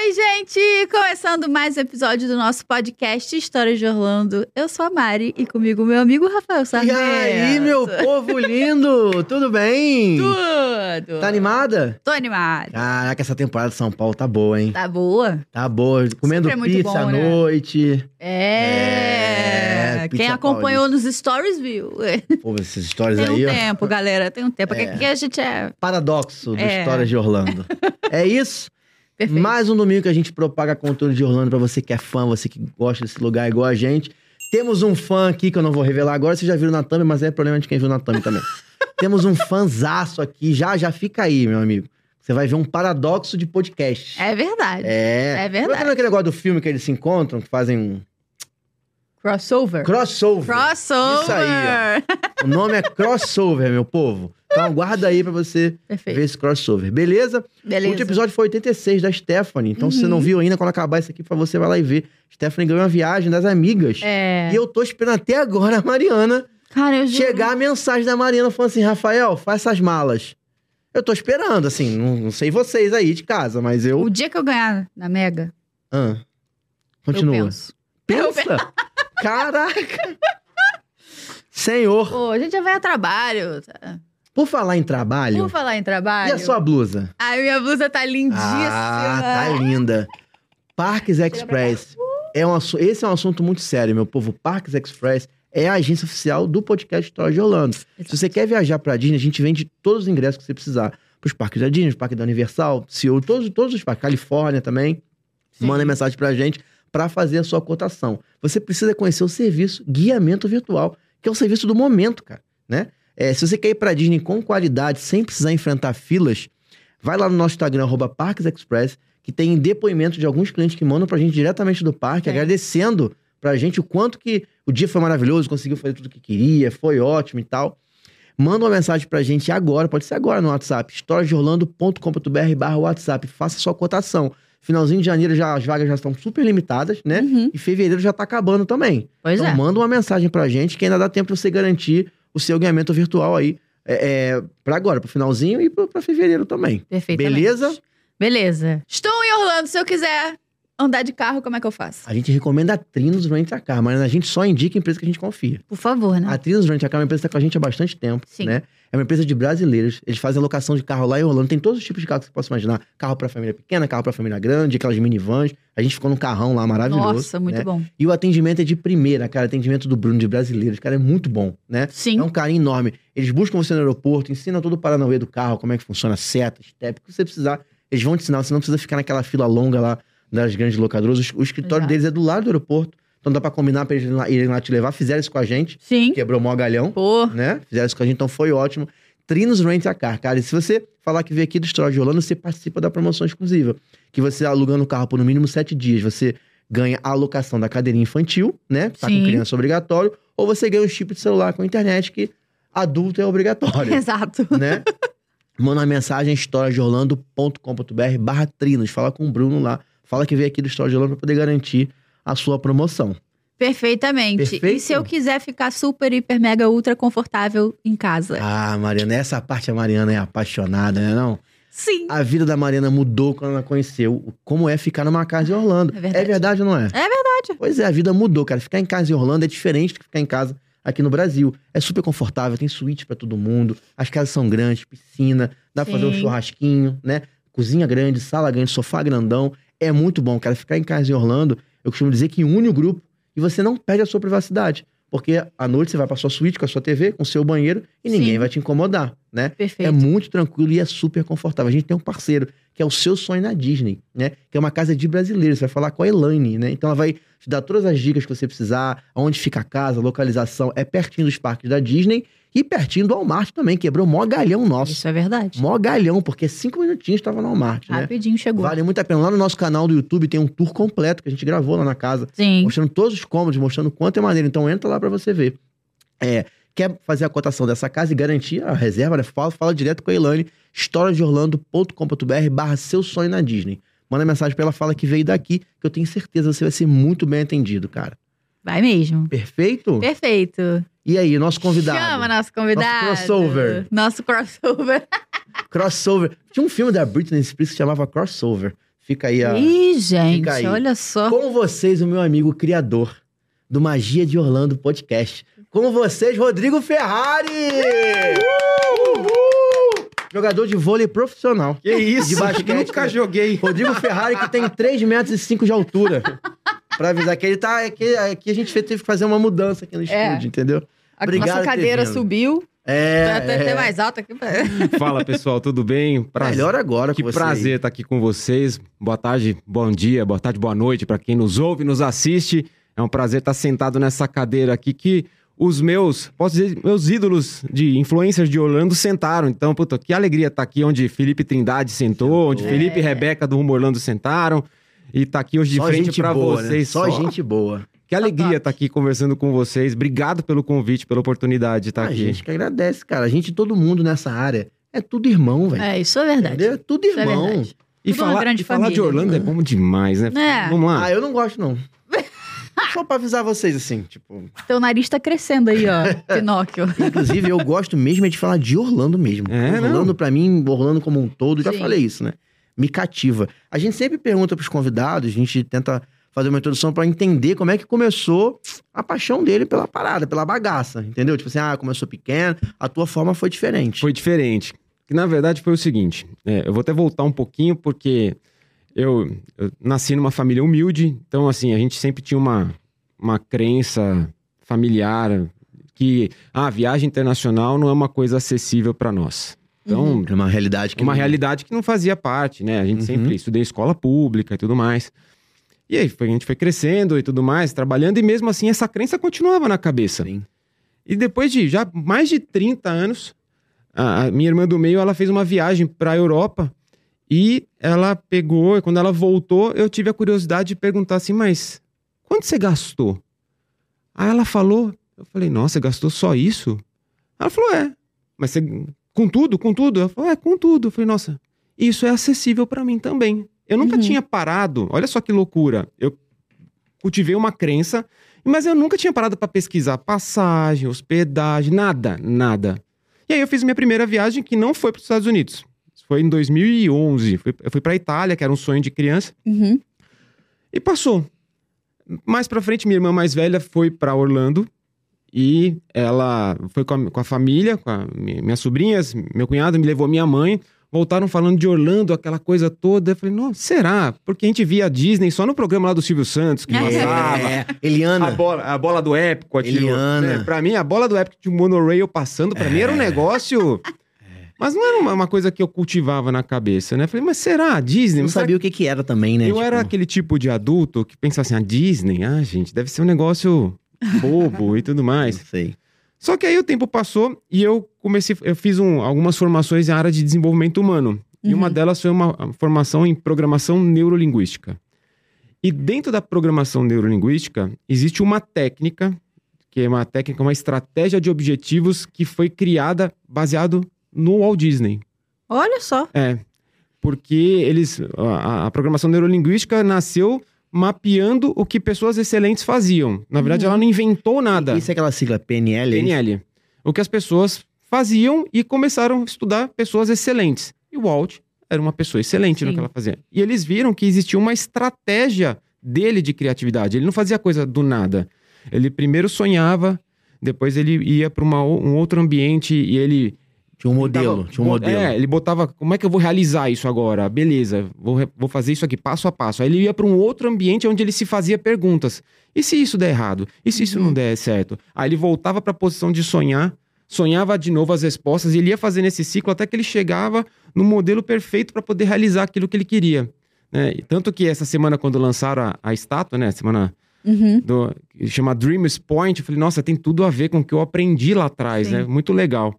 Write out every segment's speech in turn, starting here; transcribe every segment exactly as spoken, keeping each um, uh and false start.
Oi, gente! Começando mais um episódio do nosso podcast Histórias de Orlando. Eu sou a Mari e comigo meu amigo Rafael Sarmento. E aí, meu povo lindo! Tudo bem? Tudo! Tá animada? Tô animada. Caraca, essa temporada de São Paulo tá boa, hein? Tá boa? Tá boa. Comendo Sempre é muito pizza bom, à né? noite. É! É, Quem pizza acompanhou nos stories viu. Pô, essas histórias Tem um aí, ó. tempo, galera. Tem um tempo. Porque É. aqui a gente é... Paradoxo de É. Histórias de Orlando. É isso? Perfeito. Mais um domingo que a gente propaga conteúdo de Orlando pra você que é fã, você que gosta desse lugar igual a gente. Temos um fã aqui que eu não vou revelar agora, vocês já viram na thumb, mas é problema de quem viu na thumb também. Temos um fanzaço aqui, já, já fica aí, meu amigo. Você vai ver um paradoxo de podcast. É verdade. É. É verdade. Não é aquele negócio do filme que eles se encontram, que fazem um Crossover. crossover. Crossover. Isso aí, ó. O nome é crossover, meu povo. Então guarda aí pra você Perfeito. ver esse crossover, beleza? Beleza. O último episódio foi oitenta e seis da Stephanie. Então, se você Uhum. não viu ainda, quando acabar isso aqui, pra você vai lá e ver. Stephanie ganhou uma viagem das amigas. É. E eu tô esperando até agora a Mariana Cara, eu juro. chegar a mensagem da Mariana falando assim: Rafael, faz essas malas. Eu tô esperando, assim, não, não sei vocês aí de casa, mas eu. O dia que eu ganhar na Mega, Ah, continua. eu penso. Pensa? Caraca! Senhor, Pô, a gente já vai a trabalho. tá? por falar em trabalho, Por falar em trabalho. e a sua blusa? Ai, minha blusa tá lindíssima. Ah, tá linda. Parques Express. É um, assu- esse é um assunto muito sério, meu povo. Parques Express é a agência oficial do podcast História de Orlando. Se você quer viajar pra Disney, a gente vende todos os ingressos que você precisar. Pros parques da Disney, os parques da Universal, Seoul, todos, todos os parques. Califórnia também. Sim. Manda mensagem pra gente pra fazer a sua cotação. Você precisa conhecer o serviço Guiamento Virtual, que é o serviço do momento, cara, né? É, se você quer ir pra Disney com qualidade, sem precisar enfrentar filas, vai lá no nosso Instagram, arroba Parques Express, que tem depoimento de alguns clientes que mandam pra gente diretamente do parque, É. agradecendo pra gente o quanto que o dia foi maravilhoso, conseguiu fazer tudo o que queria, foi ótimo e tal. Manda uma mensagem pra gente agora, pode ser agora no WhatsApp, historiasdeorlando ponto com ponto br barra WhatsApp, faça sua cotação. Finalzinho de janeiro já, as vagas já estão super limitadas, né? Uhum. E fevereiro já tá acabando também. Pois Então é. manda uma mensagem pra gente que ainda dá tempo pra você garantir o seu guiamento virtual aí é, é, pra agora, pro finalzinho e pro, pra fevereiro também. Perfeitamente. Beleza? Beleza. Estou em Orlando, se eu quiser andar de carro, como é que eu faço? A gente recomenda a Trinos Rent a Car, mas a gente só indica a empresa que a gente confia. Por favor, né? A Trinos Rent a Car é uma empresa que tá com a gente há bastante tempo, Sim. né? É uma empresa de brasileiros. Eles fazem alocação de carro lá em Orlando. Tem todos os tipos de carro que você possa imaginar. Carro pra família pequena, carro pra família grande, aquelas minivans. A gente ficou num carrão lá maravilhoso. Nossa, muito né? bom. E o atendimento é de primeira, cara. Atendimento do Bruno, de brasileiros. Cara, é muito bom, né? Sim. É um carinho enorme. Eles buscam você no aeroporto, ensinam todo o paranauê do carro, como é que funciona, seta, step, o que você precisar. Eles vão te ensinar, você não precisa ficar naquela fila longa lá das grandes locadoras. O, o escritório Exato. deles é do lado do aeroporto. Então dá pra combinar pra eles irem lá, irem lá te levar. Fizeram isso com a gente. Sim. Quebrou o maior galhão, Pô. né? Fizeram isso com a gente, então foi ótimo. Trinos Rent a Car, cara. E se você falar que veio aqui do História de Orlando, você participa da promoção exclusiva. Que você alugando o carro por no mínimo sete dias, você ganha a alocação da cadeirinha infantil, né? Tá Sim. com criança obrigatório. Ou você ganha um chip de celular com internet, que adulto é obrigatório, Exato. né? Manda uma mensagem historiasdeorlando ponto com ponto br barra Trinos. Fala com o Bruno lá. Fala que veio aqui do História de Orlando pra poder garantir a sua promoção. Perfeitamente. Perfeito? E se eu quiser ficar super, hiper, mega, ultra confortável em casa? Ah, Mariana, essa parte a Mariana é apaixonada, né não? Sim. A vida da Mariana mudou quando ela conheceu como é ficar numa casa em Orlando. É verdade. É verdade ou não é? É verdade. Pois é, a vida mudou, cara. Ficar em casa em Orlando é diferente do que ficar em casa aqui no Brasil. É super confortável, tem suíte pra todo mundo, as casas são grandes, piscina, dá pra fazer um Sim. churrasquinho, né? Cozinha grande, sala grande, sofá grandão. É muito bom, cara. Ficar em casa em Orlando, eu costumo dizer que une o grupo e você não perde a sua privacidade. Porque à noite você vai pra sua suíte com a sua T V, com o seu banheiro e ninguém Sim. vai te incomodar, né? Perfeito. É muito tranquilo e é super confortável. A gente tem um parceiro que é o Seu Sonho na Disney, né? Que é uma casa de brasileiros. Você vai falar com a Elaine, né? Então ela vai te dar todas as dicas que você precisar, aonde fica a casa, localização. É pertinho dos parques da Disney e pertinho do Walmart também. Quebrou o maior galhão nosso. Isso é verdade. Maior galhão, porque cinco minutinhos estava no Walmart, né? Rapidinho chegou. Vale muito a pena. Lá no nosso canal do YouTube tem um tour completo que a gente gravou lá na casa. Sim. Mostrando todos os cômodos, mostrando o quanto é maneiro. Então entra lá pra você ver. É, quer fazer a cotação dessa casa e garantir a reserva, né? Fala, fala direto com a Elaine, historiasdeorlando ponto com ponto br barra Seu Sonho na Disney. Manda mensagem pra ela, fala que veio daqui, que eu tenho certeza que você vai ser muito bem atendido, cara. Vai mesmo. Perfeito? Perfeito. E aí, nosso convidado? Chama nosso convidado. Nosso crossover. Nosso crossover. Crossover. Tinha um filme da Britney Spears que chamava Crossover. Fica aí a... Ih, gente, Fica aí. olha só. Com vocês, o meu amigo criador do Magia de Orlando Podcast. Com vocês, Rodrigo Ferrari! Uhul! Jogador de vôlei profissional. Que isso? De basquete. Nunca joguei. Rodrigo Ferrari, que tem três metros e cinco de altura. Pra avisar que ele tá... Aqui, aqui a gente teve que fazer uma mudança aqui no É. estúdio, entendeu? A Obrigado nossa por ter cadeira vindo. subiu. É, Tá até, é. até mais alta aqui. Fala, pessoal, tudo bem? Prazer. Melhor agora Que com você. prazer estar aqui com vocês. Boa tarde, bom dia, boa tarde, boa noite para quem nos ouve, nos assiste. É um prazer estar sentado nessa cadeira aqui que os meus, posso dizer, meus ídolos de influencers de Orlando sentaram. Então, puta, que alegria estar aqui onde Felipe Trindade sentou, onde É. Felipe e Rebeca do Rumo Orlando sentaram. E tá aqui hoje de Só frente gente para boa, né? vocês. Só gente boa. Que alegria top. estar aqui conversando com vocês. Obrigado pelo convite, pela oportunidade de estar A aqui. gente que agradece, cara. A gente, todo mundo nessa área, é tudo irmão, velho. É, isso é verdade. Entendeu? É tudo Isso é irmão. verdade. E Tudo uma falar, grande e falar de família. Orlando é bom demais, né? É. Vamos lá. Ah, eu não gosto, não. Só pra avisar vocês, assim, tipo... Teu nariz tá crescendo aí, ó, Pinóquio. Inclusive, eu gosto mesmo é de falar de Orlando mesmo. É, Orlando, não. pra mim, Orlando como um todo, já Sim. falei isso, né? Me cativa. A gente sempre pergunta pros convidados, a gente tenta fazer uma introdução pra entender como é que começou a paixão dele pela parada, pela bagaça, entendeu? Tipo assim, ah, começou pequeno, a tua forma foi diferente. Foi diferente. Que na verdade foi o seguinte, é, eu vou até voltar um pouquinho porque eu, eu nasci numa família humilde, então assim, a gente sempre tinha uma, uma crença familiar que ah, a viagem internacional não é uma coisa acessível para nós. Então, É uma realidade que... uma não- realidade que não fazia parte, né? A gente Uhum. sempre estudei em escola pública e tudo mais. E aí foi- a gente foi crescendo e tudo mais, trabalhando, e mesmo assim essa crença continuava na cabeça. Sim. E depois de já mais de trinta anos, a, a minha irmã do meio, ela fez uma viagem para a Europa e ela pegou, e quando ela voltou, eu tive a curiosidade de perguntar assim, mas quanto você gastou? Aí ela falou, eu falei, nossa, você gastou só isso? Ela falou, é, mas você, com tudo, com tudo? Ela falou, é, com tudo. Eu falei, nossa, isso é acessível para mim também. Eu nunca Uhum. tinha parado, olha só que loucura, eu cultivei uma crença, mas eu nunca tinha parado para pesquisar passagem, hospedagem, nada, nada. E aí eu fiz minha primeira viagem que não foi para os Estados Unidos. Isso foi em dois mil e onze. Fui- Eu fui para Itália, que era um sonho de criança, Uhum. e passou. Mais para frente, minha irmã mais velha foi para Orlando e ela foi com a, com a família, com a, mi- minhas sobrinhas, meu cunhado me levou minha mãe. Voltaram falando de Orlando, aquela coisa toda. Eu falei, não, será? Porque a gente via a Disney só no programa lá do Silvio Santos, que É. passava. É, Eliana. A bola, a bola do Epcot. Eliana. É, pra mim, a bola do Epcot de monorail passando, pra mim era um negócio... Mas não era uma, uma coisa que eu cultivava na cabeça, né? Eu falei, mas será? A Disney? Não Mas será sabia o que que era também, né? eu Tipo, era aquele tipo de adulto que pensava assim, a Disney, ah, gente, deve ser um negócio bobo e tudo Não mais. sei. Só que aí o tempo passou e eu comecei, eu fiz um- algumas formações em área de desenvolvimento humano. E uma Uhum. delas foi uma formação em programação neurolinguística. E dentro da programação neurolinguística, existe uma técnica, que é uma técnica, uma estratégia de objetivos que foi criada baseado no Walt Disney. Olha só. É, porque eles, a, a programação neurolinguística nasceu mapeando o que pessoas excelentes faziam. Na verdade, Uhum. ela não inventou nada. Isso é aquela sigla P N L? é P N L. O que as pessoas faziam e começaram a estudar pessoas excelentes. E o Walt era uma pessoa excelente no Sim. que ela fazia. E eles viram que existia uma estratégia dele de criatividade. Ele não fazia coisa do nada. Ele primeiro sonhava, depois ele ia para um outro ambiente e ele... Tinha um modelo, Botava- tinha um modelo. É, ele botava, como é que eu vou realizar isso agora? Beleza, vou, re- vou fazer isso aqui passo a passo. Aí ele ia para um outro ambiente onde ele se fazia perguntas. E se isso der errado? E se isso Uhum. não der certo? Aí ele voltava para a posição de sonhar, sonhava de novo as respostas e ele ia fazendo esse ciclo até que ele chegava no modelo perfeito para poder realizar aquilo que ele queria. Né? E tanto que essa semana, quando lançaram a, a estátua, né? Semana Uhum. do, que chama Dreamers Point, eu falei, nossa, tem tudo a ver com o que eu aprendi lá atrás, Sim. né? Muito legal.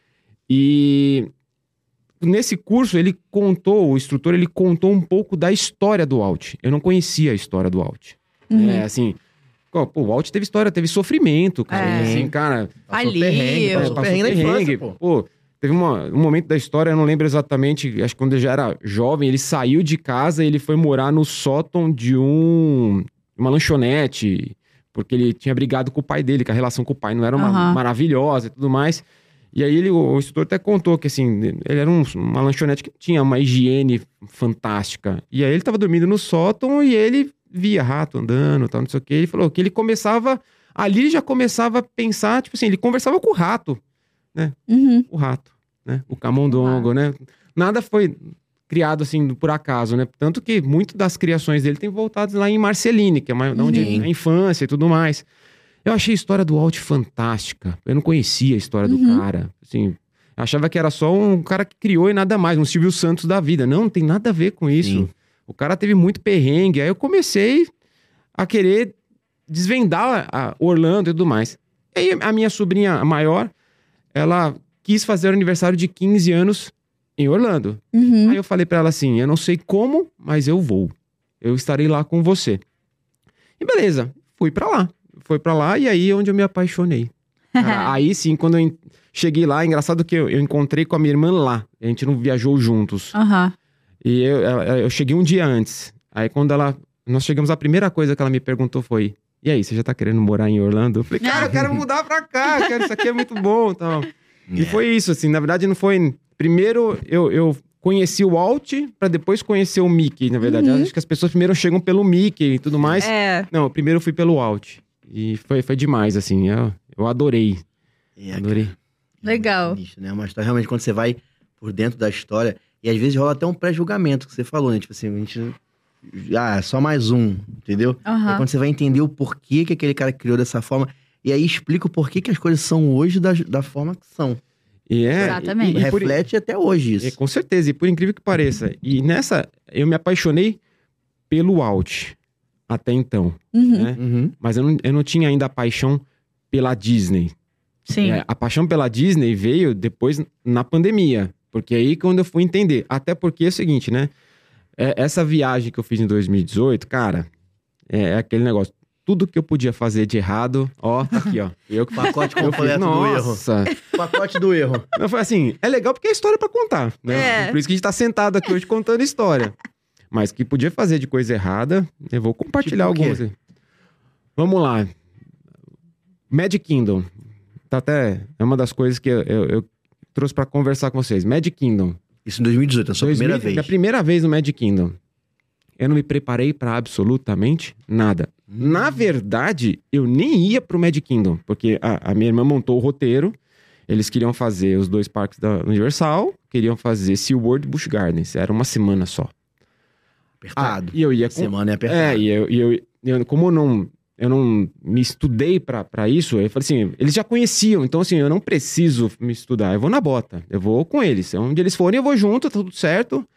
E nesse curso ele contou, o instrutor, ele contou um pouco da história do Walt. Eu não conhecia a história do Walt. Uhum. É, assim, pô, o Walt teve história, teve sofrimento, cara. É. Assim, cara, Passou Ali, perrengue, eu- passou passou perrengue na infância, perrengue, pô. pô. Teve uma- um momento da história, eu não lembro exatamente, acho que quando ele já era jovem, ele saiu de casa e ele foi morar no sótão de um, uma lanchonete, porque ele tinha brigado com o pai dele, que a relação com o pai não era uma Aham. maravilhosa e tudo mais. E aí ele, o instrutor até contou que, assim, ele era um, uma lanchonete que tinha uma higiene fantástica. E aí ele tava dormindo no sótão e ele via rato andando, tal, não sei o quê. Ele falou que ele começava... Ali ele já começava a pensar, tipo assim, ele conversava com o rato, né? Uhum. O rato, né? O camundongo, né? Nada foi criado, assim, por acaso, né? Tanto que muito das criações dele tem voltado lá em Marceline, que é uma, Uhum. onde é a infância e tudo mais. Eu achei a história do Walt fantástica. Eu não conhecia a história Uhum. do cara. Assim, eu achava que era só um cara que criou e nada mais, um Silvio Santos da vida. Não, não tem nada a ver com isso. Sim. O cara teve muito perrengue. Aí eu comecei a querer desvendar a Orlando e tudo mais. E aí a minha sobrinha maior, ela quis fazer o aniversário de quinze anos em Orlando. Uhum. Aí eu falei pra ela assim, eu não sei como, mas eu vou. Eu estarei lá com você. E beleza, fui pra lá. Fui pra lá e aí é onde eu me apaixonei. Cara, aí sim, quando eu cheguei lá, engraçado que eu, eu encontrei com a minha irmã lá. A gente não viajou juntos. Aham. E eu, eu, eu cheguei um dia antes. Aí quando ela... Nós chegamos, a primeira coisa que ela me perguntou foi... E aí, você já tá querendo morar em Orlando? Eu falei, cara, eu quero mudar pra cá. Eu quero, isso aqui é muito bom. Então. E É. foi isso, assim. Na verdade, não foi... Primeiro, eu, eu conheci o Walt pra depois conhecer o Mickey, na verdade. Uhum. Acho que as pessoas primeiro chegam pelo Mickey e tudo mais. É. Não, primeiro eu fui pelo Walt. E foi, foi demais, assim. Eu, eu adorei. É, Adorei. cara. Legal. Isso, né? Uma história, realmente, quando você vai por dentro da história, e às vezes rola até um pré-julgamento que você falou, né? Tipo assim, a gente... Ah, é só mais um, entendeu? Aham. Aí quando você vai entender o porquê que aquele cara criou dessa forma, e aí explica o porquê que as coisas são hoje da, da forma que são. E é, Exatamente. E, e por- Reflete até hoje é, isso. com certeza. E por incrível que pareça. E nessa, eu me apaixonei pelo Walt. Até então. Uhum. Né? Uhum. Mas eu não, eu não tinha ainda a paixão pela Disney. Sim. É, a paixão pela Disney veio depois na pandemia. Porque aí quando eu fui entender. Até porque é o seguinte, né? É, essa viagem que eu fiz em dois mil e dezoito, cara, é, é aquele negócio. Tudo que eu podia fazer de errado, ó, tá aqui, ó. Eu que Pacote eu fiz, completo do erro. nossa. Pacote do erro. Não, foi assim, é legal porque é história pra contar, né? É. Por isso que a gente tá sentado aqui hoje contando história. Mas que podia fazer de coisa errada, eu vou compartilhar Tipo o quê? algumas. aí. Vamos lá. Magic Kingdom. Tá até, é uma das coisas que eu, eu- eu trouxe pra conversar com vocês. Magic Kingdom. Isso em dois mil e dezoito, a sua dois mil primeira vez. Minha primeira vez no Magic Kingdom. Eu não me preparei pra absolutamente nada. Hum. Na verdade, eu nem ia pro Magic Kingdom, porque a, a minha irmã montou o roteiro. Eles queriam fazer os dois parques da Universal, queriam fazer SeaWorld e Busch Gardens. Era uma semana só. Apertado. Ah, e eu ia com... Semana é apertado. É, e eu, e eu, eu- como eu não, eu não me estudei pra, pra isso, eu falei assim, eles já conheciam, então assim, eu não preciso me estudar, eu vou na bota, eu vou com eles. Onde eles forem, eu vou junto, tá tudo certo.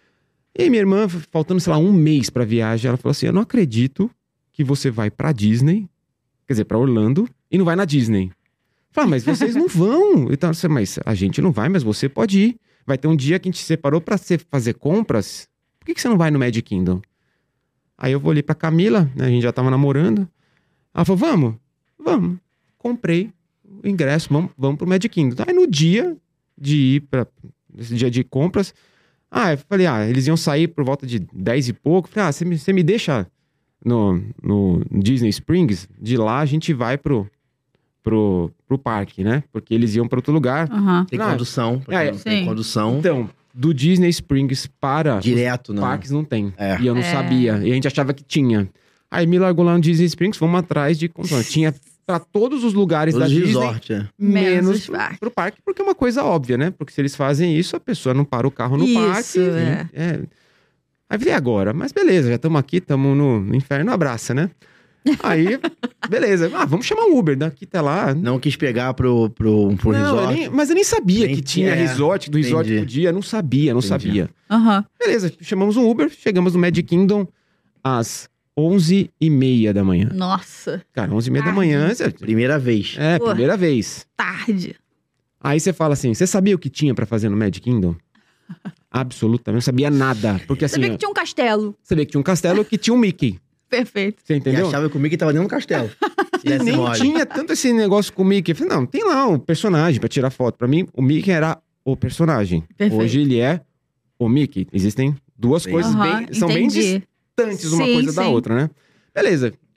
E minha irmã, faltando, sei lá, um mês pra viagem, ela falou assim, eu não acredito que você vai pra Disney, quer dizer, pra Orlando, e não vai na Disney. Eu falei, ah, mas vocês não vão. Então, eu falei, mas a gente não vai, mas você pode ir. Vai ter um dia que a gente separou pra você fazer compras, por que, que você não vai no Magic Kingdom? Aí eu vou ali pra Camila, né, a gente já tava namorando. Ela falou, vamos? Vamos. Comprei o ingresso, vamos, vamos pro Magic Kingdom. Aí no dia de ir pra... Nesse dia de compras... Ah, eu falei, ah, eles iam sair por volta de dez e pouco. Falei, ah, você me, você me deixa no, no Disney Springs? De lá a gente vai pro, pro, pro parque, né? Porque eles iam pra outro lugar. Aham. Tem Ah, condução. pra é, quem não tem sim. condução. Então, do Disney Springs para... Direto, não. Parques não tem. É. E eu não É. sabia. E a gente achava que tinha. Aí me largou lá no Disney Springs, fomos atrás de... Tinha pra todos os lugares Todos da os Disney, resort, é. Menos menos os pro, parques. pro parque, porque é uma coisa óbvia, né? Porque se eles fazem isso, a pessoa não para o carro no Isso, parque. é. é. Aí falei, agora? Mas beleza, já estamos aqui, estamos no, no inferno, abraça, né? Aí, beleza. Ah, vamos chamar um Uber daqui até lá. Não quis pegar pro, pro, pro Não, eu resort. nem- mas eu nem sabia Nem que tinha tinha, resort, do resort entendi. podia, não sabia, não Entendi. sabia. Aham. Beleza, chamamos um Uber, chegamos no Magic Kingdom às onze e meia da manhã. Nossa, Cara, onze e meia da Tarde. manhã, é, Primeira vez. é, Pô. primeira vez. tarde. Aí você fala assim, você sabia o que tinha pra fazer no Magic Kingdom? Absolutamente, não sabia nada. Porque assim, Sabia que ó, tinha um castelo. sabia que tinha um castelo que tinha um Mickey. Perfeito. Você E entendeu? achava que o Mickey tava dentro do castelo. Se E desse nem mole. tinha tanto esse negócio com o Mickey. Eu falei, não, tem lá um personagem pra tirar foto. Pra mim, o Mickey era o personagem. Perfeito. Hoje ele é o Mickey. Existem duas Sim. coisas Aham, bem... São bem entendi. distantes uma Sim, coisa da sim. outra, né? Beleza.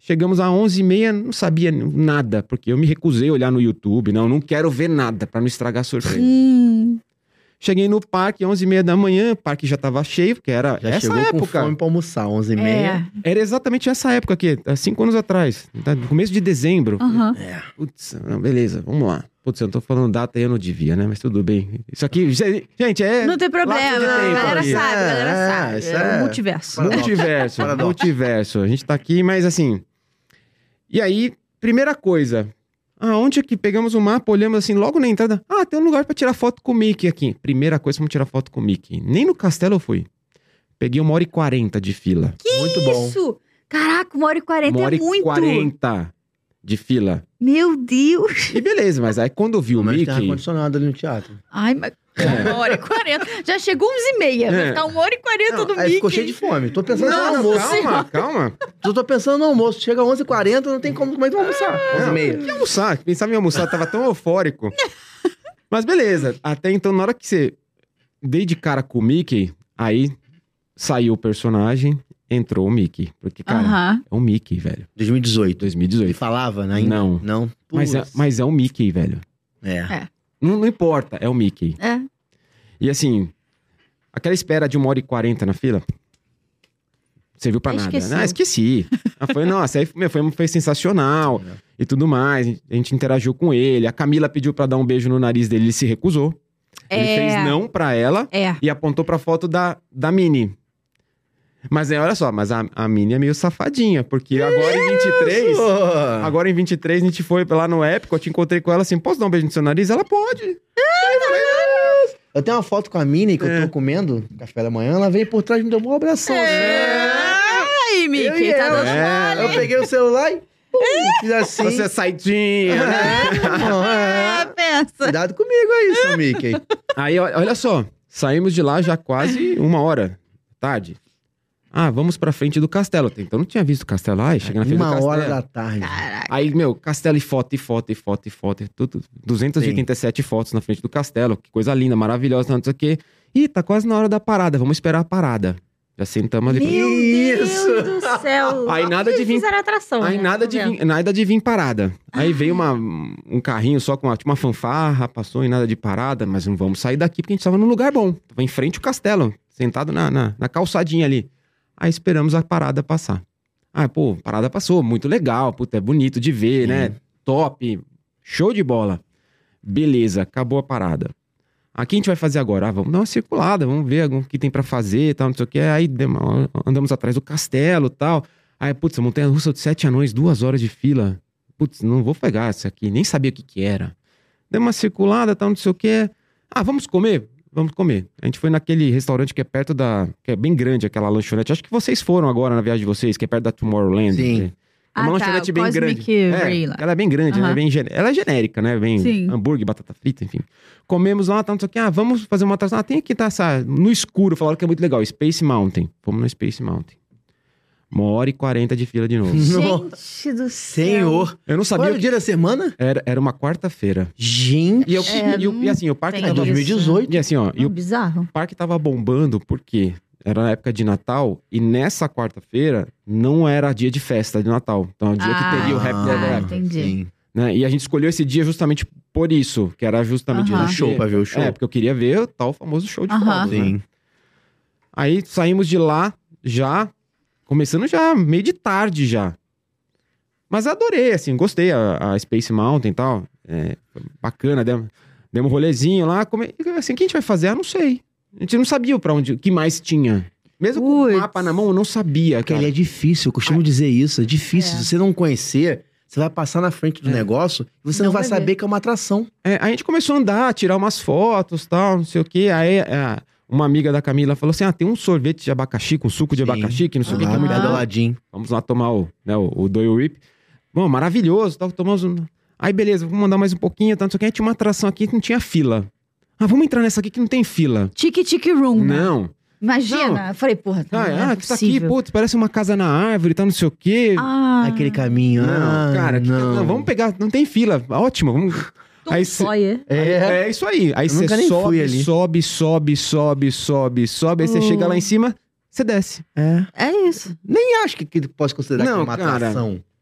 chegamos às onze e meia, não sabia nada, porque eu me recusei a olhar no YouTube. Não, não quero ver nada pra não estragar a surpresa. Hum. Cheguei no parque, onze e meia da manhã, o parque já tava cheio, porque era Já essa chegou época. com fome pra almoçar, onze e meia. É. Era exatamente essa época aqui, há cinco anos atrás, tá? No começo de dezembro. Aham. É. Putz, não, beleza, vamos lá. Putz, eu não tô falando data aí, eu não devia, né? Mas tudo bem. Isso aqui, gente, é... Não tem problema, lapso de a tempo galera aqui. sabe, a galera É, sabe. isso É, é- o multiverso. Paradoxo. Multiverso, Paradoxo. multiverso. A gente tá aqui, mas assim... E aí, primeira coisa... Ah, onde é que pegamos o mapa, olhamos assim, logo na entrada... Ah, tem um lugar pra tirar foto com o Mickey aqui. Primeira coisa, vamos tirar foto com o Mickey. Nem no castelo eu fui. Peguei uma hora e quarenta de fila. Muito bom. Isso! Caraca, uma hora e quarenta Uma hora é e muito! quarenta de fila. Meu Deus! E beleza, mas aí quando eu vi o Mas tem Mickey... ar-condicionado ali no teatro. Ai, mas É. uma hora e quarenta. Já chegou onze e meia. Vai É. ficar uma hora e quarenta Não, do aí Mickey. ficou cheio de fome. Tô pensando Não, no almoço. calma, calma. Eu tô pensando no almoço. Chega às onze e quarenta, não tem como. Como é que vai almoçar? onze e meia. Ia almoçar, pensava em almoçar, tava tão eufórico. Mas beleza, até então, na hora que você dei de cara com o Mickey, aí saiu o personagem, entrou o Mickey. Porque, cara, Aham. é o Mickey, velho. dois mil e dezoito. dois mil e Ele dezoito. falava, né? ainda? Não. Não. Mas é, Putz. mas é o Mickey, velho. É. É. Não, não importa, é o Mickey. É. E assim, aquela espera de uma hora e quarenta na fila, você viu pra nada. Esqueceu. Ah, esqueci. Ah, foi, nossa, aí meu, foi, foi sensacional e tudo mais. A gente interagiu com ele. A Camila pediu pra dar um beijo no nariz dele, ele se recusou. Ele É. fez não pra ela É. e apontou pra foto da, da Minnie. Mas aí, olha só, mas a, a Minnie é meio safadinha, porque agora em vinte e três... Pô. Agora em vinte e três a gente foi lá no Épico, eu te encontrei com ela assim, posso dar um beijo no seu nariz? Ela pode. Eu tenho uma foto com a Minnie que É. eu tô comendo café da manhã. Ela veio por trás e me deu uma abração. Aí, Eu Mickey, e tá ela. dando É. mole. Eu peguei o celular e pum, fiz assim. Você é saidinha, né? É, irmão, é. Ah, pensa. Cuidado comigo aí, seu Mickey. Aí, ó, olha só, saímos de lá já quase uma hora, tarde. Ah, vamos pra frente do castelo. Então não tinha visto o castelo. Ai, chega na frente do Uma castelo. hora da tarde. Caraca. Aí, meu, castelo e foto, e foto, e foto, e foto, e tudo. duzentas e oitenta e sete fotos na frente do castelo. Que coisa linda, maravilhosa, não sei o quê. Ih, tá quase na hora da parada. Vamos esperar a parada. Já sentamos ali. Meu Isso. Deus do céu. Aí nada de vir- Fizeram atração. Aí né? nada Tô de, vendo. vir, nada de vir parada. Aí veio uma, um carrinho só com uma, tipo uma fanfarra, passou e nada de parada, mas não vamos sair daqui porque a gente tava num lugar bom. Tava em frente ao castelo, sentado na, na, na calçadinha ali. Aí esperamos a parada passar. Ah, pô, a parada passou, muito legal, puta, é bonito de ver, Sim. né? Top, show de bola. Beleza, acabou a parada. O que a gente vai fazer agora? Ah, vamos dar uma circulada, vamos ver o que tem pra fazer e tal, não sei o que. Aí dem- andamos atrás do castelo e tal. Aí, putz, a montanha-russa de sete anões, duas horas de fila. Putz, não vou pegar isso aqui, nem sabia o que que era. Deu uma circulada e tal, não sei o que. Ah, vamos comer? Vamos comer. A gente foi naquele restaurante que é perto da... Que é bem grande, aquela lanchonete. Acho que vocês foram agora na viagem de vocês, que é perto da Tomorrowland. Sim. É uma Ah, tá, lanchonete bem Cosmic grande. Ray É, lá. ela é bem grande, né? Aham. Bem gene- Ela é genérica, né? Vem Sim. hambúrguer, batata frita, enfim. Comemos lá, tá, não sei o que. Ah, vamos fazer uma atração. Ah, tem que estar essa... no escuro. Falaram que é muito legal. Space Mountain. Fomos no Space Mountain. Uma hora e quarenta de fila de novo. Gente do céu. Senhor. Eu não Qual sabia era o o que... dia da semana? Era, era uma quarta-feira. Gente. E, eu, É, e, o- e assim, o parque tem É tava... dois mil e dezoito. E assim, ó... E Não, o bizarro. parque tava bombando porque era na época de Natal e nessa quarta-feira não era dia de festa de Natal. Então é o dia Ah, que teria o Happy Ever ah, After, entendi. Sim. né? E a gente escolheu esse dia justamente por isso, que era justamente Aham. o O show, pra ver o show. É, porque eu queria ver o tal famoso show de Aham. fogos, né? Sim. Aí saímos de lá já, começando já meio de tarde já. Mas adorei, assim, gostei a, a Space Mountain e tal. É, foi bacana, demos, demos um rolezinho lá. Come... Assim, o que a gente vai fazer? Ah, não sei. A gente não sabia pra onde, o que mais tinha. Mesmo com Puts. o mapa na mão, eu não sabia, Porque cara. ele é difícil, eu costumo dizer isso. É difícil. É. Se você não conhecer, você vai passar na frente do É. negócio e você não, Não vai vai saber ver. que é uma atração. É, a gente começou a andar, tirar umas fotos tal, não sei o quê. Aí é, uma amiga da Camila falou assim: ah, tem um sorvete de abacaxi com suco de Sim. abacaxi, que não sei o que, que é Ah, muito perto do bom. Aladdin. Vamos lá tomar o, né, o, o Doyle Rip. Bom, maravilhoso, tal, tomamos um... Aí beleza, vamos andar mais um pouquinho, tal, não sei o que. Aí tinha uma atração aqui que não tinha fila. Ah, vamos entrar nessa aqui que não tem fila. Tique Tique Room. né? Não. Imagina. Eu falei, porra, tá, Ah, não é ah, que tá aqui, possível. putz, parece uma casa na árvore, tá não sei o quê. Ah, Aquele caminho. Não, ah, cara, que- não. não, vamos pegar, não tem fila, ótimo, vamos... Tom aí cê- Sawyer. É. É isso aí. Aí Eu você nunca nem fui sobe, ali. sobe, sobe, sobe, sobe, sobe. Aí você Oh. chega lá em cima, você desce. É. É isso. Nem acho que, que posso considerar Não, que é uma cara. atração.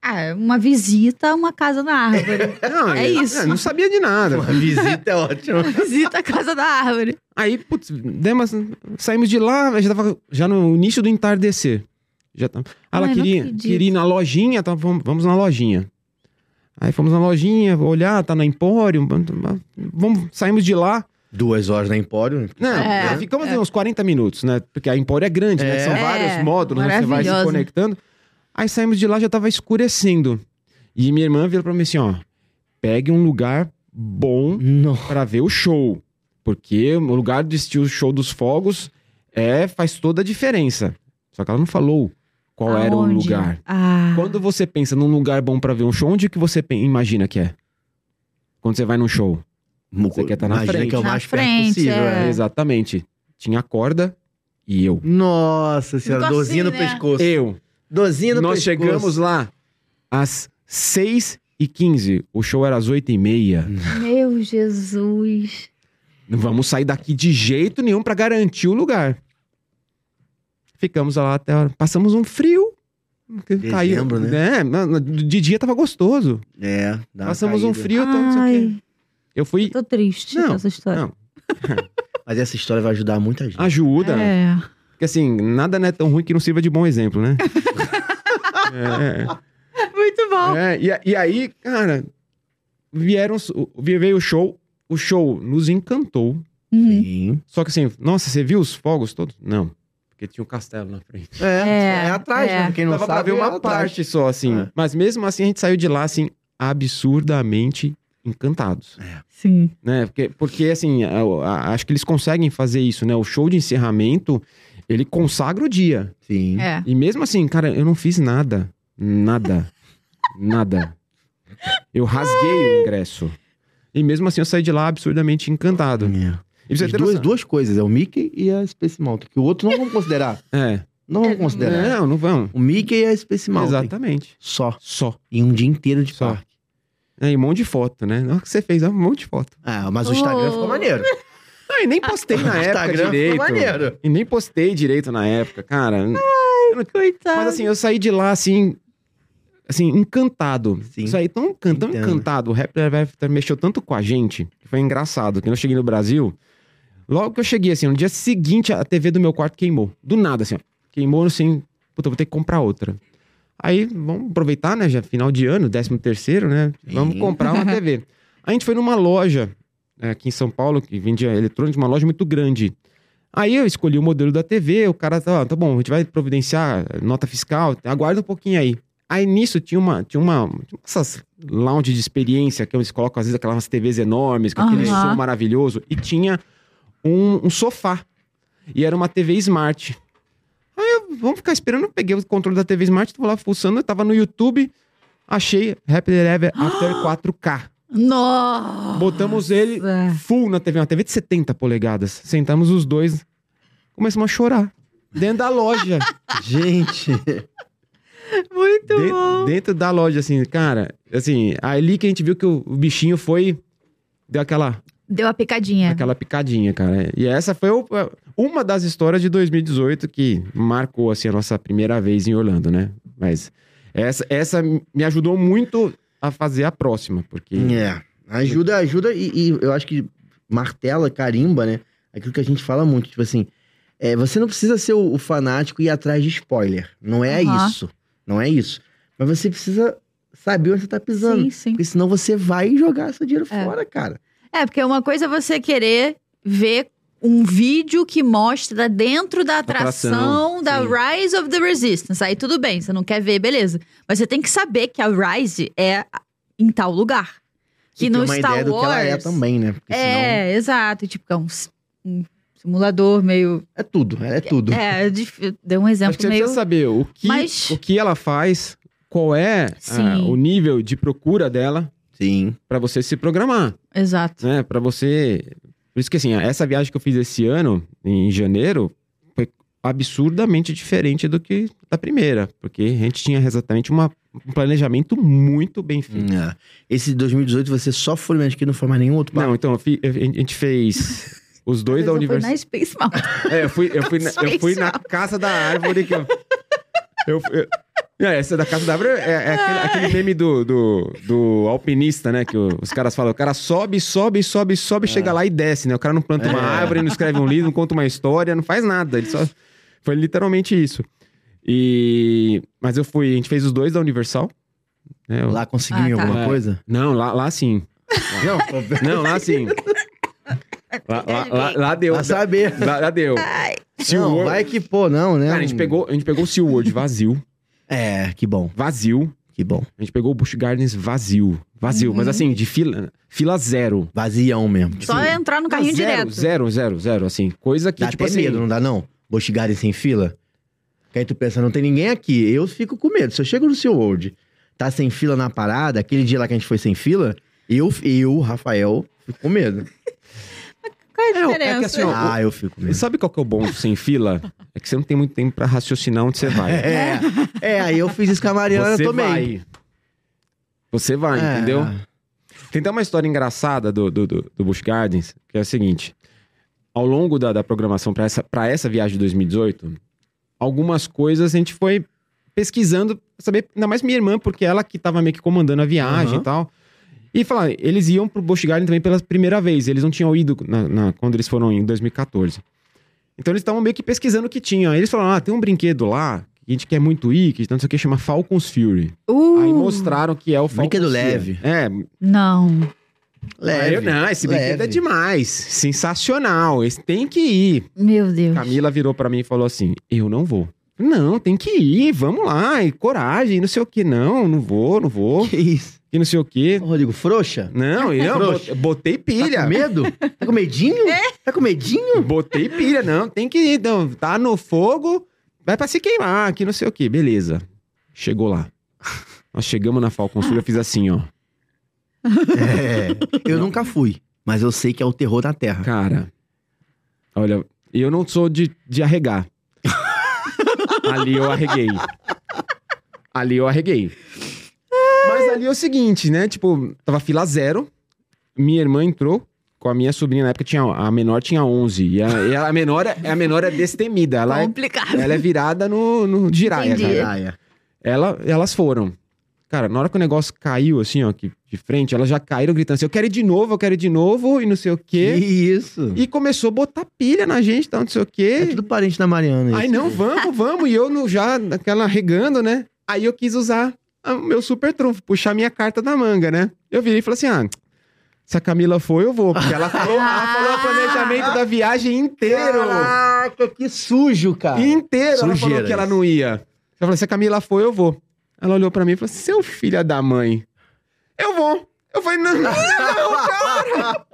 Ah, uma visita a uma casa na árvore. Não, É eu- isso. eu não sabia de nada. Uma visita é ótima. Uma visita à casa da árvore. Aí, putz, demos, saímos de lá, já tava já no início do entardecer. Já tava, ah, ela Ai, não queria, acredito. queria ir na lojinha, tá, vamos, vamos na lojinha. Aí fomos na lojinha, olhar, tá na Empório, vamos, saímos de lá. Duas horas na Empório. Não, É, ficamos é. uns quarenta minutos, né? Porque a Empório é grande, né? É. São É, vários módulos, né? Você vai se maravilhosa. conectando. Aí saímos de lá, já tava escurecendo. E minha irmã virou pra mim assim, ó, pegue um lugar bom Não. pra ver o show. Porque o lugar de assistir o show dos fogos é, faz toda a diferença. Só que ela não falou qual era o Aonde? lugar. Ah. Quando você pensa num lugar bom pra ver um show, onde que você pen- imagina que é? Quando você vai num show. Você quer estar na Imagina frente. que é o Na mais frente, perto possível. é. É. Exatamente. Tinha a corda e eu. Nossa senhora, Ficou dorzinha assim, no né? pescoço. Eu. Dorzinha no Nós pescoço. chegamos lá às seis e quinze. O show era às oito e meia. Meu Jesus. Não vamos sair daqui de jeito nenhum pra garantir o lugar. Ficamos lá até a hora. Passamos um frio. Dezembro, né? É, mas de dia tava gostoso. É, dá uma Passamos um caída. frio, então, não sei o quê. Ai, Eu fui. tô triste Não, com essa história. Não, Mas essa história vai ajudar muita gente. ajuda. É. Porque assim, nada não é tão ruim que não sirva de bom exemplo, né? é. Muito bom. É, e, e aí, cara, vieram, veio o show, o show nos encantou. Uhum. Sim. Só que assim, nossa, você viu os fogos todos? Não, porque tinha um castelo na frente. É, É, é, atrás, é. né? Quem não Dava sabe, pra ver é uma atrás. parte só, assim. É. Mas mesmo assim, a gente saiu de lá, assim, absurdamente encantados, Sim. né? Porque, porque assim, a- a- acho que eles conseguem fazer isso, né? O show de encerramento, ele consagra o dia. Sim. É. E mesmo assim, cara, eu não fiz nada. Nada. Nada. Eu rasguei o ingresso. E mesmo assim eu saí de lá absurdamente encantado. É. E você As ter duas, noção- duas coisas, é o Mickey e a Space Mountain, que o outro não vamos considerar. É. Não vamos considerar. Não, não vão. O Mickey e a Space Mountain. Exatamente. Só. Só. Em um dia inteiro de Só. parque. É, e um monte de foto, né? Olha o que você fez, é um monte de foto. Ah, mas o Instagram Oh. ficou maneiro. Não, e nem postei na O época Instagram direito. ficou maneiro. E nem postei direito na época, cara. Coitado. Mas assim, eu saí de lá, assim... Assim, encantado. Sim. Saí tão, tão Entendo. encantado. O Rapper After mexeu tanto com a gente, que foi engraçado. Quando eu cheguei no Brasil, logo que eu cheguei, assim, no dia seguinte, a T V do meu quarto queimou. Do nada, assim, ó. Queimou, assim, puta, eu vou ter que comprar outra. Aí, vamos aproveitar, né, já final de ano, décimo terceiro, né? Vamos Sim. comprar uma T V. A gente foi numa loja, é, aqui em São Paulo, que vendia eletrônicos, uma loja muito grande. Aí eu escolhi o modelo da T V, o cara, tá, tá bom, a gente vai providenciar nota fiscal, aguarda um pouquinho aí. Aí nisso tinha uma, tinha uma, tinha essas lounge de experiência que eles colocam às vezes aquelas T Vs enormes, com aquele Aham. som maravilhoso, e tinha um, um sofá. E era uma T V Smart. Aí eu, vamos ficar esperando, eu peguei o controle da T V Smart, tava lá fuçando, eu tava no YouTube, achei Happily Ever After quatro K. Nossa. Botamos ele full na T V, uma T V de setenta polegadas. Sentamos os dois, começamos a chorar. Dentro da loja. Gente. Muito De- bom. dentro da loja, assim, cara, assim, ali que a gente viu que o, o bichinho foi, deu aquela, Deu a picadinha. aquela picadinha, cara. E essa foi o- uma das histórias de dois mil e dezoito que marcou, assim, a nossa primeira vez em Orlando, né? Mas essa, essa me ajudou muito a fazer a próxima, porque... É. Ajuda, ajuda e, e eu acho que martela, carimba, né? Aquilo que a gente fala muito, tipo assim, é, você não precisa ser o, o fanático e ir atrás de spoiler. Não é Aham. isso. Não é isso. Mas você precisa saber onde você tá pisando. Sim, sim. Porque senão você vai jogar seu dinheiro É. fora, cara. É, porque uma coisa é você querer ver um vídeo que mostra dentro da atração, Atração, da sim. Rise of the Resistance. Aí tudo bem, você não quer ver, beleza. Mas você tem que saber que a Rise é em tal lugar. Que E no ter uma Star ideia do que ela é Wars- também, né? Porque É, exato. Tipo, é um, s- um simulador meio... senão é tudo, é tudo. É, dif- deu um Acho exemplo que você meio... precisa saber o que, Mas- o que ela faz, qual é ah, Sim. o nível de procura dela Sim. pra você se programar. Exato. Né, para você. Por isso que assim, essa viagem que eu fiz esse ano, em janeiro, foi absurdamente diferente do que da primeira, porque a gente tinha exatamente uma, um planejamento muito bem feito. É. Esse dois mil e dezoito você só foi no que não foi mais nenhum outro Não, então eu fi- eu- a gente fez os dois da Mas eu fui universidade. na Space Mountain. É, eu fui, eu fui, na, eu fui na Space casa da árvore que eu. Eu, eu, É, essa da Casa da Árvore é, é aquele, aquele meme do, do, do alpinista, né? Que o- os caras falam, o cara sobe, sobe, sobe, sobe, chega lá e desce, né? O cara não planta uma É. árvore, não escreve um livro, não conta uma história, não faz nada. Ele só... Foi literalmente isso. E... Mas eu fui... A gente fez os dois da Universal. Né? Eu- Lá conseguiu Ah, tá. alguma É. coisa? Não, lá, lá sim. Não, tô- Não, lá sim. Lá, lá, lá, lá deu. pra saber. Lá, lá deu. Ai, Não, SeaWorld- vai que, pô, não, né? Cara, a gente pegou, a gente pegou o SeaWorld vazio. É, que bom, Vazio. que bom. A gente pegou o Busch Gardens vazio. Vazio, Uhum. mas assim, de fila, fila zero. Vazião mesmo. só entrar no carrinho zero, direto. Zero, zero, zero, assim. Coisa que, Dá tipo até assim... medo, não dá não? Busch Gardens sem fila? Que aí tu pensa, não tem ninguém aqui. Eu fico com medo. Se eu chego no SeaWorld, tá sem fila na parada, aquele dia lá que a gente foi sem fila, eu, eu Rafael, fico com medo. Qual é a É, é que diferença? assim, ó, Ah, eu fico com E medo. sabe qual que é o bom do sem fila? É que você não tem muito tempo pra raciocinar onde você vai. É, é, aí eu fiz isso com a Mariana Você também. vai. Você vai, É. entendeu? Tem até uma história engraçada do, do, do, do Busch Gardens, que é a seguinte. Ao longo da, da programação pra essa, pra essa viagem de dois mil e dezoito, algumas coisas a gente foi pesquisando, pra saber, ainda mais minha irmã, porque ela que tava meio que comandando a viagem Uhum. e tal. E falar, eles iam pro Busch Gardens também pela primeira vez, eles não tinham ido na, na- quando eles foram em dois mil e quatorze. Então eles estavam meio que pesquisando o que tinha. Aí eles falaram, ah, tem um brinquedo lá, que a gente quer muito ir, que não sei o que, chama Falcon's Fury. Uh, Aí mostraram que é o Falcon's Brinquedo Fury. leve. É, Não. Leve. eu, não, esse brinquedo leve. é demais. Sensacional. Esse tem que ir. Meu Deus. Camila virou pra mim e falou assim: eu não vou. Não, tem que ir, vamos lá, e coragem, não sei o que. Não, não vou, não vou. Que isso? E não sei o que. Ô, Rodrigo, frouxa? Não, eu Trouxa. botei Tá pilha. com medo? Tá com medinho? Tá com medinho? Botei pilha, não, tem que ir. Então, tá no fogo, vai pra se queimar, que não sei o que. Beleza. Chegou lá. Nós chegamos na Falcon Sul, eu fiz assim, ó. É, eu nunca fui, mas eu sei que é o terror da Terra. Cara, olha, eu não sou de, de arregar. Ali eu arreguei. Ali eu arreguei. Mas ali é o seguinte, né? Tipo, tava fila zero. Minha irmã entrou com a minha sobrinha. Na época tinha, a menor tinha onze. E a, e a menor, é- a menor é destemida. Ela é, Complicado. ela é virada no, no giraia, Entendi. cara. Praia. Ela, elas foram. Cara, na hora que o negócio caiu, assim, ó, aqui de frente, elas já caíram gritando assim, eu quero ir de novo, eu quero ir de novo, e não sei o Que quê. isso? E começou a botar pilha na gente, tal, não sei o É quê. tudo parente da Mariana. Isso. Aí, não, vamos, vamos. E eu no, já, naquela regando, né? Aí eu quis usar o meu super trunfo, puxar minha carta da manga, né? Eu virei e falei assim, ah, se a Camila for, eu vou. Porque ela falou, ela falou o planejamento da viagem inteiro. Caraca, que sujo, cara. Inteiro. Ela falou Sujeira que ela isso. não ia. Eu falei, se a Camila for, eu vou. Ela olhou pra mim e falou, seu filho da mãe, eu vou. Eu falei, não, não, cara.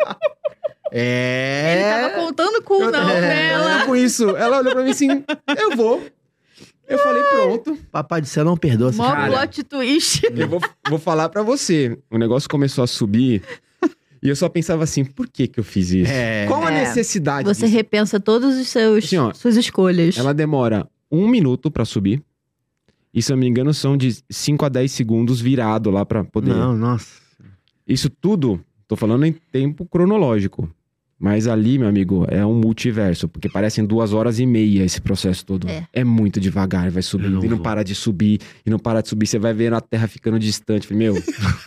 É. Ele tava contando com o Eu não tava pra ela. contando com isso. Ela olhou pra mim assim, eu vou. Eu falei, pronto. Papai do céu não perdoa essa Mó Cara. plot twist. Eu vou, vou falar pra você. O negócio começou a subir e eu só pensava assim, por que que eu fiz isso? É. Qual a É. necessidade Você disso? repensa todos os seus Assim, ó, suas escolhas. Ela demora um minuto pra subir. E se eu não me engano, são de cinco a dez segundos virado lá pra poder. Não, nossa. Isso tudo, tô falando em tempo cronológico. Mas ali, meu amigo, é um multiverso. Porque parecem duas horas e meia esse processo todo. É. muito devagar, vai Eu subindo. não E não vou. para de subir. E não para de subir. Você vai ver a Terra ficando distante. Falei, meu...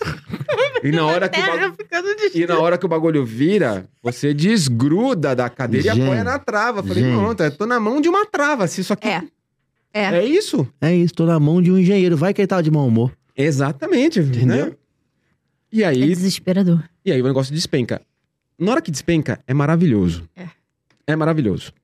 e na hora que o bagulho... ficando E na hora que o bagulho vira, você desgruda da cadeira Gente, e apoia na trava. Falei, gente. pronto, eu tô na mão de uma trava. Se isso aqui É. É. é isso? É isso, tô na mão de um engenheiro. Vai que ele tava de mau humor. Exatamente, Entendeu? né? E É aí, desesperador. e aí o negócio despenca. Na hora que despenca, é maravilhoso. É. É maravilhoso.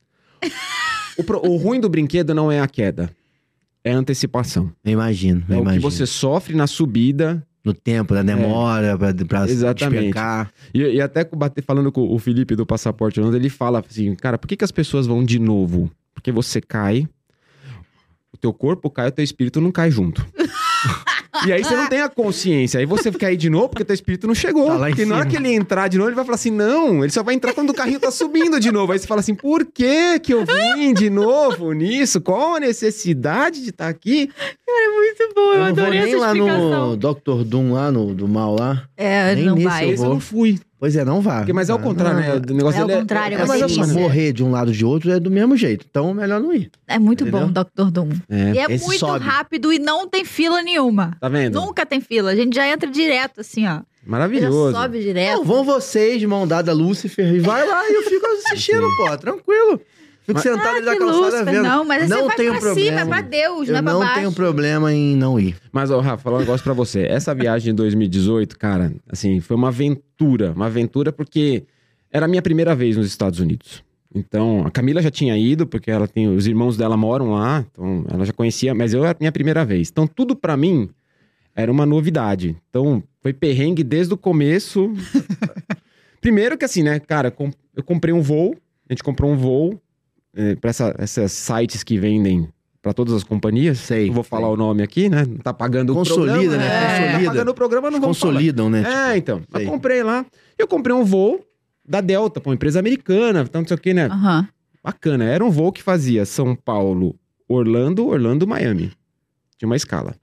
o, pro- o ruim do brinquedo não é a queda. É a antecipação. Eu imagino, eu É o que imagino. você sofre na subida. No tempo, da demora, pra, pra Exatamente. despencar. E, e até com- bater, falando com o Felipe do Passaporte Orlando, ele fala assim, cara, por que, que as pessoas vão de novo? Porque você cai, o teu corpo cai, o teu espírito não cai junto. E aí você não tem a consciência. Aí você quer ir de novo porque teu espírito não chegou. Tá lá em Porque na hora cima. que ele entrar de novo, ele vai falar assim, não, ele só vai entrar quando o carrinho tá subindo de novo. Aí você fala assim, por que que eu vim de novo nisso? Qual a necessidade de estar aqui? É muito bom, eu, Eu não vou adorei nem essa lá explicação. no doutor Doom, lá no do mal lá. É, Nem não nesse vai. eu Esse eu vou. não fui. Pois é, não vá. Porque, mas é o contrário, não, né? O negócio É o dele contrário, é, é É, uma mas assim, delícia. morrer de um lado ou de outro é do mesmo jeito. Então, melhor não ir. É muito Entendeu? bom, doutor Doom. É. E é Esse muito sobe. rápido e não tem fila nenhuma. Tá vendo? Nunca tem fila. A gente já entra direto, assim, ó. Maravilhoso. Já sobe direto. Não, vão vocês de mão dada, Lúcifer, e vai lá e eu fico assistindo, pô, tranquilo. Fico Mas- sentado ali na Ah, que calçada Lúcifer, vendo. não, mas não você vai tenho pra problema. cima, é pra Deus, não Eu é pra não baixo. tenho problema em não ir. Mas, ó, Rafa, falar um negócio pra você. Essa viagem em dois mil e dezoito, cara, assim, foi uma aventura. Uma aventura porque era a minha primeira vez nos Estados Unidos. Então, a Camila já tinha ido, porque ela tem, os irmãos dela moram lá, então ela já conhecia, mas eu era a minha primeira vez. Então, tudo pra mim era uma novidade. Então, foi perrengue desde o começo. Primeiro que assim, né, cara, com- eu comprei um voo, a gente comprou um voo é, pra essa, essas sites que vendem pra todas as companhias. Sei, Não vou sei. falar o nome aqui, né? Não tá pagando o Consolida, programa. né? É, Consolida. Tá pagando o programa, não vamos falar. Consolidam, né? É, então. Eu Sei. comprei lá. Eu comprei um voo da Delta, pra uma empresa americana, então não sei o que, né? Aham. Bacana. Era um voo que fazia São Paulo, Orlando, Orlando, Miami. Tinha uma escala.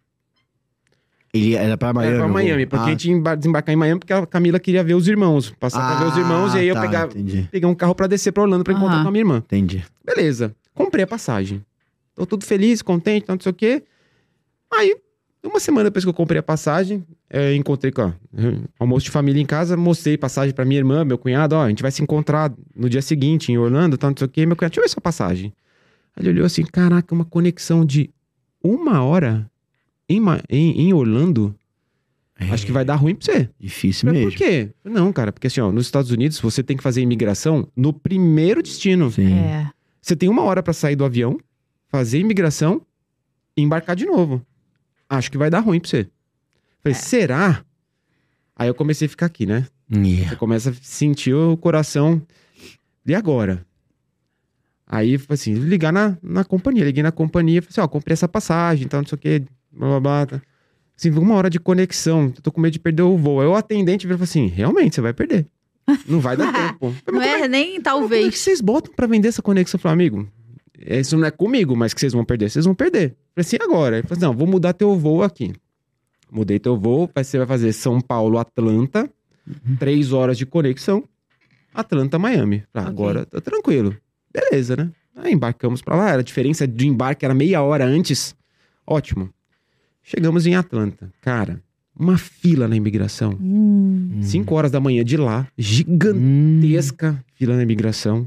Ele era pra Miami. Era pra o Miami, voo. porque a Ah, gente ia embar- desembarcar em Miami porque a Camila queria ver os irmãos. Passar pra ver os irmãos e aí eu tá, pegar, Entendi, pegar um carro pra descer pra Orlando pra encontrar Aham. com a minha irmã. entendi. Beleza. Comprei a passagem. Tô tudo feliz, contente, não sei o quê. Aí, uma semana depois que eu comprei a passagem, eu encontrei com ó, almoço de família em casa, mostrei passagem pra minha irmã, meu cunhado, ó, a gente vai se encontrar no dia seguinte em Orlando, tá, não sei o quê. Meu cunhado, deixa eu ver sua passagem. Aí ele olhou assim, caraca, uma conexão de uma hora em, Ma- em, em Orlando, acho que vai dar ruim pra você. Difícil Falei, mesmo. por quê? Não, cara, porque assim, ó, nos Estados Unidos você tem que fazer imigração no primeiro destino. Sim. É. Você tem uma hora pra sair do avião, fazer imigração e embarcar de novo. Acho que vai dar ruim pra você. Falei, será? Aí eu comecei a ficar aqui, né? Yeah. Você começa a sentir o coração. E agora? Aí, assim, ligar na, na companhia. Liguei na companhia, falei assim, ó, comprei essa passagem, então não sei o quê, blá, blá, blá. Tá. Assim, uma hora de conexão, eu tô com medo de perder o voo. Aí o atendente veio e falou assim, realmente, você vai perder. Não vai dar tempo. Eu falei, Não "Mas é nem como é que talvez. vocês botam pra vender essa conexão? Eu falei, amigo, isso não é comigo, mas que vocês vão perder. Vocês vão perder. Eu falei assim, e agora? Ele falou assim, não, vou mudar teu voo aqui. Mudei teu voo, vai- você vai fazer São Paulo, Atlanta, três horas de conexão, Atlanta, Miami. Falei, Ok. agora tá tranquilo. Beleza, né? Aí embarcamos pra lá, a diferença de embarque era meia hora antes. Ótimo. Chegamos em Atlanta. Cara, uma fila na imigração. Hum. Cinco horas da manhã de lá, gigante Hum. gigantesca fila na imigração.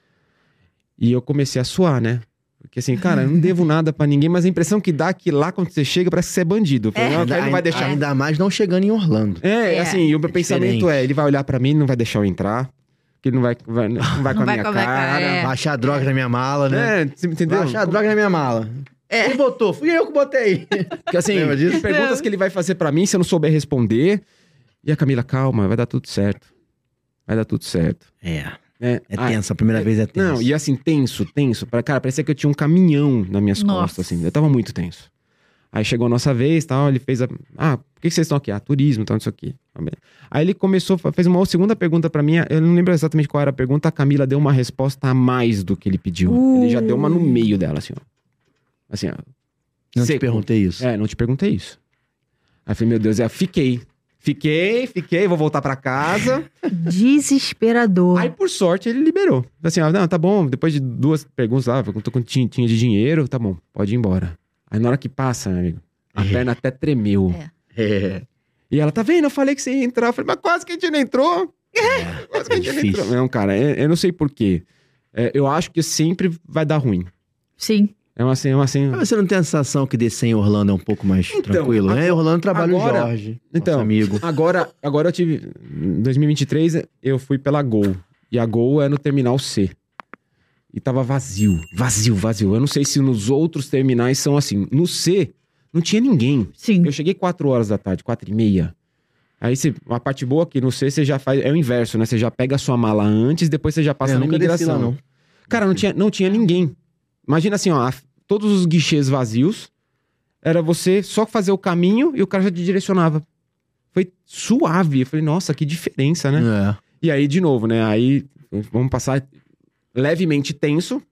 E eu comecei a suar, né? Porque assim, cara, eu não devo nada pra ninguém, mas a impressão que dá é que lá quando você chega parece que você é bandido. Eu falei, não, Ainda, ele não vai deixar. ainda mais não chegando em Orlando. É, É. assim, e o meu É pensamento diferente. é, ele vai olhar pra mim, não vai deixar eu entrar, que ele não vai, vai- não vai com Não a vai minha com a minha cara. cara, é. Vai achar droga na minha mala, né? É, você entendeu? Vai achar droga na minha mala. É. Quem botou? Fui eu que botei. Porque assim, Lembra disso? perguntas que ele vai fazer pra mim, se eu não souber responder. E a Camila, calma, vai dar tudo certo. Vai dar tudo certo. É. É, É ah, tenso, a primeira vez é tenso. Não, e assim, tenso, tenso. Pra- Cara, parecia que eu tinha um caminhão nas minhas Nossa. costas, assim. Eu tava muito tenso. Aí chegou a nossa vez, tal, ele fez a... Ah, por que que vocês estão aqui? Ah, turismo, tal, isso aqui. Aí ele começou, fez uma segunda pergunta pra mim, eu não lembro exatamente qual era a pergunta, a Camila deu uma resposta a mais do que ele pediu. Uh. Ele já deu uma no meio dela, assim, ó. Assim, ó. Não te seco. perguntei isso. É, não te perguntei isso. Aí eu falei, meu Deus, é, fiquei. Fiquei, fiquei, vou voltar pra casa. Desesperador. Aí, por sorte, ele liberou. Falei assim, ah, não, tá bom, depois de duas perguntas lá, perguntou quanto tinha, tinha de dinheiro, tá bom, pode ir embora. Aí na hora que passa, meu amigo, a É. perna até tremeu. É. É. E ela, tá vendo? Eu falei que você ia entrar. Eu falei, mas quase que a gente não entrou. Quase que a É gente não difícil. entrou. Não, cara, eu, eu não sei porquê. É, eu acho que sempre vai dar ruim. Sim. É uma assim, é uma assim... Mas você não tem a sensação que descer em Orlando é um pouco mais Então, tranquilo, né? agora- Em Orlando trabalha agora- o Jorge, Então, nosso amigo. Agora, agora eu tive... Em dois mil e vinte e três, eu fui pela Gol. E a Gol é no Terminal C. E tava vazio. Vazio, vazio. Eu não sei se nos outros terminais são assim. No C, não tinha ninguém. Sim. Eu cheguei quatro horas da tarde, quatro e meia. Aí, você, a parte boa aqui no C, você já faz... É o inverso, né? Você já pega a sua mala antes, depois você já passa É, na nunca desci lá, imigração. não. Cara, não tinha, não tinha ninguém. Imagina assim, ó, a- todos os guichês vazios, era você só fazer o caminho e o cara já te direcionava. Foi suave. Eu falei, nossa, que diferença, né? É. E aí, de novo, né? Aí, vamos passar levemente tenso.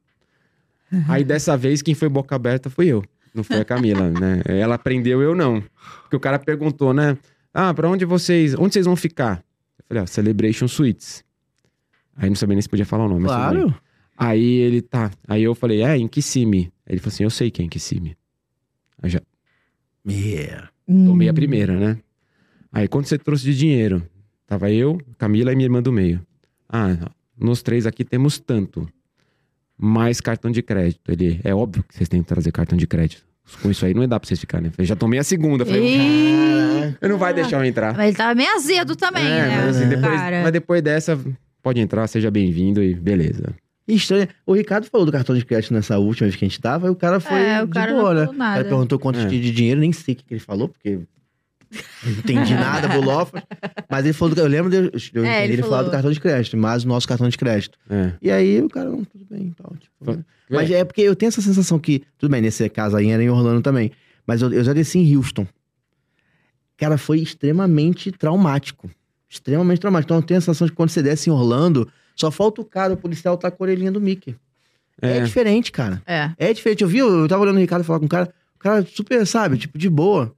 Aí, dessa vez, quem foi boca aberta foi eu. Não foi a Camila, né? Ela aprendeu, eu não. Porque o cara perguntou, né? Ah, pra onde vocês... Onde vocês vão ficar? Eu Falei, ó, Celebration Suites. Aí não sabia nem se podia falar o nome. Claro. Aí ele, tá. Aí eu falei, é, em Kissimmee. Aí ele falou assim, eu sei que é em Kissimmee. Aí já Yeah. tomei a primeira, né? Aí quando você trouxe de dinheiro? Tava eu, Camila e minha irmã do meio. Ah, nós três aqui temos tanto. Mais cartão de crédito. Ele, é óbvio que vocês têm que trazer cartão de crédito. Com isso aí não dá pra vocês ficarem, né? Eu já tomei a segunda. Falei, Ih, eu não vai deixar eu entrar. mas ele tava meio azedo também, É, né? mas, assim, depois, cara. mas depois dessa, pode entrar, seja bem-vindo e beleza. Estranho. O Ricardo falou do cartão de crédito nessa última vez que a gente tava, e o cara foi É, o de cara boa, não né? falou O cara nada. perguntou quanto É. tinha de dinheiro, nem sei o que que ele falou, porque não entendi nada, bolofas. Mas ele falou, do, eu lembro de eu entendi É, ele ele falar falou. do cartão de crédito, mas o nosso cartão de crédito. É. E aí o cara, não, tudo bem, tal. Tipo, Foi- né? Mas é porque eu tenho essa sensação que, tudo bem, nesse caso aí era em Orlando também, mas eu, eu já desci em Houston. Cara, foi extremamente traumático. Extremamente traumático. Então eu tenho a sensação de que quando você desce em Orlando, só falta o cara, o policial, tá com a orelhinha do Mickey. É, É. diferente, cara. É. É diferente. Eu vi, eu tava olhando o Ricardo falar com o cara, o cara super, sabe, tipo, de boa.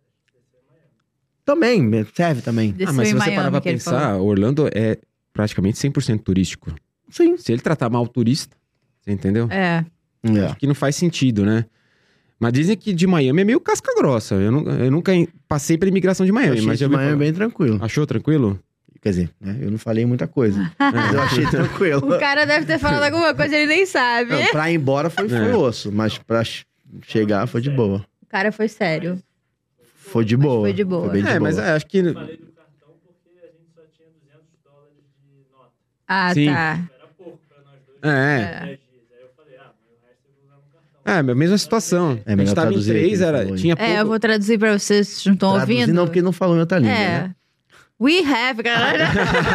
Também, serve também. Desceu Ah, mas em se você Miami, parar pra que ele falou. pensar, Orlando é praticamente cem por cento turístico. Sim. Se ele tratar mal o turista, você entendeu? É. É. Que não faz sentido, né? Mas dizem que de Miami é meio casca grossa. Eu, nu- eu nunca em- passei pela imigração de Eu Miami, achei mas de já ouvi manhã falar. bem tranquilo. Achou tranquilo? Quer dizer, né, eu não falei muita coisa, mas eu achei tranquilo. O cara deve ter falado alguma coisa, ele nem sabe. Não, pra ir embora foi, foi É. osso, mas pra ch- chegar foi de boa. O cara foi sério. Foi de boa. foi de boa. bem de É, boa. mas é, acho que. Falei do cartão porque a gente só tinha duzentos dólares de nota. Ah, Sim. tá. Era pouco pra nós dois. É, dez dias. Aí eu falei, ah, mas o resto eu vou usar no cartão. é, a mesma situação. É a melhor gente tava em traduzir três, o que ele era, falou aí. tinha pouco. É, eu vou traduzir pra vocês, vocês não estão Traduzir ouvindo? não, porque ele não falou em outra língua, É. né? We have, galera.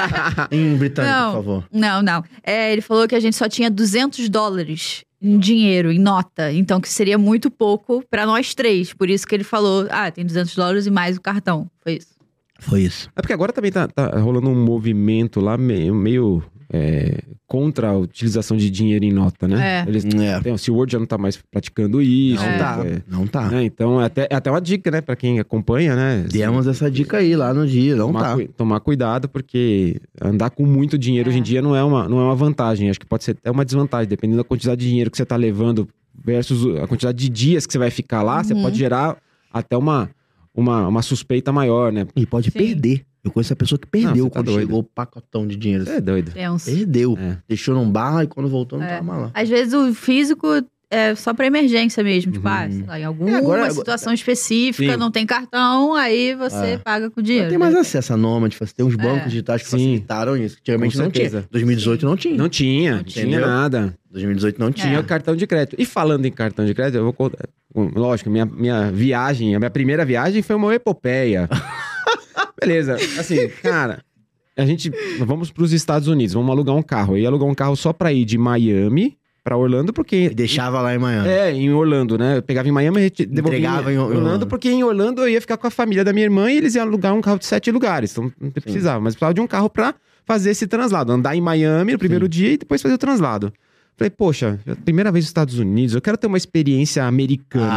Em britânico, Não. por favor. Não, não. É, ele falou que a gente só tinha duzentos dólares em dinheiro, em nota. Então, que seria muito pouco pra nós três. Por isso que ele falou, ah, tem duzentos dólares e mais o cartão. Foi isso. Foi isso. É porque agora também tá, tá rolando um movimento lá meio, meio é, contra a utilização de dinheiro em nota, né? É. Eles, É. tem, o SeaWorld já não tá mais praticando isso. Não É. tá, é, não tá. né? Então, é até, é até uma dica, né? Pra quem acompanha, né? Assim, Demos essa dica aí lá no dia, não tomar, tá. cui- tomar cuidado, porque andar com muito dinheiro É. hoje em dia não é, uma, não é uma vantagem. Acho que pode ser até uma desvantagem, dependendo da quantidade de dinheiro que você tá levando versus o- a quantidade de dias que você vai ficar lá, você Uhum. pode gerar até uma, uma, uma suspeita maior, né? E pode Sim. perder. Eu conheço a pessoa que perdeu Não, você tá quando doido. chegou o pacotão de dinheiro. Você é doido. Tenso. Perdeu. É. Deixou num bar e quando voltou não É. tava mais lá. Às vezes o físico é só pra emergência mesmo. Tipo, Uhum. ah, sei lá, em alguma É, agora- agora- situação específica, Sim. não tem cartão, aí você É. paga com Não dinheiro. tem mais né? acesso a Nômade, tem uns bancos É. digitais que Sim. facilitaram isso. Antigamente Com não tinha. certeza. dois mil e dezoito não tinha. Não tinha, não tinha. tinha nada. dois mil e dezoito não tinha. Tinha É. o cartão de crédito. E falando em cartão de crédito, eu vou contar. Lógico, minha, minha viagem, a minha primeira viagem foi uma epopeia. Beleza, assim, cara, a gente. Vamos pros Estados Unidos, vamos alugar um carro. Eu ia alugar um carro só pra ir de Miami pra Orlando, porque. E deixava lá em Miami. É, em Orlando, né? Eu pegava em Miami e devolvia Entregava em Orlando. Orlando, porque em Orlando eu ia ficar com a família da minha irmã e eles iam alugar um carro de sete lugares. Então não precisava, mas precisava de um carro pra fazer esse translado. Andar em Miami no primeiro Sim. dia e depois fazer o translado. Falei, poxa, é a primeira vez nos Estados Unidos, eu quero ter uma experiência americana.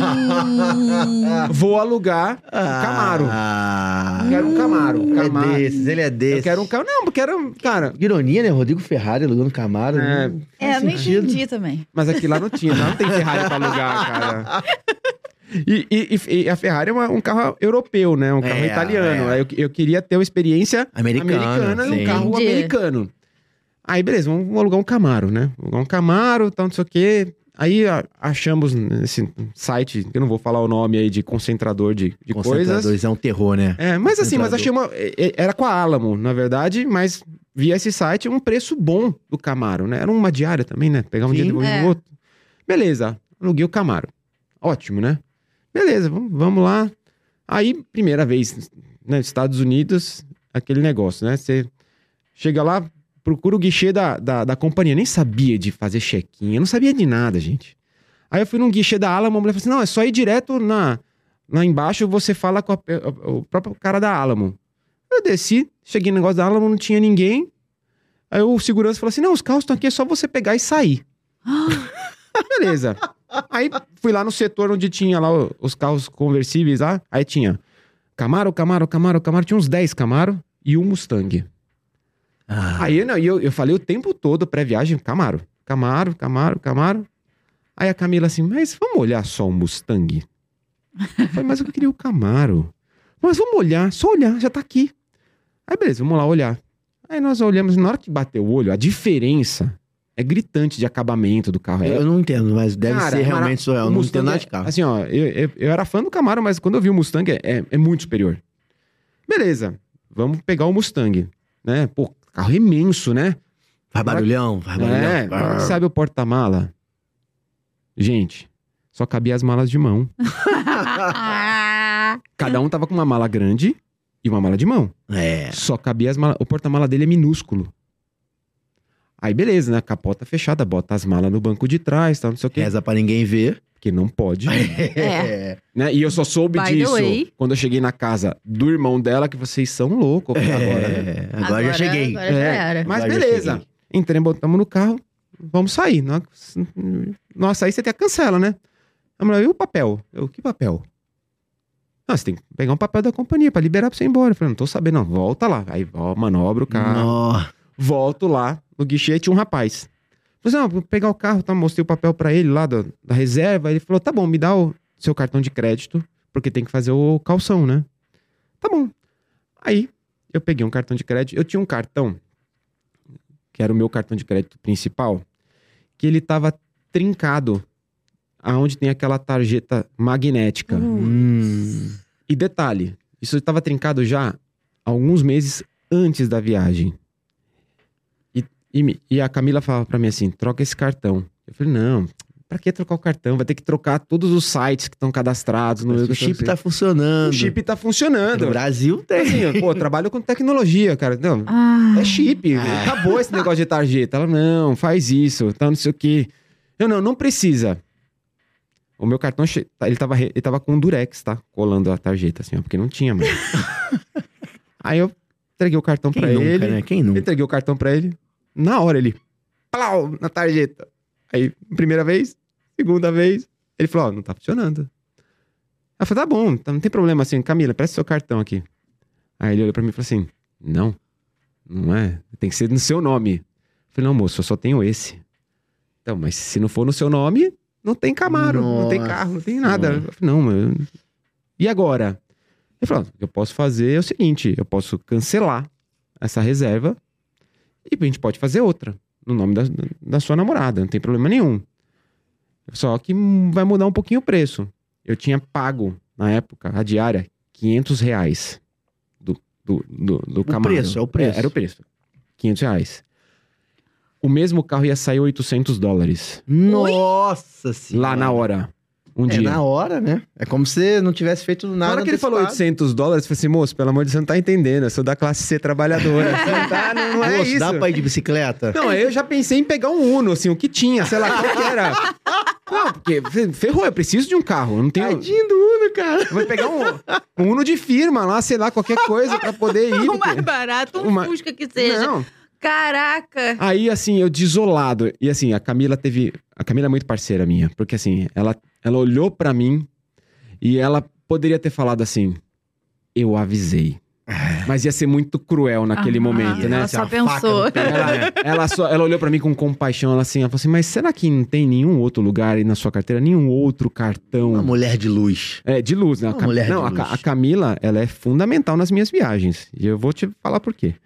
Ah. Vou alugar um Camaro. Ah. Eu quero um Camaro. Um Camaro. É desses, ele é desses. Eu quero um carro. Não, porque era. Cara, Que ironia, né? Rodrigo Ferrari alugando Camaro. É. Não É, faz eu não sentido. entendi também. mas aqui lá não tinha, lá não tem Ferrari pra alugar, cara. E, e- e a Ferrari é uma- um carro europeu, né? Um carro É, italiano. é. Aí Eu, eu queria ter uma experiência Americana, americana e sim. um carro Entendi. americano. Aí, beleza, vamos, vamos alugar um Camaro, né? Alugar um Camaro, tal, não sei o quê. Aí a- achamos nesse site, que eu não vou falar o nome aí, de concentrador de, de coisas. Concentradores é um terror, né? É, mas assim, mas Concentrador. achei uma. é, é, Era com a Alamo, na verdade, mas via esse site um preço bom do Camaro, né? Era uma diária também, né? Pegar um Sim. dia depois É. do outro. Beleza, aluguei o Camaro. Ótimo, né? Beleza, vamos, vamos lá. Aí, primeira vez, né? Estados Unidos, aquele negócio, né? Você chega lá, procura o guichê da, da, da companhia. Nem sabia de fazer check-in, eu não sabia de nada, gente. Aí eu fui num guichê da Alamo, a mulher falou assim: não, é só ir direto na, lá embaixo, você fala com a pe- o próprio cara da Alamo. Eu desci, cheguei no negócio da Alamo, não tinha ninguém. Aí o segurança falou assim: não, os carros estão aqui, é só você pegar e sair. Beleza. Aí fui lá no setor onde tinha lá o- os carros conversíveis lá. Aí tinha Camaro, Camaro, Camaro, Camaro. Tinha uns dez Camaro e um Mustang. Ah, Aí não, e eu, eu falei o tempo todo, pré-viagem, Camaro. Camaro, Camaro, Camaro. Aí a Camila assim, mas vamos olhar só o Mustang? Eu falei, mas eu queria o Camaro. Mas vamos olhar, só olhar, já tá aqui. Aí beleza, vamos lá olhar. Aí nós olhamos, na hora que bateu o olho, a diferença é gritante de acabamento do carro. É, eu não entendo, mas deve Cara, ser mara- realmente surreal. o Eu não Mustang entendo nada é- de carro. Assim, ó, eu, eu, eu era fã do Camaro, mas quando eu vi o Mustang é, é, é muito superior. Beleza, vamos pegar o Mustang, né? Pô, carro imenso, né? Faz barulhão, faz É, barulhão. sabe o porta-mala? Gente, só cabia as malas de mão. Cada um tava com uma mala grande e uma mala de mão. É. Só cabia as malas. O porta-mala dele é minúsculo. Aí beleza, né? Capota fechada, bota as malas no banco de trás, tal, não sei o quê. Reza pra ninguém ver. Porque não pode. É. Né? E eu só soube By the disso way. quando eu cheguei na casa do irmão dela, que vocês são loucos agora, né? É, agora, já cheguei. Agora já É, era. Mas Agora já beleza. cheguei. Entrei, botamos no carro, vamos sair. Nossa, Nossa, aí você tem a cancela, né? A mulher, e o papel? Eu, que papel? Não, você tem que pegar um papel da companhia pra liberar pra você ir embora. Eu falei, não tô sabendo, não. Volta lá. Aí, ó, manobra o carro. Nó. Volto lá, no guichê tinha um rapaz. Falei, não, vou pegar o carro, tá? Mostrei o papel pra ele lá da, da reserva. Ele falou, tá bom, me dá o seu cartão de crédito, porque tem que fazer o calção, né? Tá bom. Aí, eu peguei um cartão de crédito. Eu tinha um cartão, que era o meu cartão de crédito principal, que ele tava trincado, aonde tem aquela tarjeta magnética. Hum. E detalhe, isso estava trincado já alguns meses antes da viagem. E, e, me- e a Camila falava pra mim assim, troca esse cartão. Eu falei, não, pra que trocar o cartão? Vai ter que trocar todos os sites que estão cadastrados. No O chip tá funcionando. O chip tá funcionando. No Brasil tem. Assim, pô, eu trabalho com tecnologia, cara. Não, Ah, é chip. Ah. Acabou esse negócio de tarjeta. Ela, não, faz isso, tá, não sei o quê. Eu, não, não precisa. O meu cartão, che- ele tava, re- ele tava com um durex, tá? Colando a tarjeta, assim, ó, porque não tinha mais. Aí eu entreguei o cartão Quem pra nunca, ele. né? Quem nunca? Entreguei o cartão pra ele. Na hora ele, plau, na tarjeta. Aí, primeira vez, segunda vez, ele falou, ó, não tá funcionando. Eu falei, tá bom, tá- não tem problema assim, Camila, presta seu cartão aqui. Aí ele olhou pra mim e falou assim, não, não é, tem que ser no seu nome. Eu falei, não, moço, eu só tenho esse. Então, mas se não for no seu nome, não tem Camaro, não tem Nossa carro, não tem nada. Senhora. Eu falei, não, mas... E agora? Ele falou, o que eu posso fazer é o seguinte, eu posso cancelar essa reserva e a gente pode fazer outra, no nome da, da sua namorada, não tem problema nenhum. Só que vai mudar um pouquinho o preço. Eu tinha pago, na época, a diária, quinhentos reais do, do, do, do Camaro. preço, é o preço. É, era o preço. quinhentos reais. O mesmo carro ia sair oitocentos dólares. Nossa senhora. Lá na hora. Um É dia. na hora, né? É como se não tivesse feito Na nada hora que ele falou antecipado. oitocentos dólares, eu falei assim, moço, pelo amor de Deus, você não tá entendendo. Eu sou da classe C trabalhadora. Você não, tá, não, não é Moço, isso. dá pra ir de bicicleta? Não, aí eu já pensei em pegar um Uno, assim, o que tinha, sei lá, qual que era. Não, porque fe- ferrou, eu preciso de um carro. Eu não tenho. Tadinho do Uno, cara. Vou pegar um, um Uno de firma lá, sei lá, qualquer coisa pra poder ir. o porque- mais barato, um Uma- Fusca que seja. Não. Caraca. Aí, assim, eu desolado. E assim, a Camila teve. A Camila é muito parceira minha. Porque assim, ela, ela olhou pra mim e ela poderia ter falado assim: eu avisei. Mas ia ser muito cruel naquele Ah, momento, né? Ela Essa só faca pensou. no pé. Ela, ela, só, ela olhou pra mim com compaixão, ela assim, ela falou assim, mas será que não tem nenhum outro lugar aí na sua carteira, nenhum outro cartão? Uma mulher de luz. É, de luz, né? A Uma Cam- mulher de não, a, luz. Ca- a Camila, ela é fundamental nas minhas viagens. E eu vou te falar por quê.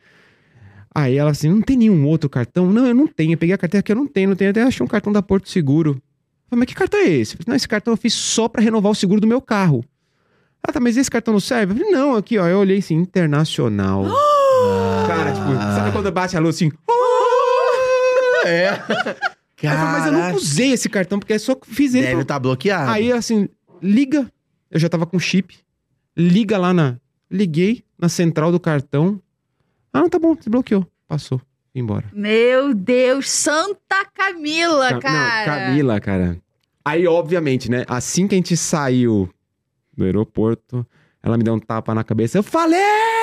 Aí ela assim, não tem nenhum outro cartão? Não, eu não tenho. Eu peguei a carteira que eu não tenho, não tenho. Até achei um cartão da Porto Seguro. Eu falei, mas que cartão é esse? Eu falei, não, esse cartão eu fiz só pra renovar o seguro do meu carro. Ah, tá, mas esse cartão não serve? Eu falei, não, aqui, ó. Eu olhei assim, internacional. Cara, tipo, sabe quando bate a luz assim? É. Aí eu falei, mas eu nunca usei esse cartão, porque eu só fiz ele. Deve pra- estar bloqueado. Aí, assim, liga. Eu já tava com chip. Liga lá na... Liguei na central do cartão. Ah, não, tá bom, desbloqueou. Passou. Fui embora. Meu Deus, Santa Camila, Ca- cara. Não, Camila, cara. Aí, obviamente, né? Assim que a gente saiu do aeroporto, ela me deu um tapa na cabeça. Eu falei!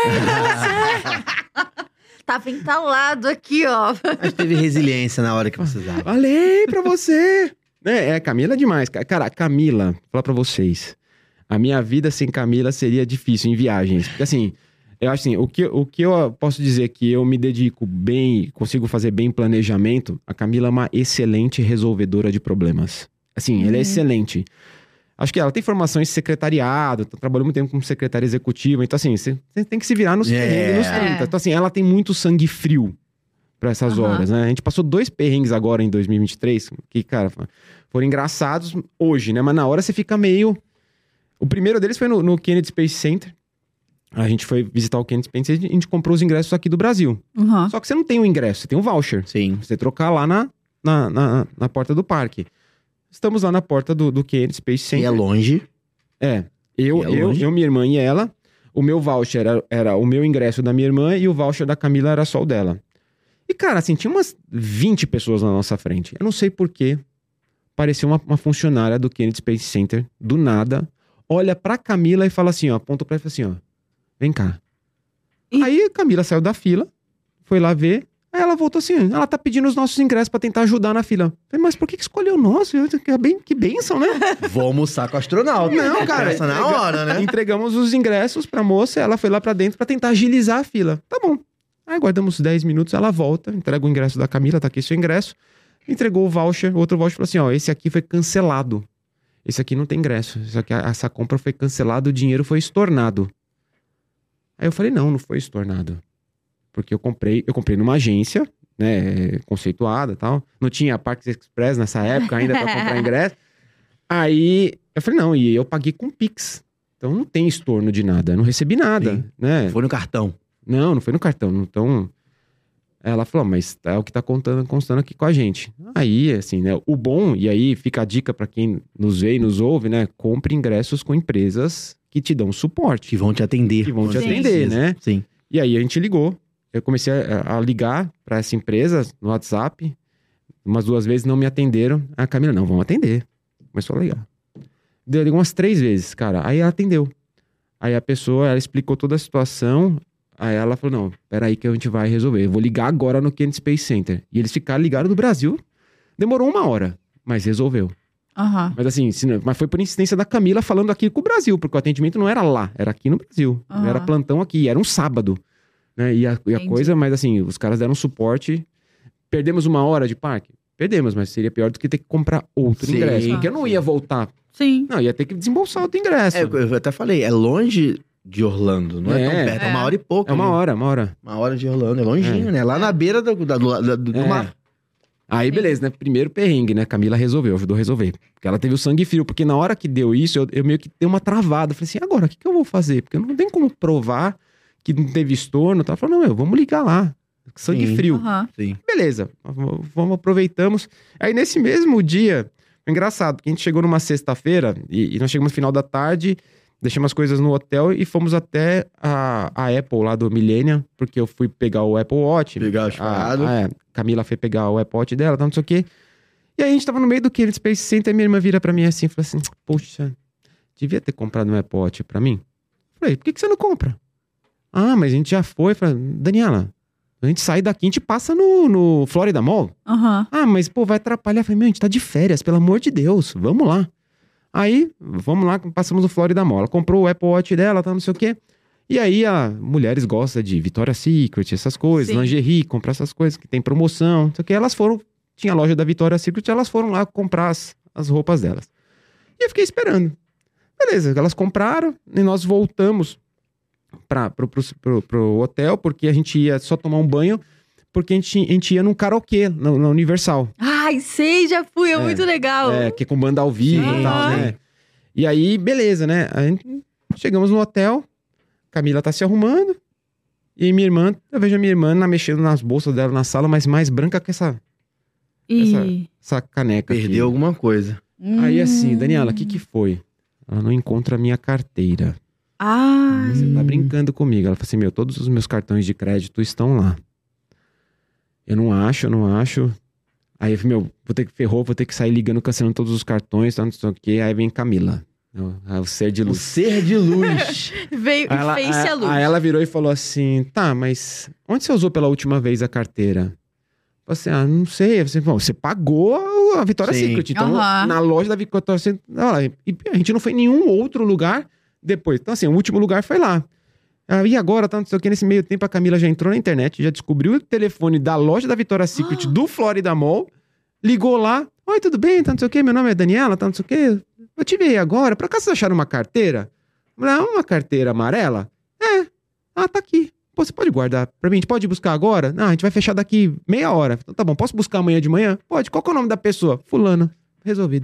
Tava entalado aqui, ó. Mas teve resiliência na hora que precisava. Falei pra você! É, é, Camila é demais. ca- Cara, Camila, vou falar pra vocês. A minha vida sem Camila seria difícil em viagens. Porque assim, Eu acho assim, o que, o que eu posso dizer que eu me dedico bem, consigo fazer bem planejamento, a Camila é uma excelente resolvedora de problemas. Assim, Uhum. ela é excelente. Acho que ela tem formação em secretariado, trabalhou muito tempo como secretária executiva, então assim, você tem que se virar nos É. perrengues, nos trinta. Então assim, ela tem muito sangue frio pra essas Aham. horas, né? A gente passou dois perrengues agora em dois mil e vinte e três, que, cara, foram engraçados hoje, né? Mas na hora você fica meio... O primeiro deles foi no, no Kennedy Space Center. A gente foi visitar o Kennedy Space Center e a gente comprou os ingressos aqui do Brasil. Uhum. Só que você não tem o ingresso, você tem um voucher. Sim. Você trocar lá na, na, na, na porta do parque. Estamos lá na porta do, do Kennedy Space E Center. é longe. É. Eu, E é eu, longe. eu, minha irmã e ela. O meu voucher era, era o meu ingresso da minha irmã e o voucher da Camila era só o dela. E, cara, assim, tinha umas vinte pessoas na nossa frente. Eu não sei porquê. Parecia uma, uma funcionária do Kennedy Space Center, do nada, olha pra Camila e fala assim, ó, aponta pra ela e fala assim, ó, vem cá. Ih. Aí a Camila saiu da fila, foi lá ver, aí ela voltou assim, ela tá pedindo os nossos ingressos pra tentar ajudar na fila. Eu falei, mas por que que escolheu o nosso? Eu, que, bem, que bênção, né? Vou almoçar com o astronauta. Não, cara. Essa na hora, né? Entregamos os ingressos pra moça, ela foi lá pra dentro pra tentar agilizar a fila. Tá bom. Aí guardamos dez minutos, ela volta, entrega o ingresso da Camila, tá aqui seu ingresso. Entregou o voucher, outro voucher falou assim, ó, esse aqui foi cancelado. Esse aqui não tem ingresso. Isso aqui, essa compra foi cancelada, o dinheiro foi estornado. Aí eu falei, não, não foi estornado. Porque eu comprei, eu comprei numa agência, né, conceituada e tal. Não tinha Parques Express nessa época ainda pra comprar ingresso. Aí eu falei, não, e eu paguei com Pix. Então não tem estorno de nada, eu não recebi nada, Sim. né? Foi no cartão. Não, não foi no cartão. Então, ela falou, mas é o que tá contando, constando aqui com a gente. Aí, assim, né? O bom, e aí fica a dica pra quem nos vê e nos ouve, né? Compre ingressos com empresas que te dão suporte. Que vão te atender. Que vão te Sim. atender, né? Sim. E aí a gente ligou. Eu comecei a, a ligar pra essa empresa no WhatsApp. Umas duas vezes não me atenderam. A Camila, não, vamos atender. Começou a ligar. Deu ligou umas três vezes, cara. Aí ela atendeu. Aí a pessoa, ela explicou toda a situação. Aí ela falou, não, peraí que a gente vai resolver. Eu vou ligar agora no Kennedy Space Center. E eles ficaram ligados do Brasil. Demorou uma hora, mas resolveu. Aham. Mas assim, se não- mas foi por insistência da Camila falando aqui com o Brasil, porque o atendimento não era lá, era aqui no Brasil. Aham. Era plantão aqui, era um sábado. Né? E, a, e a Entendi. coisa, mas assim, os caras deram suporte. Perdemos uma hora de parque? Perdemos, mas seria pior do que ter que comprar outro Sim. ingresso. Porque eu não ia voltar. Sim. Não, ia ter que desembolsar outro ingresso. É, eu até falei, é longe de Orlando, não é, tão É. perto, é É. uma hora e pouco. É uma ali. hora, uma hora. Uma hora de Orlando, é longinho, né? Lá na beira do, da- do, da- do É. mar. Aí, Sim. beleza, né? Primeiro perrengue, né? Camila resolveu, ajudou a resolver. Porque ela teve o sangue frio. Porque na hora que deu isso, eu, eu meio que dei uma travada. Falei assim, agora, o que, que eu vou fazer? Porque não tem como provar que não teve estorno. Ela falou, não, meu, vamos ligar lá. Sangue Sim. frio. Aham. Sim. Beleza, vamos, vamos, aproveitamos. Aí, nesse mesmo dia, foi engraçado, porque a gente chegou numa sexta-feira e, e nós chegamos no final da tarde, deixamos as coisas no hotel e fomos até a, a Apple lá do Millennium, porque eu fui pegar o Apple Watch. Pegar as a, paradas. a, é, Camila foi pegar o Apple Watch dela, tal, não sei o quê. E aí a gente tava no meio do Kennedy Space Center e minha irmã vira pra mim assim, falou assim, poxa, devia ter comprado um Apple Watch pra mim. Falei, por que, que você não compra? Ah, mas a gente já foi. Falei, Daniela, a gente sai daqui, a gente passa no, no Florida Mall. Aham. Ah, mas pô, vai atrapalhar. Falei, meu, a gente tá de férias, pelo amor de Deus, vamos lá. Aí, vamos lá, passamos no Florida Mall. Ela comprou o Apple Watch dela, tá, não sei o quê. E aí, a mulheres gostam de Victoria's Secret, essas coisas, Sim. lingerie, comprar essas coisas que tem promoção, não sei o quê. Elas foram, tinha a loja da Victoria's Secret, elas foram lá comprar as, as roupas delas. E eu fiquei esperando. Beleza, elas compraram e nós voltamos pra, pro, pro, pro, pro hotel, porque a gente ia só tomar um banho, porque a gente, a gente ia num karaokê, na, na Universal. Ai, sei, já fui, é, É, muito legal. É, que é com banda ao vivo Sim, e tal, sim. né? E aí, beleza, né? A gente, chegamos no hotel, Camila tá se arrumando, e minha irmã, eu vejo a minha irmã na, mexendo nas bolsas dela na sala, mas mais branca que essa, E... essa caneca aqui. Perdeu alguma coisa. Aí assim, Hum. Daniela, o que que foi? Ela não encontra a minha carteira. Ai. Você tá brincando comigo. Ela falou assim, meu, todos os meus cartões de crédito estão lá. Eu não acho, eu não acho. Aí eu falei, meu, vou ter que ferrou, vou ter que sair ligando, cancelando todos os cartões, tá, não sei o quê. Aí vem Camila, o, o ser de O luz. ser de luz. Veio Aí ela, e fez-se a aí- luz. aí ela virou e falou assim, tá, mas onde você usou pela última vez a carteira? Eu falei assim, ah, não sei. Eu falei assim, bom, você pagou a Victoria's Sim. Secret. Então, Aham. na loja da Victoria's Secret, ah, e a gente não foi em nenhum outro lugar depois. Então, assim, o último lugar foi lá. Ah, e agora, tá, não sei o que, nesse meio tempo a Camila já entrou na internet, já descobriu o telefone da loja da Victoria's Secret do Florida Mall, ligou lá, oi, tudo bem, tá, não sei o que, meu nome é Daniela, tá, não sei o que, eu te vi aí agora, por acaso vocês acharam uma carteira? Não, uma carteira amarela? É, ah, tá aqui. Pô, você pode guardar pra mim? A gente pode buscar agora? Não, a gente vai fechar daqui meia hora. Então tá bom, posso buscar amanhã de manhã? Pode. Qual que é o nome da pessoa? Fulana. Resolvido.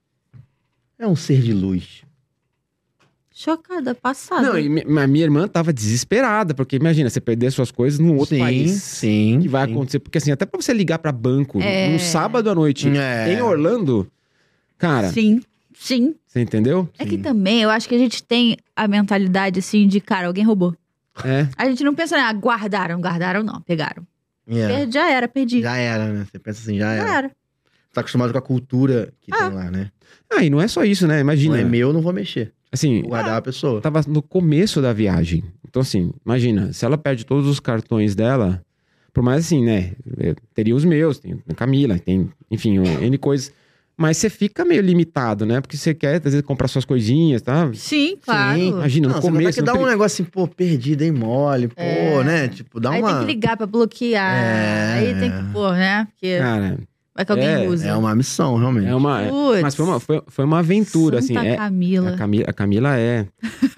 É um ser de luz. Chocada, passada. Não, e mi- a minha irmã tava desesperada, porque imagina, você perder suas coisas num outro sim, país. sim. Que vai sim. acontecer. Porque assim, até pra você ligar pra banco É. num sábado à noite É. em Orlando, cara, Sim, sim. você entendeu? É que também eu acho que a gente tem a mentalidade assim de, cara, alguém roubou. É. A gente não pensa, ah, guardaram, guardaram não, pegaram. É. Per- Já era, perdi. Já, Já era, né? Você pensa assim, já era. era. Tá acostumado com a cultura que Ah. tem lá, né? Ah, e não é só isso, né? Imagina. Não é meu, não vou mexer. Assim, Vou guardar a pessoa. tava no começo da viagem. Então, assim, imagina, se ela perde todos os cartões dela, por mais assim, né? eu Teria os meus, tem a Camila, tem, enfim, um, N coisas. Mas você fica meio limitado, né? Porque você quer, às vezes, comprar suas coisinhas, tá? Sim, claro. Sim. Imagina, no Não, você começo. que no dá um pri- negócio assim, pô, perdido, hein, mole, pô, É. né? Tipo, dá Aí uma... tem que ligar pra bloquear. É. Aí tem que pôr, né? Porque Cara, vai que alguém é, usa. É uma missão, realmente. é uma. Putz. Mas foi uma, foi, foi uma aventura, Santa assim. É, Camila. a, Camila, a Camila é,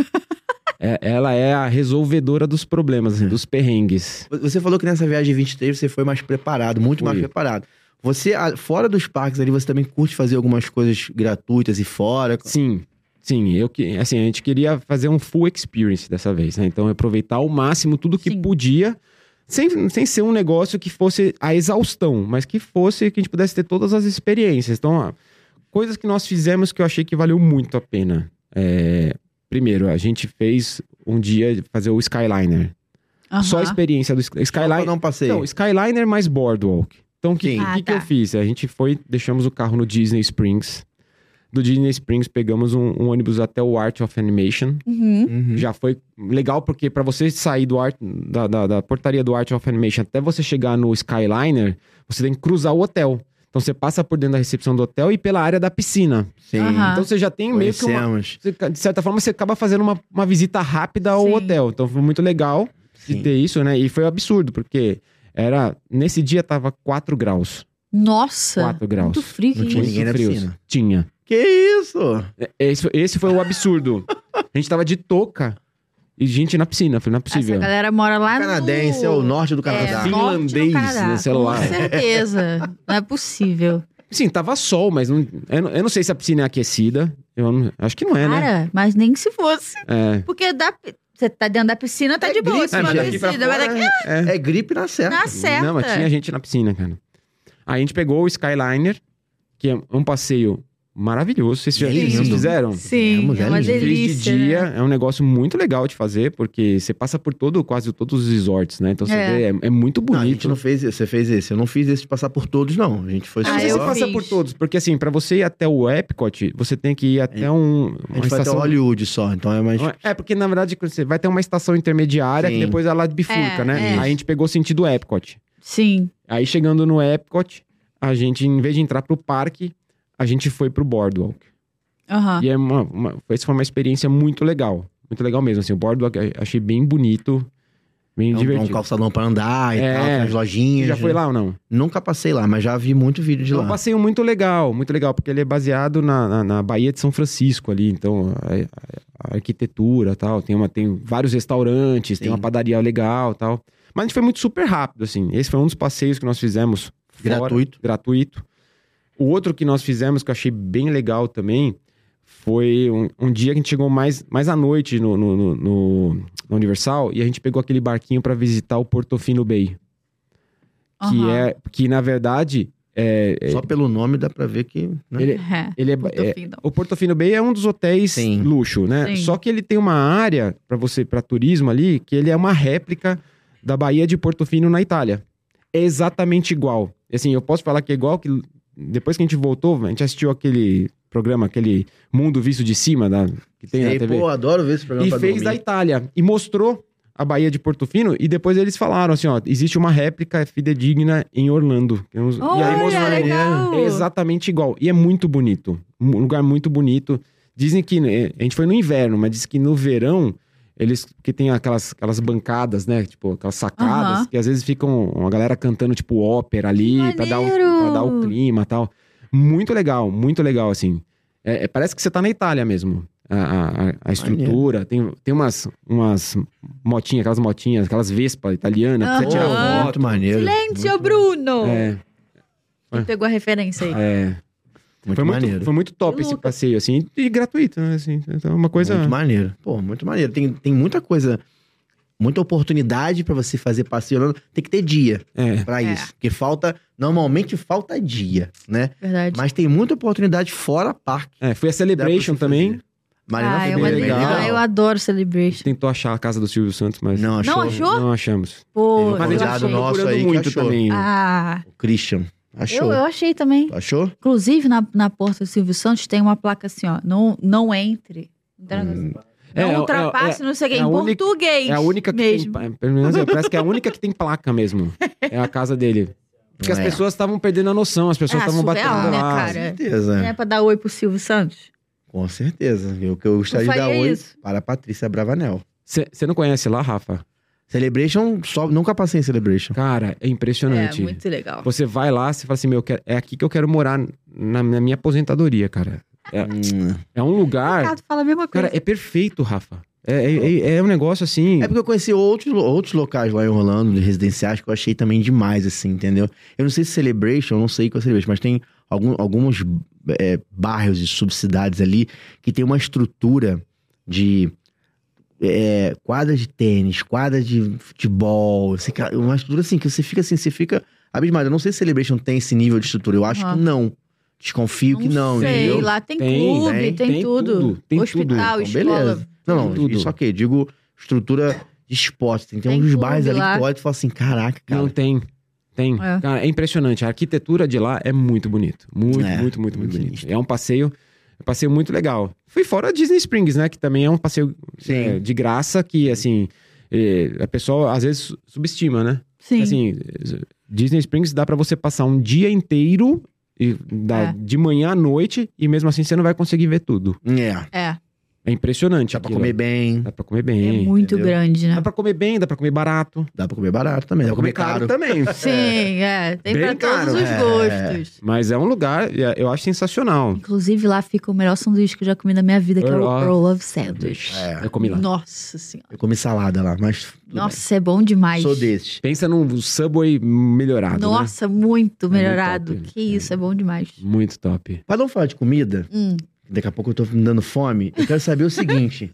é. Ela é a resolvedora dos problemas, assim, dos perrengues. Você falou que nessa viagem de vinte e três você foi mais preparado, muito mais Fui. preparado. Você, a- fora dos parques ali, você também curte fazer algumas coisas gratuitas e fora? Sim, sim. Eu que, assim, a gente queria fazer um full experience dessa vez, né? Então, aproveitar ao máximo tudo que Sim. podia, sem, sem ser um negócio que fosse a exaustão, mas que fosse que a gente pudesse ter todas as experiências. Então, ó, coisas que nós fizemos que eu achei que valeu muito a pena. É, primeiro, a gente fez um dia fazer o Skyliner. Aham. Só a experiência do Sky- Só pra Skyliner. dar um passeio. Não, Skyliner mais Boardwalk. Então, o que, Sim. que, Ah, que tá. eu fiz? A gente foi, deixamos o carro no Disney Springs. Do Disney Springs, pegamos um, um ônibus até o Art of Animation. Uhum. Uhum. Já foi legal, porque para você sair do art, da, da, da portaria do Art of Animation até você chegar no Skyliner, você tem que cruzar o hotel. Então, você passa por dentro da recepção do hotel e pela área da piscina. Sim. Aham. Então, você já tem meio que uma... Conhecemos. você- De certa forma, você acaba fazendo uma, uma visita rápida ao Sim. hotel. Então, foi muito legal de Sim. ter isso, né? E foi um absurdo, porque era... Nesse dia, tava quatro graus. Nossa. quatro graus. Muito frio. Não que tinha isso? ninguém na frios. piscina. Tinha. Que isso? Esse, esse foi o absurdo. A gente tava de touca e gente na piscina. Falei, não é Essa possível. galera mora lá Canadense, no... é o norte do Canadá. É, norte Finlandês, do Canadá, no celular. Com certeza. Não é possível. Sim, tava sol, mas não, eu, não, eu não sei se a piscina é aquecida. Eu não- acho que não é, né? Cara, mas nem se fosse. É. Porque dá... você tá dentro da piscina, tá É de boa. gripe, Se não mas da daqui pra piscina, mas fora, daqui é. É gripe na certa. na certa. Não, mas tinha gente na piscina, cara. Aí a gente pegou o Skyliner, que é um passeio maravilhoso. Vocês já É vocês lindo. fizeram? Sim, Vamos, é é uma lindo. Fez de delícia. dia, né? é um negócio muito legal de fazer, porque você passa por todo, quase todos os resorts, né? Então você É. vê, é, é muito Não, a gente bonito. não fez esse. Você fez esse. Eu não fiz esse de passar por todos, não. A gente foi Eu só... não sei Ah, se eu passa fiz. por todos, porque assim, pra você ir até o Epcot, você tem que ir até um, A uma gente foi até estação... o Hollywood só, então é mais... É, porque na verdade você vai ter uma estação intermediária Sim. que depois ela bifurca, É, né? é. Aí a gente pegou sentido Epcot. Sim. Aí chegando no Epcot, a gente, em vez de entrar pro parque, a gente foi pro Boardwalk. Aham. E é uma, uma, essa foi uma experiência muito legal. Muito legal mesmo, assim. O Boardwalk eu achei bem bonito, bem É um, divertido. um calçadão pra andar e É. tal, tem as lojinhas. Você já foi lá ou não? Nunca passei lá, mas já vi muito vídeo de É um lá. passeio muito legal, muito legal, porque ele é baseado na, na, na Baía de São Francisco ali, então a, a- a arquitetura tal, tem, uma, tem vários restaurantes, tem Sim. uma padaria legal tal. Mas a gente foi muito super rápido, assim. Esse foi um dos passeios que nós fizemos fora, Gratuito. gratuito. O outro que nós fizemos, que eu achei bem legal também, foi um, um dia que a gente chegou mais, mais à noite no, no, no, no- na Universal e a gente pegou aquele barquinho para visitar o Portofino Bay. Que Aham. é, que na verdade, é, é- Só pelo nome dá pra ver que... né? ele, É. ele é, Muito é- fino. o Portofino Bay é um dos hotéis Sim. luxo, né? Sim. Só que ele tem uma área para você, para turismo ali, que ele é uma réplica da Baía de Portofino na Itália. É exatamente igual. Assim, eu posso falar que é igual que depois que a gente voltou, a gente assistiu aquele programa, aquele Mundo Visto de Cima da, que tem Sei, na T V. pô, adoro ver esse programa E pra fez dormir. da Itália. E mostrou a Baía de Portofino. E depois eles falaram assim, ó, existe uma réplica fidedigna em Orlando. E aí Olha, mostraram legal. é exatamente igual. E é muito bonito. Um lugar muito bonito. Dizem que... né, a gente foi no inverno, mas diz que no verão Eles, que tem aquelas, aquelas bancadas, né? Tipo, aquelas sacadas, Aham. que às vezes ficam uma galera cantando, tipo, ópera ali, pra dar, o, maneiro! pra dar o clima e tal. Muito legal, muito legal, assim. É, é, parece que você tá na Itália mesmo. A, a, a estrutura. Tem, tem umas, umas motinhas, aquelas motinhas, aquelas Vespa italianas, pra você Aham. tirar Ah, foto. Muito maneiro. Silêncio, muito, Bruno! É, Quem pegou a referência aí? é. Muito Foi muito, maneiro. foi muito top Que esse louco. passeio, assim, e gratuito, né? Assim, então é uma coisa. Muito maneiro. Pô, muito maneiro. Tem, tem muita coisa, muita oportunidade pra você fazer passeio. Orlando. Tem que ter dia É. pra É. isso. Porque falta, normalmente falta dia, né? Verdade. Mas tem muita oportunidade fora parque. É, foi a Dá Celebration pra você também. fazer. Marina ah, foi é bem uma legal. delícia. Ah, eu adoro Celebration. Tentou achar a casa do Silvio Santos, mas Não achou? Não achou? não achamos. Pô, Teve um eu Mas a gente convidado achei. achou nosso procurando aí que muito achou. também. Ah, O Christian. Achou? eu, eu achei também. Tu achou? Inclusive, na, na porta do Silvio Santos tem uma placa assim, ó. Não, não entre. Não, tem nada assim. Hum, É, Não é- ultrapasse, é- não sei o que. é Em a única- português É a única que mesmo. tem. Pelo menos é, parece que é a única que tem placa mesmo. É a casa dele. Porque as É. pessoas estavam perdendo a noção, as pessoas Ah, estavam batendo surreal, né, lá. cara? Com certeza. Não é pra dar oi pro Silvio Santos? Com certeza. Eu que eu gostaria de Eu dar faria oi isso. para a Patrícia Bravanel. Você não conhece lá, Rafa? Celebration, só, nunca passei em Celebration. Cara, é impressionante. É, muito legal. Você vai lá, você fala assim, meu, quero- é aqui que eu quero morar na, na minha aposentadoria, cara. É, Hum. é um O lugar... Ricardo fala a mesma coisa. Cara, é perfeito, Rafa. É, é, é- é um negócio assim... É porque eu conheci outros, outros locais lá em Orlando, residenciais, que eu achei também demais, assim, entendeu? Eu não sei se Celebration, eu não sei qual é Celebration, mas tem algum, alguns é, bairros e subcidades ali que tem uma estrutura de é, quadra de tênis, quadra de futebol, assim, cara, uma estrutura assim, que você fica assim, você fica abismado. Eu não sei se Celebration tem esse nível de estrutura, eu acho Aham. que não. Desconfio que não, sei, entendeu? lá tem, Tem, clube, tem, tem, tem tudo. tudo, tem Hospital, Então, escola. beleza. Não, não, Tudo. isso ok. Digo estrutura de esporte. Tem, tem Tem uns clube bairros ali lá. que tu olha e fala assim, caraca, cara. Não tem. Tem. É. Cara, é impressionante. A arquitetura de lá é muito bonito. Muito, É, muito, muito, muito muito bonito. sinistro. É um passeio, é um passeio muito legal. Fui fora a Disney Springs, né? Que também é um passeio Sim. é, de graça que, assim, é, a pessoa às vezes su- subestima, né? Sim. Assim, Disney Springs dá pra você passar um dia inteiro, e dá É. de manhã à noite, e mesmo assim você não vai conseguir ver tudo. É. É, É impressionante. Dá pra aquilo. comer bem, Dá pra comer é bem. muito entendeu? grande, né? Dá pra comer bem, dá pra comer barato. dá pra comer barato também, dá, Dá pra comer caro. também. Sim, é. Tem Bem pra todos caro. os É. gostos. Mas é um lugar, é, eu acho sensacional. Inclusive, lá fica o melhor sanduíche que eu já comi na minha vida, que é o Earl of- Earl of Sandwich. É. Eu comi lá. Nossa senhora. Eu comi salada lá, mas tudo Nossa, é bom demais. bem. Sou desses. Pensa num Subway melhorado, né? Nossa, muito melhorado. top. Que isso, é bom demais. Muito top. Pra não falar de comida, Hum. daqui a pouco eu tô me dando fome, eu quero saber o seguinte.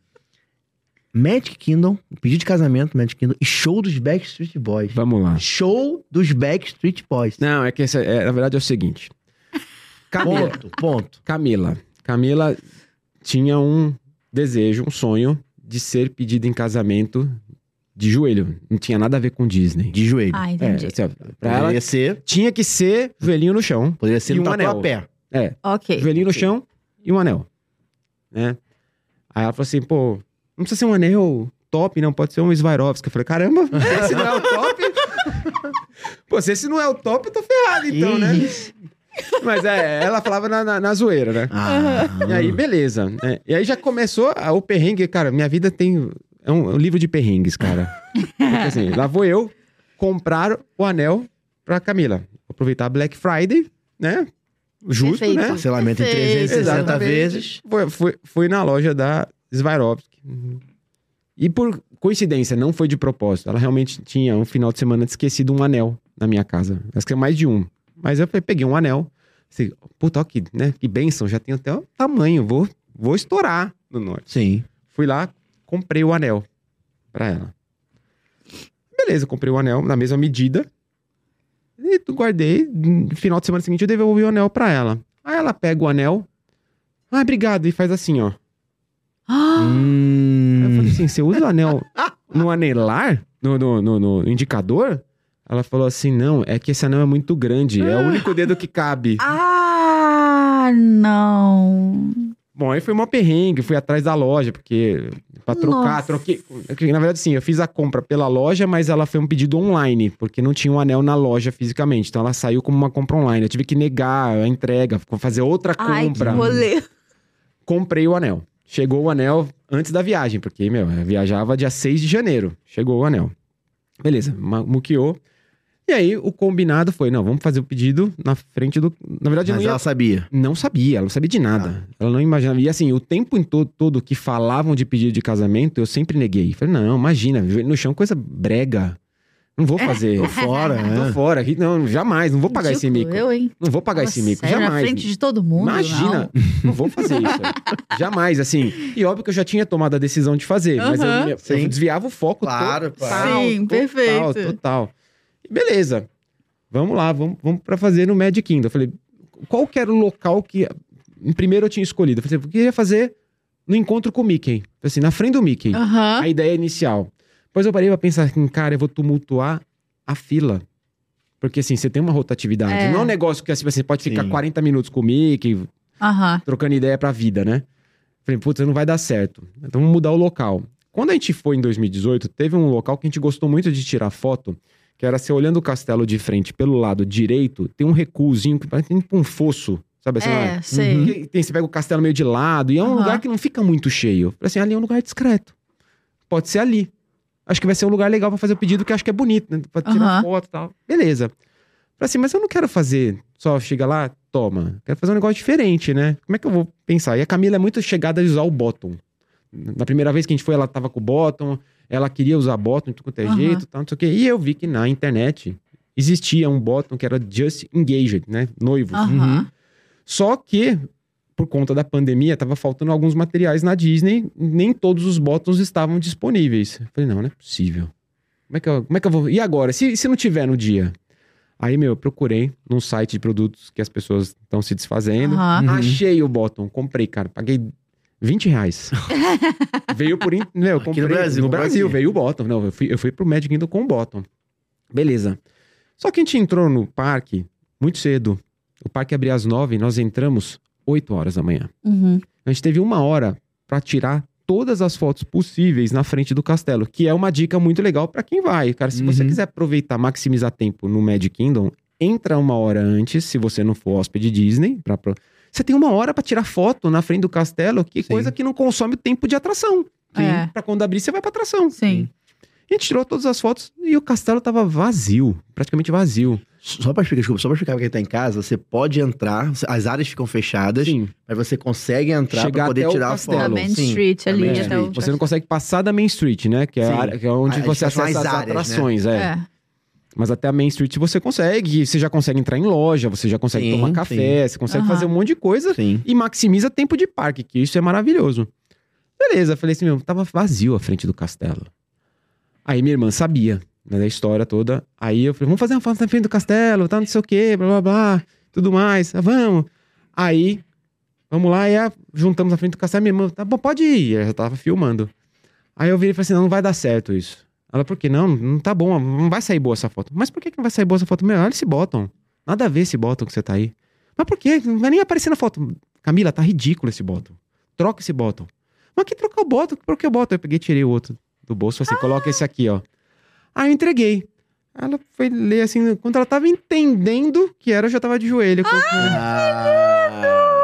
Magic Kingdom, pedido de casamento, Magic Kingdom, e show dos Backstreet Boys. Vamos lá. Show dos Backstreet Boys. Não, é que essa, é, na verdade é o seguinte. Camila, Ponto, ponto. Camila. Camila tinha um desejo, um sonho de ser pedida em casamento de joelho. Não tinha nada a ver com Disney. De joelho. Ah, É, entendi. assim, ó, pra ela Poderia ser, tinha que ser joelhinho no chão. poderia ser E no um anel. tatuapé. É, Ok. joelhinho no chão e um anel. Né? Aí ela falou assim, pô, não precisa ser um anel top, não, pode ser um Swarovski. Eu falei, caramba, esse não é o top? Pô, se esse não é o top, eu tô ferrado então, né? Isso. Mas é, ela falava na, na, na zoeira, né? Ah, E aí, beleza. né? E aí já começou a- o perrengue. Cara, minha vida tem... É um, é um livro de perrengues, cara. Porque, assim, lá vou eu comprar o anel pra Camila. Aproveitar Black Friday, né? Justo, Perfeito. né? Parcelamento em Perfeito. trezentos e sessenta Exatamente. vezes. Fui, fui, fui na loja da Swarovski. E por coincidência, não foi de propósito. Ela realmente tinha, um final de semana, esquecido um anel na minha casa. Acho que é mais de um. Mas eu falei, peguei um anel. Assim, puta, ó, que, né, que bênção. Já tem até o tamanho. Vou, vou estourar no norte. Sim. Fui lá, comprei o anel pra ela. Beleza, comprei o anel na mesma medida. E guardei. No final de semana seguinte, eu devolvi o anel pra ela. Aí ela pega o anel. Ah, obrigado. E faz assim, ó. Ah, Hum. Aí eu falei assim, você usa o anel no anelar? No, no, no, no indicador? Ela falou assim, não, é que esse anel é muito grande. É o único dedo que cabe. ah, não. Bom, aí foi uma perrengue, fui atrás da loja, porque pra trocar, Nossa. troquei. Na verdade, sim, eu fiz a compra pela loja, mas ela foi um pedido online, porque não tinha um anel na loja fisicamente. Então ela saiu como uma compra online. Eu tive que negar a entrega, fazer outra Ai, que compra. rolê. Comprei o anel. Chegou o anel antes da viagem, porque, meu, eu viajava dia seis de janeiro. Chegou o anel. Beleza, ma- muqueou. E aí, o combinado foi, não, vamos fazer o pedido na frente do... Na verdade, eu Mas não ia... ela sabia. Não sabia, ela não sabia de nada. Ela não imaginava. E assim, o tempo em to- todo que falavam de pedido de casamento, eu sempre neguei. Falei, não, imagina, joelho no chão, coisa brega. Não vou fazer. Tô fora, Tô né? fora. Aqui, não, jamais, não vou pagar esse Ridículo, mico. Eu, hein? Não vou pagar esse Nossa, mico, sério, jamais. na frente de todo mundo. Imagina, não. não vou fazer isso. Jamais, assim. E óbvio que eu já tinha tomado a decisão de fazer, mas eu, Aham. eu Sim. desviava o foco Claro, total. claro. Sim, total, perfeito. Total. E beleza. Vamos lá, vamos, vamos pra fazer no Magic Kingdom. Eu falei, qual que era o local que... Primeiro eu tinha escolhido. Eu falei, eu queria fazer no encontro com o Mickey. Assim, na frente do Mickey. Aham. A ideia inicial. Depois eu parei pra pensar assim, cara, eu vou tumultuar a fila. Porque assim, você tem uma rotatividade. É. Não é um negócio que assim, você pode ficar Sim. quarenta minutos com o Mickey, Aham. trocando ideia pra vida, né? Falei, putz, não vai dar certo. Então vamos mudar o local. Quando a gente foi em dois mil e dezoito, teve um local que a gente gostou muito de tirar foto, que era você olhando o castelo de frente pelo lado direito, tem um recuozinho que parece tipo um fosso, sabe assim? É, ó? sei. Uhum. Que tem, você pega o castelo meio de lado e é um Aham. lugar que não fica muito cheio. Falei assim, ali é um lugar discreto. Pode ser ali. Acho que vai ser um lugar legal pra fazer o pedido, que eu acho que é bonito, né? Pra tirar Aham. foto e tal. Beleza. Falei assim, mas eu não quero fazer só chega lá, toma. Quero fazer um negócio diferente, né? Como é que eu vou pensar? E a Camila é muito chegada a usar o bottom. Na primeira vez que a gente foi, ela tava com o bottom, ela queria usar bottom de qualquer Aham. jeito, tal, não sei o quê. E eu vi que na internet existia um bottom que era just engaged, né? Noivos. Aham. Só que, por conta da pandemia, tava faltando alguns materiais na Disney, nem todos os bottoms estavam disponíveis. Eu falei, não, não é possível. Como é que eu, como é que eu vou... E agora? Se, se não tiver no dia? Aí, meu, eu procurei num site de produtos que as pessoas estão se desfazendo. Aham. Achei o bottom, comprei, cara. Paguei vinte reais. Veio por... in- Meu, eu Aqui comprei no Brasil, No comprou Brasil, aqui. veio o bottom. Não, eu fui, eu fui pro Magic Kingdom com o bottom. Beleza. Só que a gente entrou no parque muito cedo. O parque abria às nove, nós entramos oito horas da manhã. Uhum. A gente teve uma hora pra tirar todas as fotos possíveis na frente do castelo, que é uma dica muito legal pra quem vai. Cara, se você Uhum. quiser aproveitar, maximizar tempo no Magic Kingdom, entra uma hora antes, se você não for hóspede Disney. Pra... pro- Você tem uma hora pra tirar foto na frente do castelo, que Sim. coisa que não consome o tempo de atração. É. Pra quando abrir, você vai pra atração. Sim. A gente tirou todas as fotos e o castelo tava vazio, praticamente vazio. Só pra explicar, desculpa, só pra explicar pra quem tá em casa, você pode entrar, as áreas ficam fechadas, Sim. mas você consegue entrar Chegar pra poder até o tirar a castelo. foto. Da Main Sim, Street da ali Main até Street. o... Você não consegue passar da Main Street, né? Que é, Sim. a área, que é onde Ah, você eles fecham acessa as as áreas, né? atrações, é. É. Mas até a Main Street você consegue, você já consegue entrar em loja, você já consegue Sim, tomar café, você consegue Aham. fazer um monte de coisa Sim. e maximiza tempo de parque, que isso é maravilhoso. Beleza, falei assim, meu, tava vazio a frente do castelo. Aí minha irmã sabia, né, da história toda. Aí eu falei, vamos fazer uma foto na frente do castelo, tá, não sei o quê, blá, blá, blá, tudo mais. Ah, vamos. Aí, vamos lá, e a- juntamos na frente do castelo. Minha irmã, tá bom, pode ir. Eu já tava filmando. Aí eu virei e falei assim, não, não vai dar certo isso. Ela, por quê? Não, não tá bom, não vai sair boa essa foto. Mas por que que não vai sair boa essa foto? Meu, olha esse bottom. Nada a ver esse bottom que você tá aí. Mas por quê? Não vai nem aparecer na foto. Camila, tá ridículo esse bottom. Troca esse bottom. Mas que trocar o bottom? Por que o bottom? Eu peguei e tirei o outro do bolso e falei assim, coloca esse aqui, ó. Aí eu entreguei. Ela foi ler assim, quando ela tava entendendo que era, eu já tava de joelho. Ah,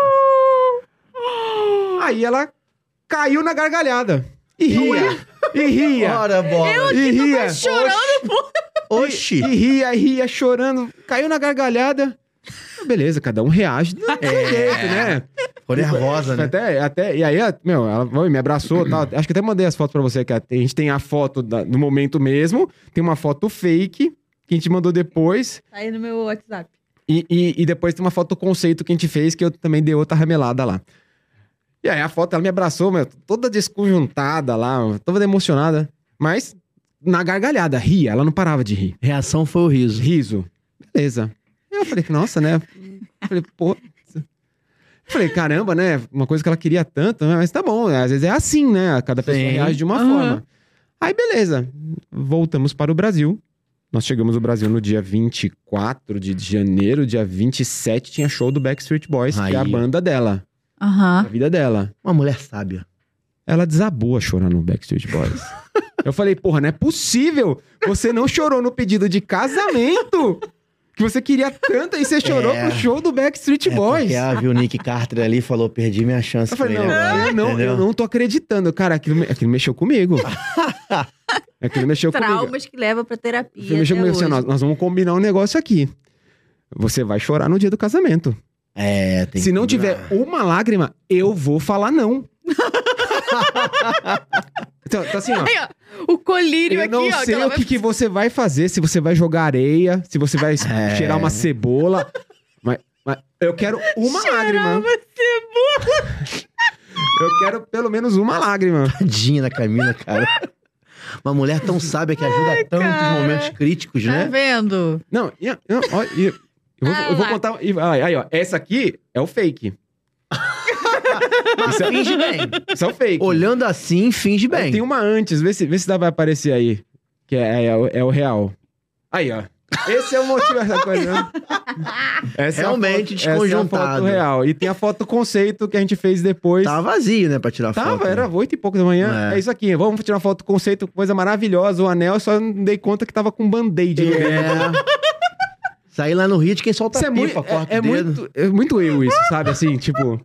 Aí ela caiu na gargalhada. E ria. E ria. ora, bola. E ria. chorando, Oxi. E ria, ria, chorando. Caiu na gargalhada. Beleza, cada um reage do É. jeito, né? Ficou nervosa, né? Até, até, e aí, meu, ela foi, me abraçou e tal. Acho que até mandei as fotos pra você, que a gente tem a foto da- no momento mesmo, tem uma foto fake, que a gente mandou depois, Tá aí no meu WhatsApp. e, e, e depois tem uma foto conceito que a gente fez, que eu também dei outra ramelada lá. E aí a foto, ela me abraçou, meu, toda desconjuntada lá, toda emocionada, mas na gargalhada, ria, ela não parava de rir. Reação foi o riso. Riso. Beleza. Eu falei, nossa, né? Eu falei, pô. Eu falei, caramba, né? Uma coisa que ela queria tanto, né? Mas tá bom, às vezes é assim, né? Cada pessoa Sim. reage de uma Aham. forma. Aí, beleza. Voltamos para o Brasil. Nós chegamos no Brasil no dia vinte e quatro de janeiro, dia vinte e sete tinha show do Backstreet Boys, que é a Aí. banda dela, a Aham. vida dela. Uma mulher sábia. Ela desabou a chorar no Backstreet Boys. Eu falei, porra, não é possível! Você não chorou no pedido de casamento! Que você queria tanto e você chorou É. pro show do Backstreet É Boys. porque ela viu o Nick Carter ali e falou, perdi minha chance Eu com falei, ele não, agora. eu não, entendeu? eu não tô acreditando. Cara, aquilo, me- aquilo mexeu comigo. Aquilo mexeu comigo. Traumas que levam pra terapia. Aquilo mexeu até comigo assim, hoje. nós, nós vamos combinar um negócio aqui. Você vai chorar no dia do casamento. É, tem Se que não combinar. tiver uma lágrima, eu vou falar não. Então, então assim, ó. Aí, ó, o colírio Eu aqui, não ó. sei ela o vai- que, que você vai fazer, se você vai jogar areia, se você vai É. cheirar uma cebola. Mas, mas eu quero uma lágrima. Eu quero pelo menos uma lágrima. Tadinha da Camila, cara. Uma mulher tão sábia que ajuda tanto cara. nos momentos críticos, Tá né? vendo? Não, e- não, ó, e- eu, vou, Ah eu vou lá. contar. e- Aí, aí, ó, essa aqui é o fake. Mas Isso é- finge bem. Isso é o fake. Olhando assim, finge Aí bem. tem uma antes, vê se, vê se dá, vai aparecer aí. Que é, é, o- é o real. Aí, ó. Esse é o motivo dessa coisa, né? Essa Realmente é a foto, essa é a desconjuntado. foto real. E tem a foto conceito que a gente fez depois. Tava vazio, né, pra tirar Tava, foto. era oito e pouco da manhã. É. É. isso aqui. Vamos tirar uma foto conceito, coisa maravilhosa. O anel, eu só não dei conta que tava com band-aid no dedo. É. Sair lá no Rio de quem solta Isso é, pipa, muito, corta é, é o dedo. muito, é muito eu isso, sabe? Assim, tipo...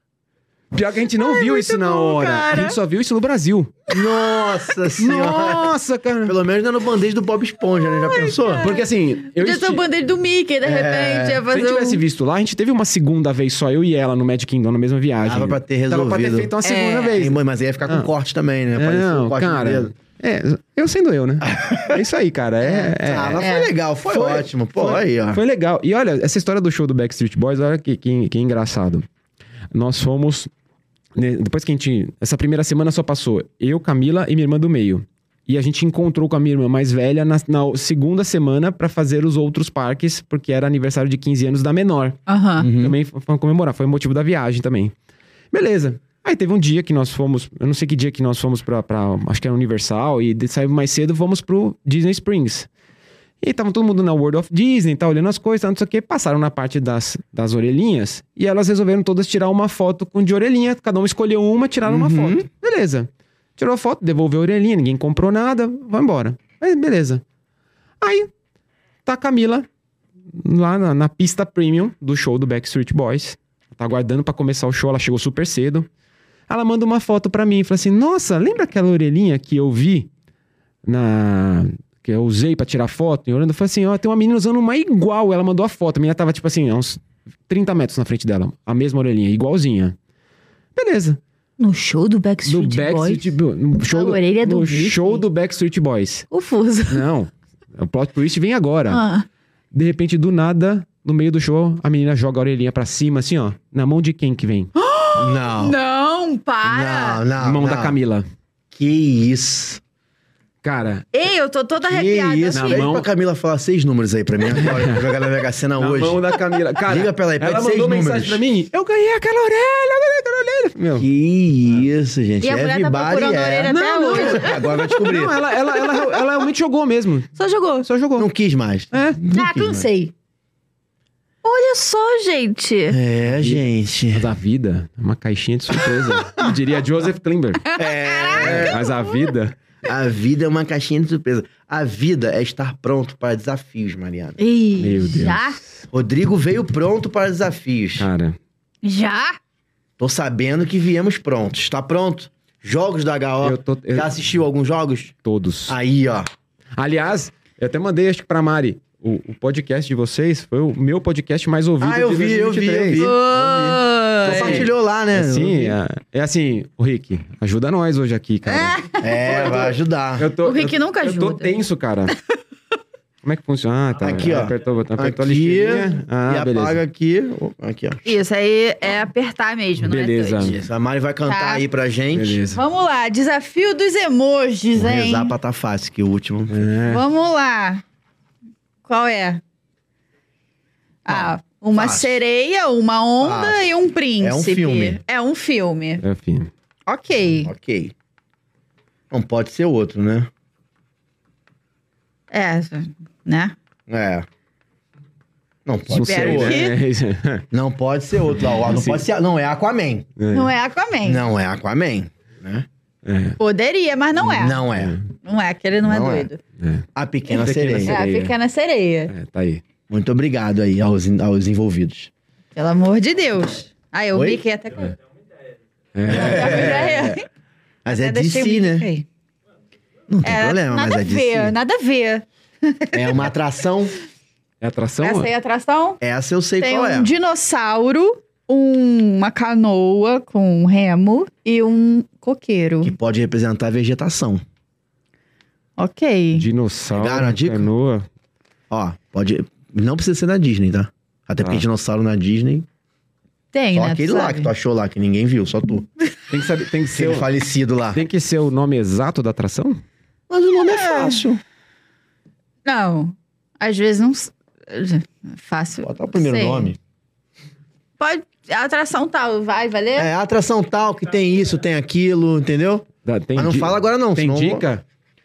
Pior que a gente não viu isso na bom, hora. cara. A gente só viu isso no Brasil. Nossa senhora. Nossa, cara. Pelo menos não é no band-aid do Bob Esponja, né? Já pensou? Porque assim... Eu Podia ser o esti- bandeira do Mickey, de repente. Ia Se a fazer gente tivesse um... visto lá, a gente teve uma segunda vez só, eu e ela, no Magic Kingdom, na mesma viagem. Dava pra ter Tava resolvido. pra ter feito uma segunda É. vez. Sim, mas aí ia ficar com Ah. corte também, né? É, Apareceu não, o corte no cara. dedo. É, eu sendo eu, né? É isso aí, cara. É, é- Ah, mas É. foi legal, foi, Foi- ótimo. Pô, foi- aí, ó. Foi legal. E olha, essa história do show do Backstreet Boys, olha que, que, que engraçado. Nós fomos... né, depois que a gente... Essa primeira semana só passou eu, Camila e minha irmã do meio. E a gente encontrou com a minha irmã mais velha na, na segunda semana pra fazer os outros parques, porque era aniversário de quinze anos da menor. Aham. Uhum. Também foi foi comemorar, foi o motivo da viagem também. Beleza. Aí teve um dia que nós fomos, eu não sei que dia que nós fomos pra, pra acho que era Universal, e de- saímos mais cedo, fomos pro Disney Springs. E tava todo mundo na World of Disney, tá olhando as coisas, tá, não sei o que, passaram na parte das, das orelhinhas, e elas resolveram todas tirar uma foto com de orelhinha, cada uma escolheu uma, tiraram uma Uhum. foto. Beleza. Tirou a foto, devolveu a orelhinha, ninguém comprou nada, vai embora. Mas beleza. Aí, tá a Camila lá na, na pista premium do show do Backstreet Boys. Tá aguardando pra começar o show, ela chegou super cedo. Ela manda uma foto pra mim e fala assim: nossa, lembra aquela orelhinha que eu vi na... que eu usei pra tirar foto em Orlando? Eu falei assim, ó, tem uma menina usando uma igual. Ela mandou a foto, a menina tava tipo assim, a uns trinta metros na frente dela. A mesma orelhinha, igualzinha. Beleza. No show do Do Backstreet Boys? Backstreet Boys. No show, A do, orelha do no Mickey? show do Backstreet Boys. Confuso. Não. O plot twist vem agora. Ah. De repente, do nada, no meio do show, a menina joga a orelhinha pra cima, assim, ó. Na mão de quem que vem? Não. Não, para! Não, não. mão não. da Camila. Que isso. Cara, Ei, eu tô toda Que arrepiada. isso. Na Pede mão- pra Camila falar seis números aí pra mim agora. Pra jogar na Mega Sena na hoje. mão da Camila. Cara, Diga pra ela aí, pede ela seis mandou números. mensagem pra mim. Eu ganhei aquela orelha, eu ganhei aquela orelha. Meu. Que isso, gente. E a mulher tá Everybody procurando a é. orelha até Não, não. hoje. Agora vai descobrir. Não, ela, ela, ela, ela realmente jogou mesmo. Só jogou. Só jogou. Não quis mais. É. Não Ah, quis cansei. Olha só, gente. mais. É, gente. Mas a vida é uma caixinha de surpresa. Eu diria Joseph Klimber. É. Mas a vida... A vida é uma caixinha de surpresa. A vida é estar pronto para desafios, Mariana. Ih, Meu Deus. já? Rodrigo veio pronto para desafios. Cara, Já? Tô sabendo que viemos prontos. Está pronto? Jogos da H O. eu tô... eu- Já assistiu alguns jogos? Todos. Aí, ó. Aliás, eu até mandei, acho que pra Mari, o, o podcast de vocês foi o meu podcast mais ouvido Ah, eu de vi, eu vi, eu dois mil e vinte e três. vi. Oi. Compartilhou lá, né? É assim, Eu vi. é, é assim, o Rick, ajuda nós hoje aqui, cara. É, vai ajudar. Eu tô, O Rick eu, nunca Eu tô ajuda. tenso, cara. Como é que funciona? Ah, tá. Aqui, ó. Apertou, o botão, apertou Aqui, a lixeirinha. Ah, e beleza. apaga aqui. Oh, aqui, ó. Isso aí é apertar mesmo, não Beleza. é touch. Isso, a Mari vai cantar Tá. aí pra gente. Beleza. Vamos lá, desafio dos emojis, Vou hein? rezar pra tá fácil, que o último... É. Vamos lá. Qual é? Ah, uma fácil. sereia, uma onda Fácil. e um príncipe. filme. É um filme. É, filho. Ok. Ok. Não pode ser outro, né? É, né? É. Não pode Não ser Espero outro. que- É, Não pode ser outro. Ó, não Sim. pode ser... Não, é Aquaman. é, Não é Aquaman. Não é Aquaman, né? é, Poderia, mas não é. Não é. Não é, aquele não, Não é é. doido. é, A Pequena Pequena Sereia. É a Sereia. pequena sereia. é, tá aí. Muito obrigado aí aos, aos envolvidos. Pelo amor de Deus. Ah, eu Oi? vi que até... É. É. Mas é Até deixei D C, o né? bico aí. Não tem É, problema, nada mas a é ver, D C. nada a ver. É uma atração. É atração? Essa aí é a atração? Essa eu sei Tem qual um é. dinossauro, um- uma canoa com um remo e um coqueiro. Que pode representar a vegetação. Ok. Dinossauro, Pegaram a dica? canoa. Ó, pode. Não precisa ser na Disney, tá? Até porque Ah. dinossauro na Disney. Tem, Só né? aquele tu lá sabe? que tu achou lá, que ninguém viu, só tu. Tem que, saber, tem, que ser Aquele o, falecido lá. tem que ser o nome exato da atração? Mas o nome é fácil. Não. Às vezes não... s- Fácil. Bota o primeiro Sei. nome. Pode... Atração tal, vai, valer? É, atração tal, que tem isso, tem aquilo, entendeu? Dá- Tem Mas não di- fala agora não, Tem senão- dica?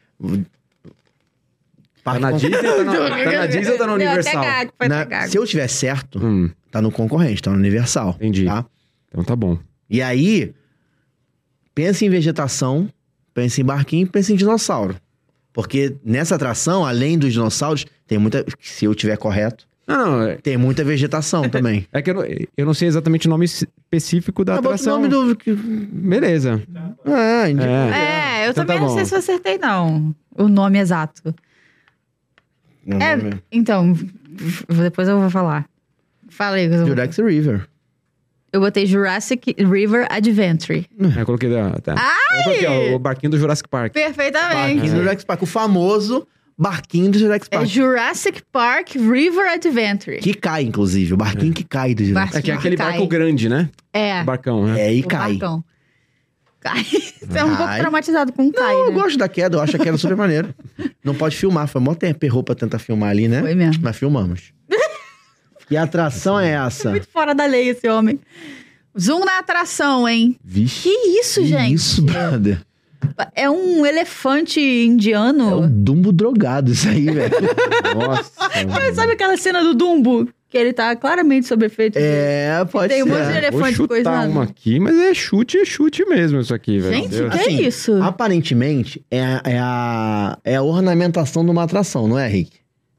Tá Parque na con- Disney ou tá na, tá na Disney ou tá na Deu Universal? Até gago, foi Na- até gago. Se eu tiver certo, Hum, tá no concorrente, tá no Universal. Entendi. Tá? então tá bom. E aí, pensa em vegetação, pensa em barquinho, pensa em dinossauro. Porque nessa atração, além dos dinossauros, tem muita. Se eu tiver correto, Não, não, é, tem muita vegetação também. é que eu não, eu não sei exatamente o nome específico da Ah, bota o atração. nome do. Beleza. Ah, indica. É. É, eu Então também tá não bom. sei se eu acertei, não. O nome exato. O É, nome então, v- depois eu vou falar. Fala aí. que eu é vou- Jurassic River. Eu botei Jurassic River Adventure. É, eu coloquei, da- tá. Eu coloquei ó, o barquinho do Jurassic Park. Perfeitamente. Barquinho do Jurassic Park. O famoso barquinho do Jurassic É Park. Jurassic Park River Adventure. Que cai, inclusive. O barquinho que cai do Jurassic É que é Barquinho aquele cai. barco grande, né? É. O barcão, né? É, e o cai. barcão. Cai. Você é um pouco Cai. traumatizado com cai, Eu né? gosto da queda, eu acho a queda super maneiro. Não pode filmar, foi mó tempo errou pra tentar filmar ali, né? Foi mesmo. Mas filmamos. Que atração é essa? Muito fora da lei esse homem. Zoom na atração, hein? Vixe. Que isso, Que gente? isso, brother? É um elefante É indiano. um Dumbo drogado isso aí, velho. Nossa. Mas sabe aquela cena do Dumbo? Que ele tá claramente sob efeito. de- É, pode Tem um ser. monte de Vou elefante chutar coisando. uma aqui, mas é chute, é chute mesmo isso aqui, velho. Gente, Deus. que Assim, isso? Aparentemente, é a, é, a, é a ornamentação de uma atração, não é, Rick?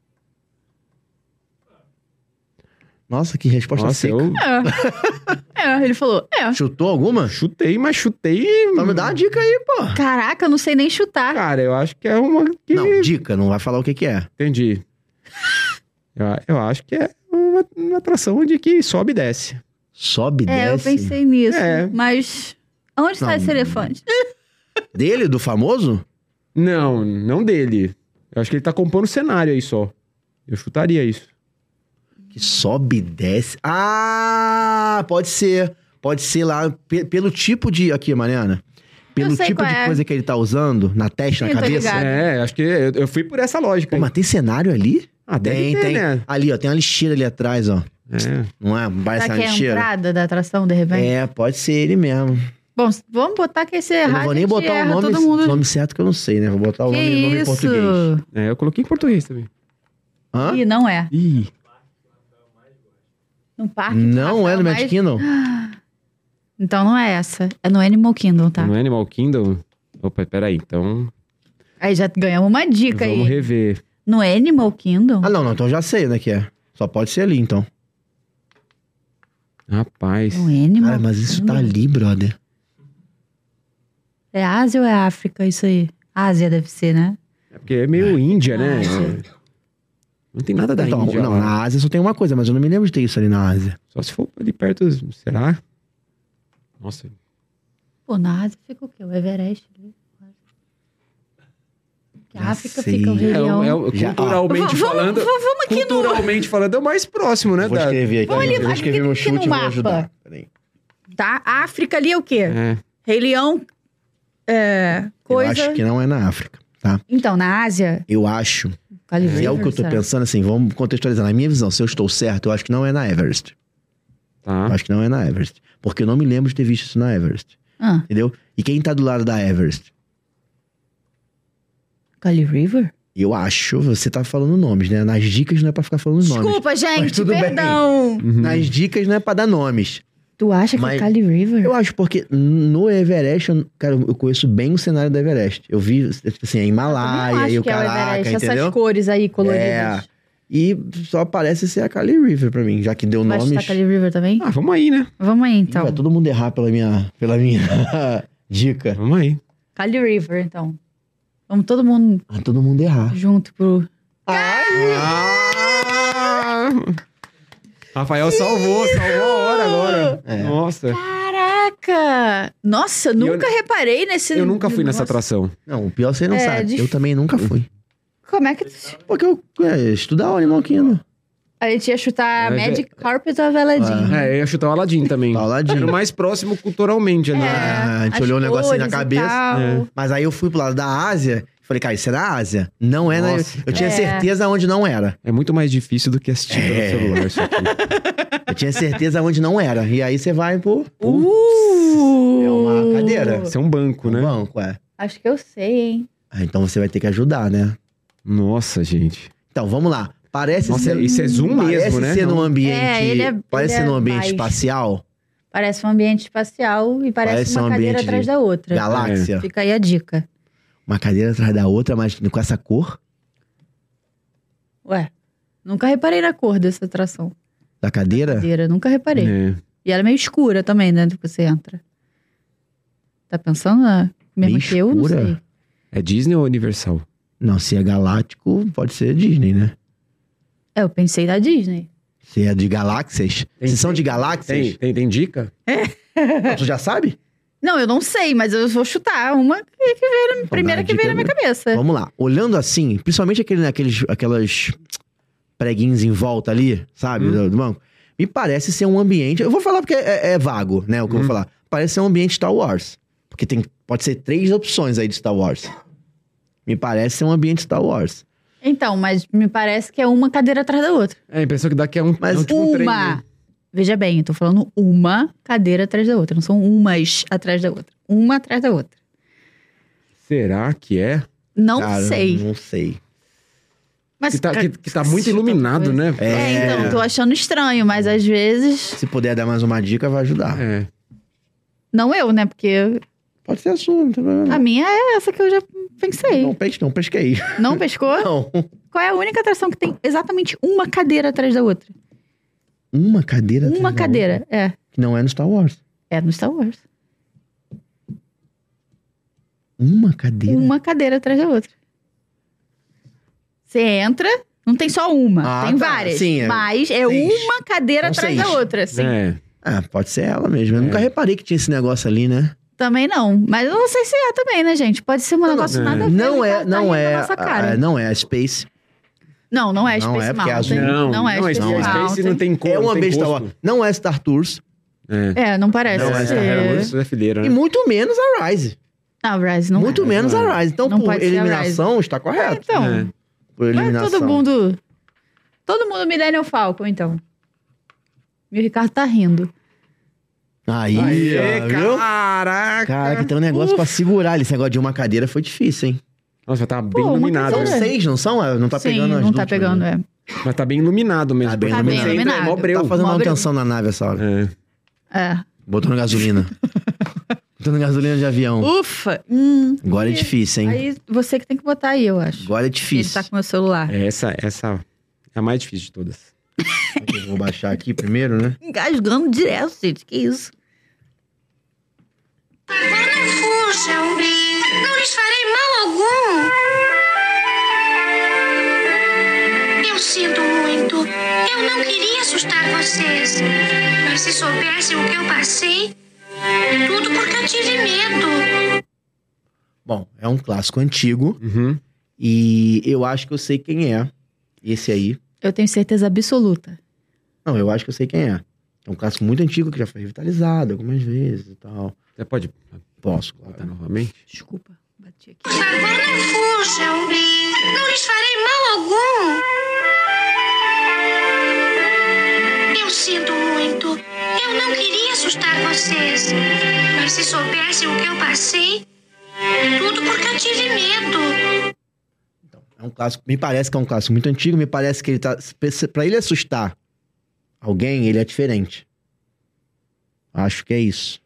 Nossa, que resposta Nossa, seca. eu É. É, ele falou, é. Chutou alguma? chutei, mas chutei. Então me dá uma dica aí, pô. Caraca, eu não sei nem chutar. Cara, eu acho que é uma que... Não, dica, não vai falar o que que é. Entendi. Eu, eu acho que é uma, uma atração de que sobe e desce. Sobe e É, eu desce. pensei nisso. É. Mas onde está Não. esse elefante? Dele, do famoso? Não, não dele. Eu acho que ele tá compondo o cenário aí só. Eu chutaria isso. Que sobe e desce. Ah, pode ser. Pode ser lá, pe- pelo tipo de... Aqui, Mariana. Pelo sei tipo qual de é. coisa que ele tá usando, na testa, Sim, na tô cabeça. ligado. É, acho que eu, eu fui por essa lógica. Pô, aí. mas tem cenário ali? Ah, deve Tem, ter, tem. né? Ali, ó, tem uma lixeira ali atrás, ó. É. Não é? Parece Será uma que é a lixeira. entrada da atração, de repente? É, pode ser ele mesmo. Bom, vamos botar que esse Eu errar, não vou nem a gente botar o erra, nome, todo mundo... nome certo que eu não sei, né? Vou botar o Que nome, nome em isso? português. É, eu coloquei em português também. Hã? Ih, não é. Ih, No parque. que Não o é no Rafael Magic mais- Kingdom? Então não é essa. É no Animal Kingdom, tá? no Animal Kingdom... Opa, peraí, então Aí já ganhamos uma dica vamos aí. rever. No Animal Kingdom? Ah, não, não. Então já sei, né, que é. Só pode ser ali, então. Rapaz. No Animal Cara, mas isso tá Kingdom? ali, brother. É Ásia ou é África isso aí? Ásia deve ser, né? É porque é meio Índia, né? Ásia. Não tem nada da Então, Índia não, lá. na Ásia só tem uma coisa, mas eu não me lembro de ter isso ali na Ásia. Só se for ali perto, será? Nossa. Pô, na Ásia fica o quê? O Everest? ali? Que a Já África sei. fica o Rei É, o- Leão. é o- Já- culturalmente V- vamos- falando... v- vamos aqui no- culturalmente falando, é o mais próximo, né? Vou da- escrever aqui. Vamos ali, eu vou escrever aqui- meu aqui chute no e vou mapa. ajudar. Peraí. Tá? A África ali é o quê? É. Rei Leão, é, coisa... Eu acho que não é na África, tá? Então, na Ásia... Eu acho, Cali se é o River, que eu tô será? pensando, assim, vamos contextualizar. Na minha visão, se eu estou certo, eu acho que não é na Everest. Tá. Eu acho que não é na Everest. Porque eu não me lembro de ter visto isso na Everest. Ah, Entendeu? E quem tá do lado da Everest? Cali River? Eu acho, você tá falando nomes, né? Nas dicas não é pra ficar falando nomes. Desculpa, gente, tudo bem. perdão. Uhum. Nas dicas não é pra dar nomes. Tu acha que Mas- é Cali River? Eu acho porque no Everest, eu- cara, eu conheço bem o cenário do Everest. Eu vi, tipo assim, a Eu Himalaia também e acho o que é o caraca, Everest, entendeu? essas cores aí coloridas. É. E só parece ser a Kali River pra mim, já que deu Vai nomes. chutar Kali River também? Ah, vamos aí, né? Vamos aí, Ih, então. vai todo mundo errar pela minha, pela minha dica. Vamos aí. Kali River, então. Vamos todo mundo Vai todo mundo errar. junto pro... Ah! Rafael salvou, salvou a hora agora. É. Nossa. Caraca! Nossa, nunca reparei nesse... Eu nunca fui nessa negócio. atração. Não, o pior você não É, sabe. dif- Eu também nunca fui. Como é que... Porque eu é, estudar o Animal Kingdom. A gente ia chutar É, Magic Carpet of Aladdin. É, eu ia chutar o Aladdin também. Tá, Aladdin. Era o mais próximo culturalmente ali. É, Ah, a gente as olhou o negocinho na cores e cabeça. tal. É. Mas aí eu fui pro lado da Ásia. Falei, cara, isso é na Ásia? Não é Nossa, na... Eu tinha É. certeza onde não era. É muito mais difícil do que assistir É. pelo celular isso aqui. Eu tinha certeza onde não era. E aí você vai pro... Uh! É uma cadeira. Isso é um banco, né? banco, é. Acho que eu sei, hein? Ah, então você vai ter que ajudar, né? Nossa, gente. Então, vamos lá. Parece Nossa, ser... isso é zoom Parece mesmo, né? ser Não. num ambiente... É, ele é- Parece ele ser é num ambiente baixo. espacial. Parece um ambiente espacial e parece, Parece uma um cadeira ambiente atrás de da outra. Galáxia. Fica aí a dica. Uma cadeira atrás da outra, mas com essa cor Ué, nunca reparei na cor dessa atração. da cadeira. Cadeira, nunca reparei. É. E ela é meio escura também, né? Depois você entra. Tá pensando na... mesmo Meio que eu? Não escura? sei. É Disney ou Universal? Não, se é galáctico, pode ser Disney, né? É, eu pensei na Disney. Se é de galáxias. Tem- se são de Tem, galáxias. tem, tem dica? Não, tu já sabe? Não, eu não sei, mas eu vou chutar uma que que veio na... Vamos primeira dar que a veio na dica, minha cabeça. Vamos lá. Olhando assim, principalmente aquele, aqueles, aquelas preguinhos em volta ali, sabe? Hum. Do, do banco. Me parece ser um ambiente. Eu vou falar porque é, é vago, né? O que eu Hum. vou falar. Parece ser um ambiente Star Wars. Porque tem, pode ser três opções aí de Star Wars. Me parece ser um ambiente Star Wars. Então, mas me parece que é uma cadeira atrás da outra. É, a impressão que dá que é um, Mas é um, tipo um trem, Uma. né? Veja bem, eu tô falando uma cadeira atrás da outra. Não são umas atrás da outra. Uma atrás da outra. Será que é? Não Cara, sei. Não sei. Mas Que tá, ca- que, que tá muito iluminado, né? É. É, então, tô achando estranho, mas às vezes. Se puder dar mais uma dica, vai ajudar. É. Não eu, né? Porque Pode ser a sua, não tem problema. a minha é essa que eu já pensei. Não, pesque, não pesquei. Não pescou? Não. Qual é a única atração que tem exatamente uma cadeira atrás da outra? Uma cadeira atrás Uma da cadeira, outra, é. que não é no Star Wars. É no Star Wars. Uma cadeira? Uma cadeira atrás da outra. Você entra, não tem só uma, Ah, tem tá. várias. Sim, é. Mas é Seis. uma cadeira São atrás seis. da outra, assim. É. Ah, pode ser ela mesmo. Eu É. nunca reparei que tinha esse negócio ali, né? Também não. Mas eu não sei se é também, né, gente? Pode ser um Não, negócio não. nada a ver. Não que é, tá- tá não rindo é, na nossa cara. ah, não é a Space. Não, não é Não Space é, porque é Mountain. azul. Não, não é não, Space Space Mountain. não tem cor, É um não tem ambiente Star gosto. Wars. Não é Star Tours. É. É, não parece Não é ser. Star Isso é fileira, E né? muito menos a Rise. Ah, o Rise não muito é. menos não é. a Rise. Então, Não por pode ser a eliminação, está É, correto. então, É. Por vai eliminação. todo mundo... Todo mundo Millennium Falcon, então. E o Ricardo tá rindo. Aí, Aê, ó, viu? caraca! Caraca, tem um negócio pra segurar. Esse negócio de uma cadeira foi difícil, hein? Nossa, tá bem Pô, uma iluminado. São cadeira. né? seis, não são? Não tá Sim, pegando as não tá últimas, pegando, né? é. Mas tá bem iluminado mesmo. Tá bem Quando iluminado. você entra, é mó iluminado. breu. Tá fazendo Mó breu. manutenção na nave essa hora. É. É. Botando gasolina. Botando gasolina de avião. Ufa! Hum. Agora é difícil, hein? Aí você que tem que botar aí, eu acho. Agora é Ele difícil. tá com o meu celular. É, Essa, essa é a mais difícil de todas. Eu vou baixar aqui primeiro, né? Engasgando direto, gente. Que isso? Agora não fujam, não lhes farei mal algum. Eu sinto muito, eu não queria assustar vocês. Mas se soubessem o que eu passei, tudo porque eu tive medo. Bom, é um clássico antigo. Uhum. E eu acho que eu sei quem é. Esse aí. Eu tenho certeza absoluta. Não, eu acho que eu sei quem é. É um clássico muito antigo que já foi revitalizado algumas vezes e tal. Você pode Posso, botar claro. novamente? Desculpa, bati aqui. Por favor, não fujam, não lhes farei mal algum. Eu sinto muito, eu não queria assustar vocês. Mas se soubessem o que eu passei, tudo porque eu tive medo. É um clássico. Me parece que é um clássico muito antigo. Me parece que ele tá. Pra ele assustar alguém, ele é diferente. Acho que é isso.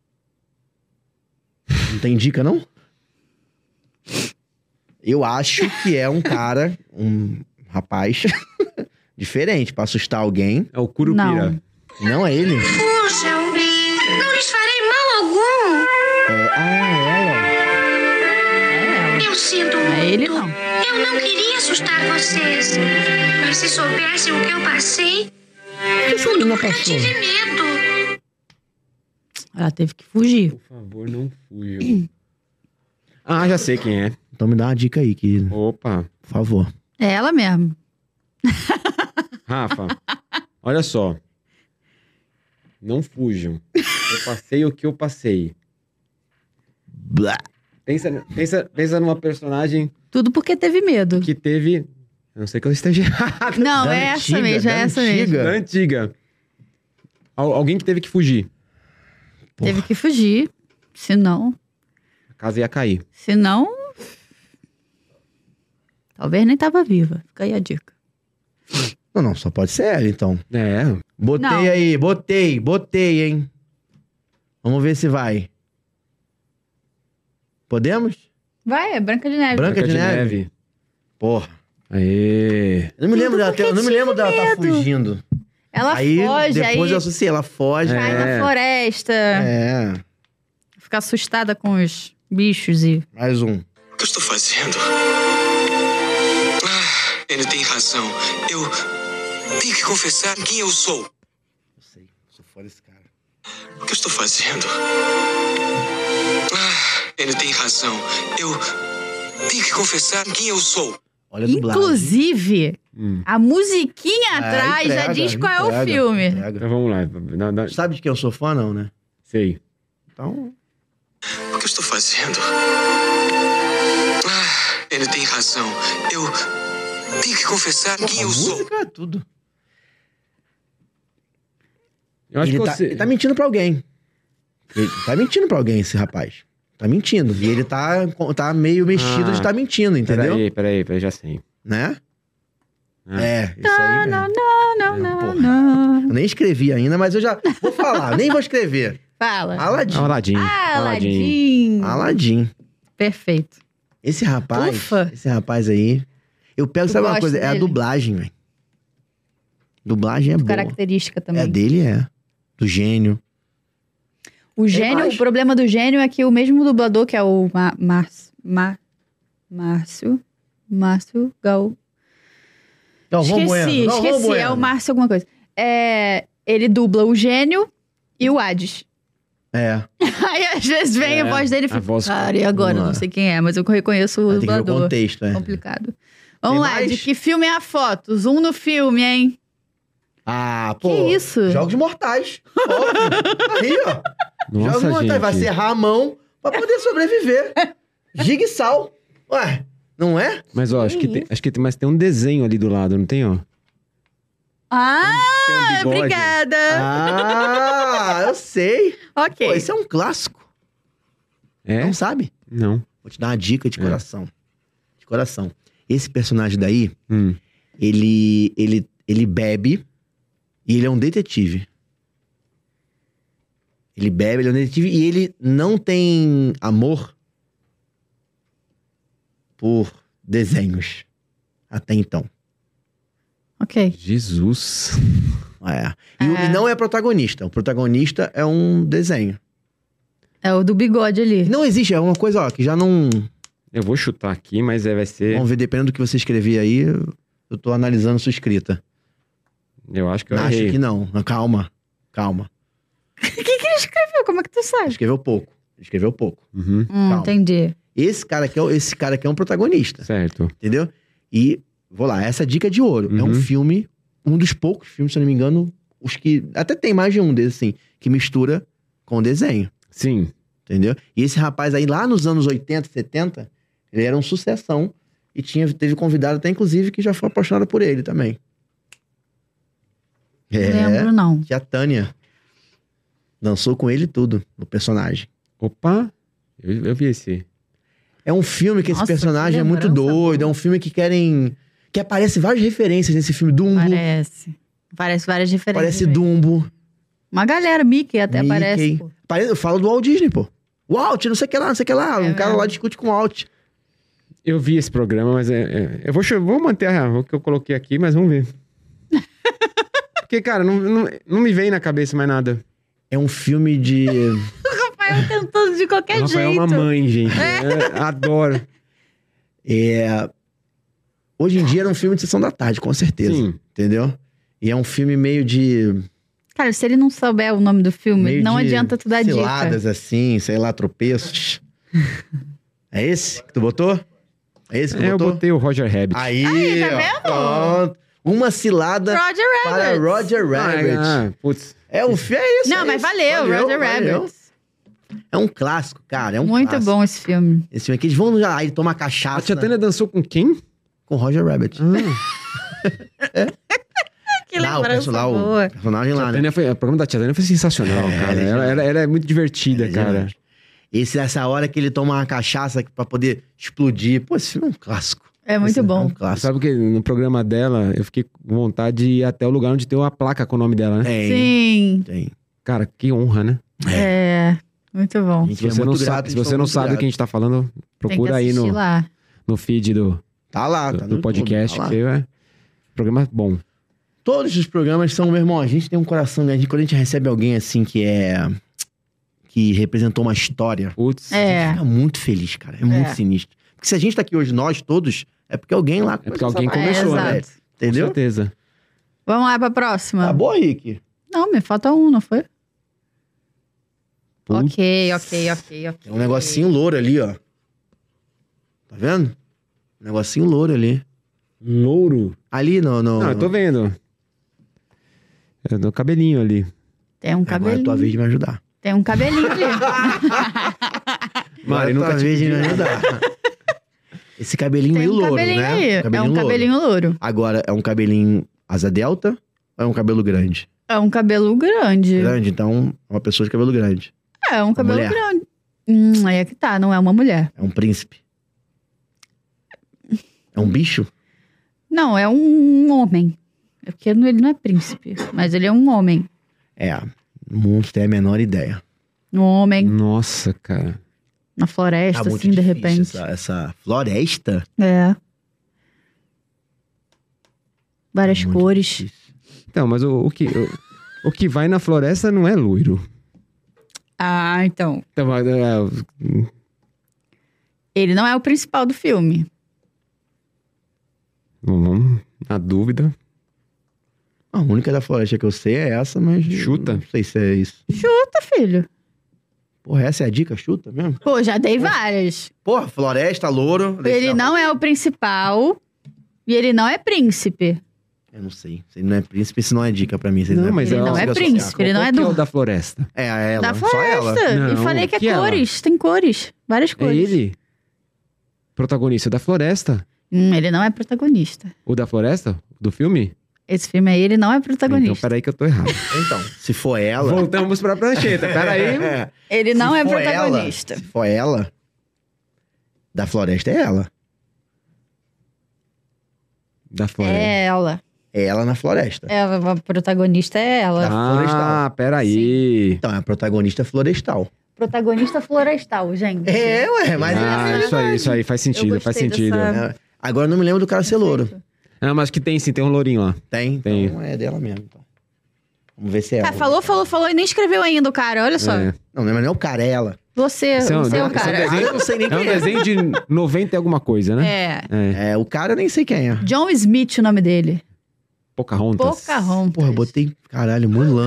Não tem dica, não? Eu acho que é um cara, um rapaz, Diferente, pra assustar alguém. É o Curupira. Não. Não é ele? Fujam. Não lhes farei mal algum. É, ah, é ela. É ela. Eu sinto Não é muito. ele, não. Eu não queria assustar vocês. Mas se soubessem o que eu passei, O que essa menina eu passou? tive medo. Ela teve que fugir. Por favor, não fujam. Ah, já sei quem é. Então me dá uma dica aí, querido. Opa. Por favor. É ela mesmo. Rafa, olha só. Não fujam. Eu passei o que eu passei. Blá. Pensa, pensa, pensa numa personagem Tudo porque teve medo. que teve... A não sei que eu esteja errado. Não, Da é antiga, essa mesmo, é da essa antiga. mesmo. Da antiga. Al- alguém que teve que fugir. Porra. Teve que fugir. Senão, A casa ia cair. senão... Talvez nem tava viva. Fica aí a dica. Não, não, só pode ser ela, então. É. Botei Não. aí, botei, botei, hein? Vamos ver se vai. Podemos? Vai, é Branca de Neve. Branca de Neve. Porra. Aê. Eu não me lembro Tudo dela, porque eu não me lembro tive dela tá medo. fugindo. Ela aí foge, depois aí eu associei, ela foge. cai É. na floresta. É. Fica assustada com os bichos e... Mais um. O que eu estou fazendo? Ah, ele tem razão. Eu tenho que confessar quem eu sou. Eu sei, sou fora desse cara. O que eu estou fazendo? Ah, ele tem razão. Eu tenho que confessar quem eu sou. Olha a dublagem. Inclusive, Hum. a musiquinha É, atrás já entrega, diz qual é o entrega, filme. entrega. Então vamos lá. Dá- dá- Sabe de quem eu sou fã, não, né? Sei. Então, O que eu estou fazendo? Ah, ele tem razão. Eu tenho que confessar quem a eu sou. música é tudo. Eu acho ele, que tá, você... ele tá mentindo pra alguém. Ele tá mentindo pra alguém, esse rapaz. Tá mentindo. E ele tá, tá meio mexido Ah, de tá mentindo, entendeu? Peraí, peraí, peraí, já sei. Né? Ah. É, isso aí Não, mesmo. não, não, É, não, porra. não. Eu nem escrevi ainda, mas eu já vou falar. Nem vou escrever. Fala. Aladdin. Aladim. Ah, Aladim. Aladdin. Aladdin. Perfeito. Esse rapaz, Ufa. esse rapaz aí... Eu pego, Tu sabe uma gosta coisa? É a dele? dublagem, velho. Dublagem é boa. Característica também. É dele, é. Do gênio. O gênio, mais? o problema do gênio é que o mesmo dublador, que é o Ma Mar Mar Márcio, Márcio Gal... Então, vamos esqueci, Bueno. Não, esqueci, vamos é o Bueno. Márcio alguma coisa. É, ele dubla o gênio e o Hades. É. Aí às vezes vem É, a voz dele e a fica, voz- cara, e agora? Não Não é. sei quem é, mas eu reconheço o Tem que ver o dublador. contexto, é. Complicado. Vamos lá, mais? de que filme é a foto? Zoom no filme, hein? Ah, pô. Que isso? Jogos Mortais. Óbvio. Aí, ó. Jogos Nossa, Mortais. gente. Vai serrar a mão pra poder sobreviver. Jigsaw. Ué, não é? Mas, ó, acho que, tem, acho que tem, mas tem um desenho ali do lado, não tem, ó? Ah, Tem um bigode. obrigada. Ah, eu sei. Ok. Pô, esse é um clássico. É? Não sabe? Não. Vou te dar uma dica de É. coração. De coração. Esse personagem daí, Hum. ele, ele, ele bebe e ele é um detetive. Ele bebe, ele é um detetive e ele não tem amor por desenhos. Até então. Ok. Jesus. É. E, o- É. e não é protagonista. O protagonista é um desenho. É o do bigode ali. Não existe, é uma coisa, ó, que já não... Eu vou chutar aqui, mas é, vai ser... Vamos ver, dependendo do que você escrever aí, eu- eu tô analisando sua escrita. Eu acho que eu Acho errei. que não. Calma, calma. O que, que ele escreveu? Como é que tu sabe? Escreveu pouco. Escreveu pouco. Uhum. Hum, Calma. entendi. Esse cara aqui é, o- esse cara aqui é um protagonista, Certo. entendeu? E, vou lá, essa dica é de ouro. É um Uhum. filme, um dos poucos filmes, se eu não me engano, os que... Até tem mais de um desses, assim, que mistura com desenho, Sim. entendeu? E esse rapaz aí, lá nos anos oitenta, setenta, ele era um sucessão. E tinha, teve convidado até, inclusive, que já foi apaixonada por ele também. É, Lembro, não. tia Tânia. Dançou com ele tudo, no personagem. Opa, eu, eu vi esse. É um filme que esse Nossa, personagem que é muito lembrança doido. boa. É um filme que querem... Que aparece várias referências nesse filme. Dumbo. Parece. Parece várias diferenças. Parece mesmo. Dumbo. Uma galera, Mickey até Mickey. aparece. Pô. Parece, eu falo do Walt Disney, pô. O Walt, não sei o que lá, não sei o que lá. É um cara mesmo. lá discute com o Walt. Eu vi esse programa, mas é, é- eu vou, cho- vou manter a- o que eu coloquei aqui, mas vamos ver. Porque, cara, não, não, não me vem na cabeça mais nada. É um filme de... Rafael tentando de qualquer O Rafael jeito. é uma mãe, gente. É, adoro. É... Hoje em dia era um filme de sessão da tarde, com certeza. Sim. Entendeu? E é um filme meio de... Cara, se ele não souber o nome do filme, meio não de adianta tu dar dica. ciladas, assim, sei lá, tropeços. É esse que tu botou? É esse que tu É, eu botou? botei o Roger Rabbit. Aí, Aí, tá ó, vendo? pronto. Uma cilada Roger para Rabbit. Roger Rabbit. Ah, putz. É o fi- é isso. Não, é mas isso. valeu, Roger valeu. Rabbit. É um clássico, cara. É um Muito clássico. bom esse filme. Esse filme aqui, eles vão já, aí toma A cachaça Tia Tânia dançou com quem? com Roger Rabbit. Que Lá, o lembrança perso- lá, boa. o personagem lá, A né? Tânia foi, o programa da Tia Tânia foi sensacional, É, cara. ela é Ela, ela, ela é muito divertida, É cara. demais. Esse, essa hora que ele toma uma cachaça pra poder explodir. Pô, esse filme é um clássico. É muito Esse É um bom. clássico. Sabe que no programa dela, eu fiquei com vontade de ir até o lugar onde tem uma placa com o nome dela, né? Tem, Sim. tem. Cara, que honra, né? É. Muito bom. A gente Se é você, não muito sabe, grato, a se gente você foi não muito sabe o grato. que a gente tá falando, Tem que procura aí assistir no, lá. no feed do, Tá lá, do, tá do no podcast. YouTube, tá lá. que é programa bom. Todos os programas são, meu irmão, a gente tem um coração, né? A gente, quando a gente recebe alguém assim que é... que representou uma história, Putz. a É. gente fica muito feliz, cara. É muito É. sinistro. Porque se a gente tá aqui hoje, nós todos, é porque alguém lá É porque alguém começou essa começou, parada, né? exato. velho. Com Entendeu? certeza. Vamos lá pra próxima. Tá boa, Rick? Não, me falta um, não foi? Putz. Ok, ok, ok, ok. Tem um negocinho louro ali, ó. Tá vendo? Um negocinho louro ali. Louro. Ali no... no Não, eu tô vendo. É no cabelinho ali. Tem um Agora é cabelinho. tua vez de me ajudar. Tem um cabelinho ali. Agora Mari, é nunca tua te vez de me pedi. ajudar. Esse cabelinho Tem meio um louro, cabelinho né? aí. É um louro. cabelinho louro. Agora, é um cabelinho asa delta ou é um cabelo grande? É um cabelo grande. Grande, então é uma pessoa de cabelo grande. É um cabelo mulher. grande. Hum, aí é que tá, não é uma mulher. É um príncipe. É um bicho? Não, é um homem. É porque ele não é príncipe, mas ele é um homem. É, não tem a menor ideia. Um homem Nossa, cara. na floresta, Tá muito assim, de difícil repente. Essa, essa floresta. É. Várias Muito cores. difícil. Então, mas o, o que, o, o que vai na floresta não é loiro. Ah, então. Então, é, Ele não é o principal do filme. vamos, na dúvida. A única da floresta que eu sei é essa, mas... Chuta. Não sei se é isso. Chuta, filho. Porra, essa é a dica? Chuta mesmo? Pô, já dei várias. Porra, floresta, louro... Ele não é o principal e ele não é príncipe. Eu não sei. Se ele não é príncipe, isso não é dica pra mim. Se Não, mas Ele ela- não é consigo príncipe, associar. ele não Qual é que do... o da floresta. É, a ela. Da Só ela. floresta. E Não, falei que é que ela? cores. Tem cores. Várias É cores. ele? Protagonista da floresta? Hum, ele não é protagonista. O da floresta? Do filme? Esse filme aí, ele não é Então, protagonista. peraí que eu tô errado. Então, se for ela... Voltamos pra prancheta, peraí. É. Ele não Se é for protagonista. Ela, se for ela, da floresta é ela. Da floresta. É ela. É ela na floresta. Ela, a protagonista é ela. Da florestal. Ah, peraí. Então, é a protagonista florestal. Protagonista florestal, gente. É, ué, mas... Ah, é- isso aí, isso aí faz sentido, Eu faz gostei sentido. dessa- é. Agora eu não me lembro do cara ser louro. Ah, mas que tem sim, tem um lourinho lá. Tem? Tem. Então é dela mesmo. Então. Vamos ver se é ela. Cara, falou, falou, falou e nem escreveu ainda o cara. Olha só. É. Não, não é o cara, é ela. Você, Esse é um- você é o esse é um cara. desenho- Eu não sei nem É um quem é. desenho de noventa e alguma coisa, né? É. É. É, o cara eu nem sei quem é. John Smith, o nome dele. Pocahontas. Pocahontas. Porra, eu botei, caralho, Mulan.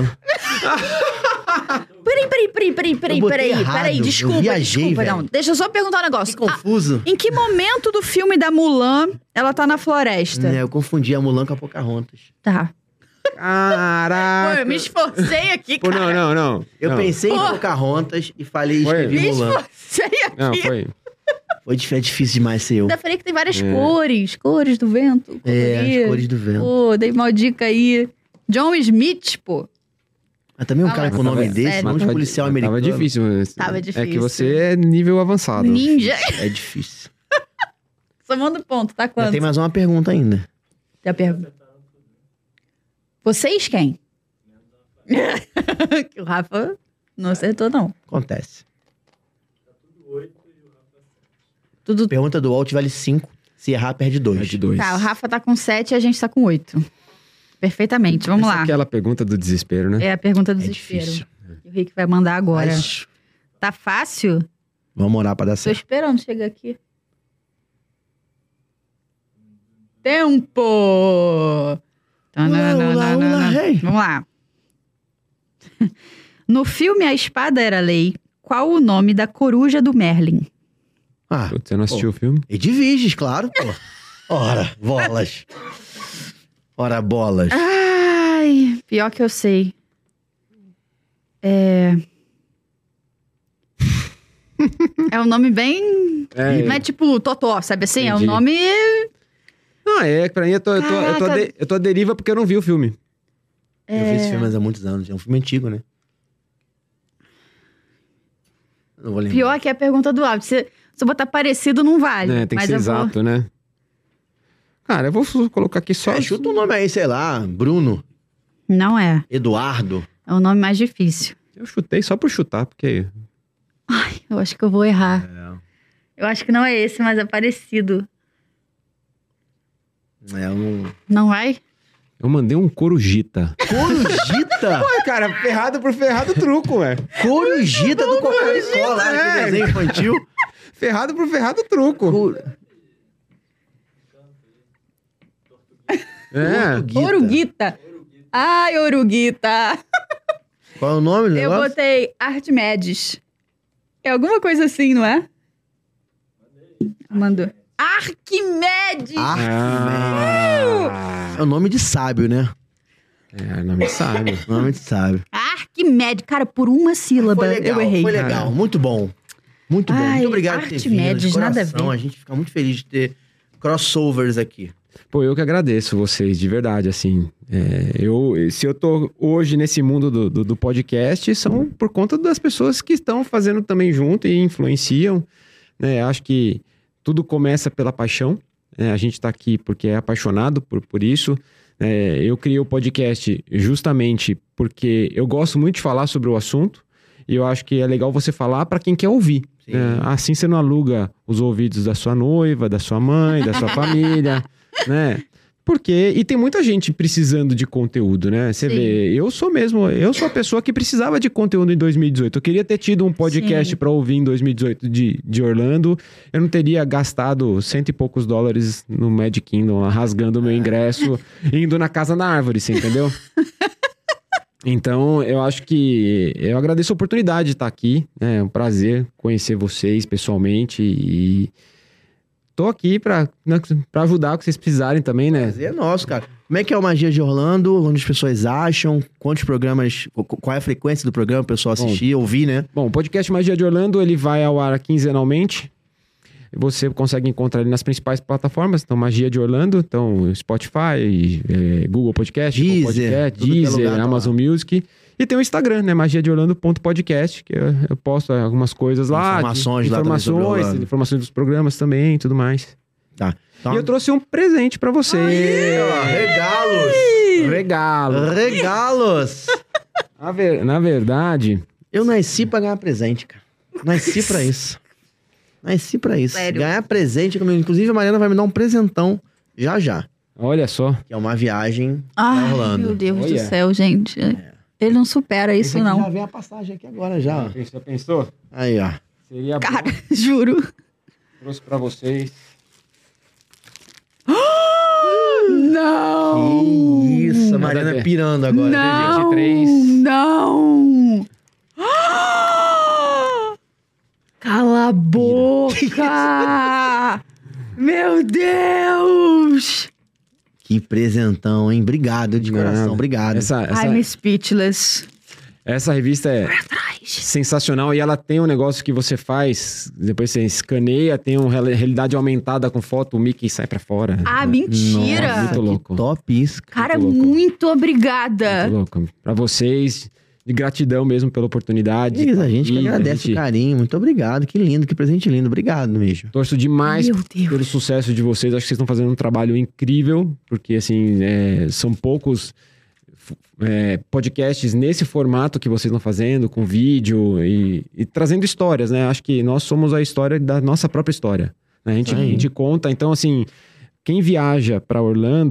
Peraí, peraí, peraí, peraí, peraí, Eu botei peraí, errado, peraí, eu desculpa, viajei, desculpa, velho. não. Deixa eu só perguntar um Que negócio. Ah, confuso. em que momento do filme da Mulan ela tá na floresta? É, eu confundi a Mulan com a Pocahontas. Tá. Pô, Caraca. eu me esforcei aqui, Pô, cara. não, não, não. Eu Não. pensei em Porra. Pocahontas e falei e Foi. escrevi Me Mulan. esforcei aqui. Não, foi. Foi dif- é difícil demais ser eu. Ainda falei que tem várias É. cores. Cores do vento. É, colorir. as cores do vento. Pô, dei uma dica aí. John Smith, pô. Mas também um Fala cara com o sério. nome desse, Sério. um Tava- policial tava americano. difícil. mas- Tava É que difícil. você é nível avançado. Ninja. É difícil. Somando ponto, tá Mas quanto? tem mais uma pergunta ainda. Tem a pergunta. Vocês quem? Que o Rafa não acertou, não. Acontece. Tudo. Pergunta do Walt vale cinco. Se errar, perde dois. É de dois. Tá, o Rafa tá com sete e a gente tá com oito. Perfeitamente. Vamos Essa lá. é aquela pergunta do desespero, né? É a pergunta do É desespero. difícil. O Rick vai mandar agora. Mas Tá fácil? vamos orar pra dar Tô certo. esperando chegar aqui. Tempo! Ula, ula, rei. Vamos lá. No filme A Espada Era Lei, qual o nome da coruja do Merlin? Ah, Você não assistiu o filme? Edviges, claro, pô. Ora, bolas. Ora, bolas. Ai, pior que eu sei. É... é um nome bem... É. Não é tipo Totó, sabe assim? É um Entendi. nome... Não, é, pra mim eu tô, eu tô, eu tô, a Caraca. de- eu tô à deriva porque eu não vi o filme. Eu vi esse filme há muitos anos. É um filme antigo, né? Não vou lembrar. Pior que é a pergunta do áudio. Se, se eu botar parecido, não vale. Né, tem que mas ser eu vou- exato, né? Cara, eu vou colocar aqui só... É, chuta um nome aí, sei lá. Bruno, Não é. Eduardo. É um nome mais difícil. Eu chutei só por chutar, porque... Eu acho que eu vou errar. É, Eu acho que não é esse, mas é parecido. é um... Não vai? Eu mandei um corujita. Corujita? Ué, cara, ferrado por ferrado truco, ué. Corujita do Cocoricó lá, é. que desenho infantil. Ferrado por ferrado truco. Cor- É. Tortuguita. Oruguita. Ai, Oruguita. Qual é o nome do Eu negócio? botei Arquimedes. É alguma coisa assim, não é? Mandou. Arquimedes! Ah, é o nome de sábio, né? É, não me sabe. Nome de sábio. Arquimedes. Cara, por uma sílaba Foi legal, eu errei. foi legal. Cara. Muito bom. Muito bom. Ai, muito obrigado por ter vindo. De Arquimedes, nada a coração. ver. A gente fica muito feliz de ter crossovers aqui. Pô, eu que agradeço vocês, de verdade, assim. É, eu, se eu tô hoje nesse mundo do, do, do podcast, são por conta das pessoas que estão fazendo também junto e influenciam, né? Acho que tudo começa pela paixão, né? A gente tá aqui porque é apaixonado por, por isso. É, eu criei o podcast justamente porque eu gosto muito de falar sobre o assunto e eu acho que é legal você falar para quem quer ouvir. Sim. Né? Assim você não aluga os ouvidos da sua noiva, da sua mãe, da sua família, né? Porque, e tem muita gente precisando de conteúdo, né? Você Sim. vê, eu sou mesmo, eu sou a pessoa que precisava de conteúdo em dois mil e dezoito. Eu queria ter tido um podcast Sim. para ouvir em dois mil e dezoito de, de Orlando. Eu não teria gastado cento e poucos dólares no Magic Kingdom, lá, rasgando o meu ingresso, indo na casa da árvore, você entendeu? Então, eu acho que eu agradeço a oportunidade de estar aqui. Né? É um prazer conhecer vocês pessoalmente e tô aqui para para ajudar o que vocês precisarem também, né? Prazer é nosso, cara. Como é que é o Magia de Orlando? Onde as pessoas acham? Quantos programas? qu- Qual é a frequência do programa? O pessoal assistir, ouvir, né? Bom, o podcast Magia de Orlando, ele vai ao ar quinzenalmente. Você consegue encontrar ele nas principais plataformas. Então, Magia de Orlando, então Spotify, eh, Google Podcast, Apple Deezer, Podcast, tudo que é Deezer, lugar tá Amazon Music. E tem o Instagram, né? magia de orlando ponto podcast, que eu, eu posto algumas coisas lá. de- Informações lá também sobre informações, Orlando. informações dos programas também e tudo mais. Tá. Então, E eu trouxe um presente pra você. ó, regalos! Regalo. Regalos! Na, ver- na verdade, Eu nasci pra ganhar presente, cara. Nasci pra isso. Nasci pra isso. Sério? Ganhar presente. Inclusive, a Mariana vai me dar um presentão já já. olha só. Que é uma viagem pra Ai, Orlando. meu Deus Olha. do céu, gente. Ele não supera isso, Esse aqui não. Já vem a passagem aqui agora, já. ó. Você pensou? Aí, ó. Seria Cara, juro. trouxe pra vocês. Não! Que isso, a Nada a Mariana ver. pirando agora. Não! vinte e três. Não! Cala a boca! Meu Deus! Que presentão, hein? Obrigado de coração, Nada. obrigado. Essa, essa, I'm speechless. essa revista é sensacional e ela tem um negócio que você faz, depois você escaneia, tem uma real- realidade aumentada com foto, o Mickey sai pra fora. Ah, Muito mentira! Nossa, Muito que louco. top isso. Cara, muito louco. muito obrigada. louco. Pra vocês, de gratidão mesmo pela oportunidade. Isso, a gente que E agradece a gente o carinho. Muito obrigado. Que lindo, que presente lindo. Obrigado, mesmo. Torço demais Meu Deus. pelo sucesso de vocês. Acho que vocês estão fazendo um trabalho incrível, porque assim, é, são poucos f- é, podcasts nesse formato que vocês estão fazendo, com vídeo e, e trazendo histórias, né? Acho que nós somos a história da nossa própria história. Né? A, gente, Isso aí. a gente conta, então assim, quem viaja para Orlando,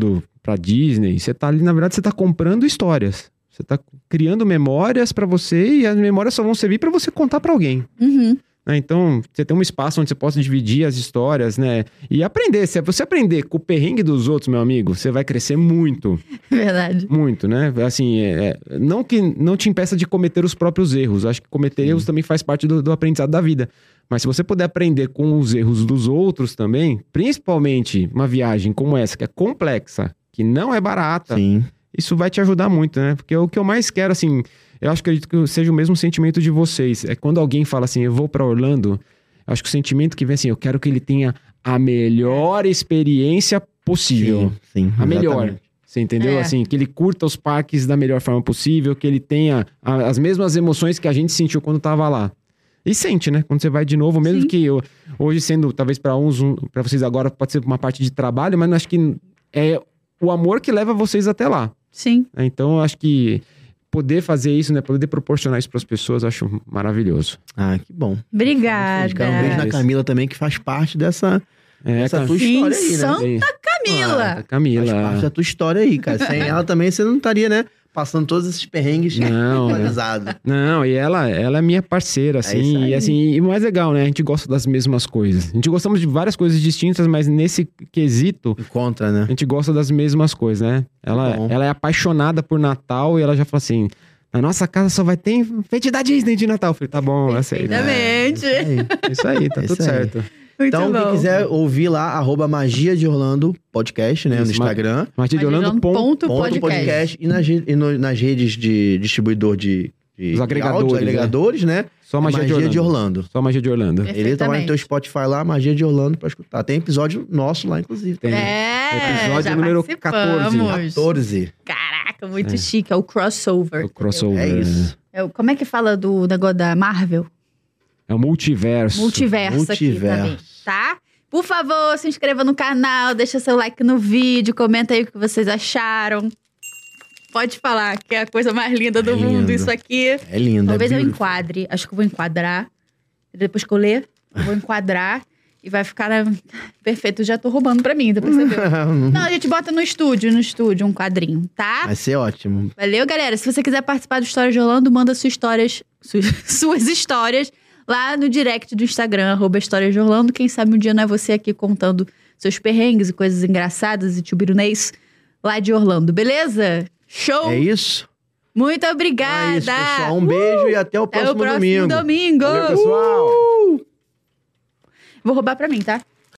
pra Disney, você tá ali, na verdade, você tá comprando histórias. Você tá criando memórias pra você e as memórias só vão servir pra você contar pra alguém. Uhum. Né? Então, você tem um espaço onde você possa dividir as histórias, né? E aprender. Se você aprender com o perrengue dos outros, meu amigo, você vai crescer muito. Verdade. Muito, né? Assim, é, é, não que não te impeça de cometer os próprios erros. Acho que cometer Sim. erros também faz parte do, do aprendizado da vida. Mas se você puder aprender com os erros dos outros também, principalmente uma viagem como essa, que é complexa, que não é barata, Sim. isso vai te ajudar muito, né? Porque o que eu mais quero, assim, eu acho que acredito que seja o mesmo sentimento de vocês. É quando alguém fala assim, eu vou pra Orlando, eu acho que o sentimento que vem assim, eu quero que ele tenha a melhor experiência possível. Sim, sim, A melhor. exatamente. Você entendeu? É. Assim, que ele curta os parques da melhor forma possível, que ele tenha a- as mesmas emoções que a gente sentiu quando tava lá. E sente, né? Quando você vai de novo, mesmo Sim. que eu, hoje sendo, talvez para uns, um, para vocês agora pode ser uma parte de trabalho, mas eu acho que é o amor que leva vocês até lá. Sim. Né? Então, eu acho que poder fazer isso, né? Poder proporcionar isso para as pessoas, eu acho maravilhoso. Ah, que bom. Obrigada. Quero um beijo na Camila também, que faz parte dessa, É, dessa Cam- tua Sim, história aí, né? Santa Aí. Camila. Ah, Faz Camila. parte da tua história aí, cara. Sem ela também você não estaria, né? Passando todos esses perrengues Não, atualizados. Não, e ela, ela é minha parceira, assim, isso aí. e assim, e o mais legal, né? A gente gosta das mesmas coisas. A gente gostamos de várias coisas distintas, mas nesse quesito, Encontra, né? a gente gosta das mesmas coisas, né? Ela, bom. ela é apaixonada por Natal e ela já fala assim: na nossa casa só vai ter enfeite da Disney de Natal. Eu falei, tá bom, eu aceito. Perfeitamente. É isso aí. É isso aí, tá É tudo isso aí. certo. Muito Então, bom. quem quiser ouvir lá, arroba Magia de Orlando Podcast, né? Isso, no Instagram. Martim de Orlando, Orlando ponto. ponto Ponto podcast. podcast. E, nas, re- e no- nas redes de distribuidor de, de Os de agregadores, áudio, agregadores, né? Só magia, de, Orlando. de Orlando. Só magia de Orlando. É. Ele tá lá no teu Perfeitamente. Spotify lá, Magia de Orlando, pra escutar. Tem episódio nosso lá, inclusive. Tem. É, Episódio já número participamos. quatorze. Caraca, muito É. chique. É o crossover. O crossover. É isso. É o- como é que fala do negócio da Marvel? É o multiverso. Multiverso, aqui Multiverso. também, tá? Por favor, se inscreva no canal, deixa seu like no vídeo, comenta aí o que vocês acharam. Pode falar que é a coisa mais linda do É mundo, lindo. isso aqui. É lindo. Talvez é eu beautiful. enquadre. Acho que eu vou enquadrar. Depois que eu ler, eu vou enquadrar. E vai ficar né, perfeito. Já tô roubando pra mim, tá percebendo? Não, a gente bota no estúdio, no estúdio, um quadrinho, tá? Vai ser ótimo. Valeu, galera. Se você quiser participar do História de Orlando, manda suas histórias, su- suas histórias lá no direct do Instagram, arroba História de Orlando. Quem sabe um dia não é você aqui contando seus perrengues e coisas engraçadas e tchubirunês lá de Orlando, beleza? Show! É isso? Muito Então obrigada! é isso, pessoal. Um beijo e até o Até próximo o próximo domingo. domingo! Valeu, pessoal! Vou roubar pra mim, tá?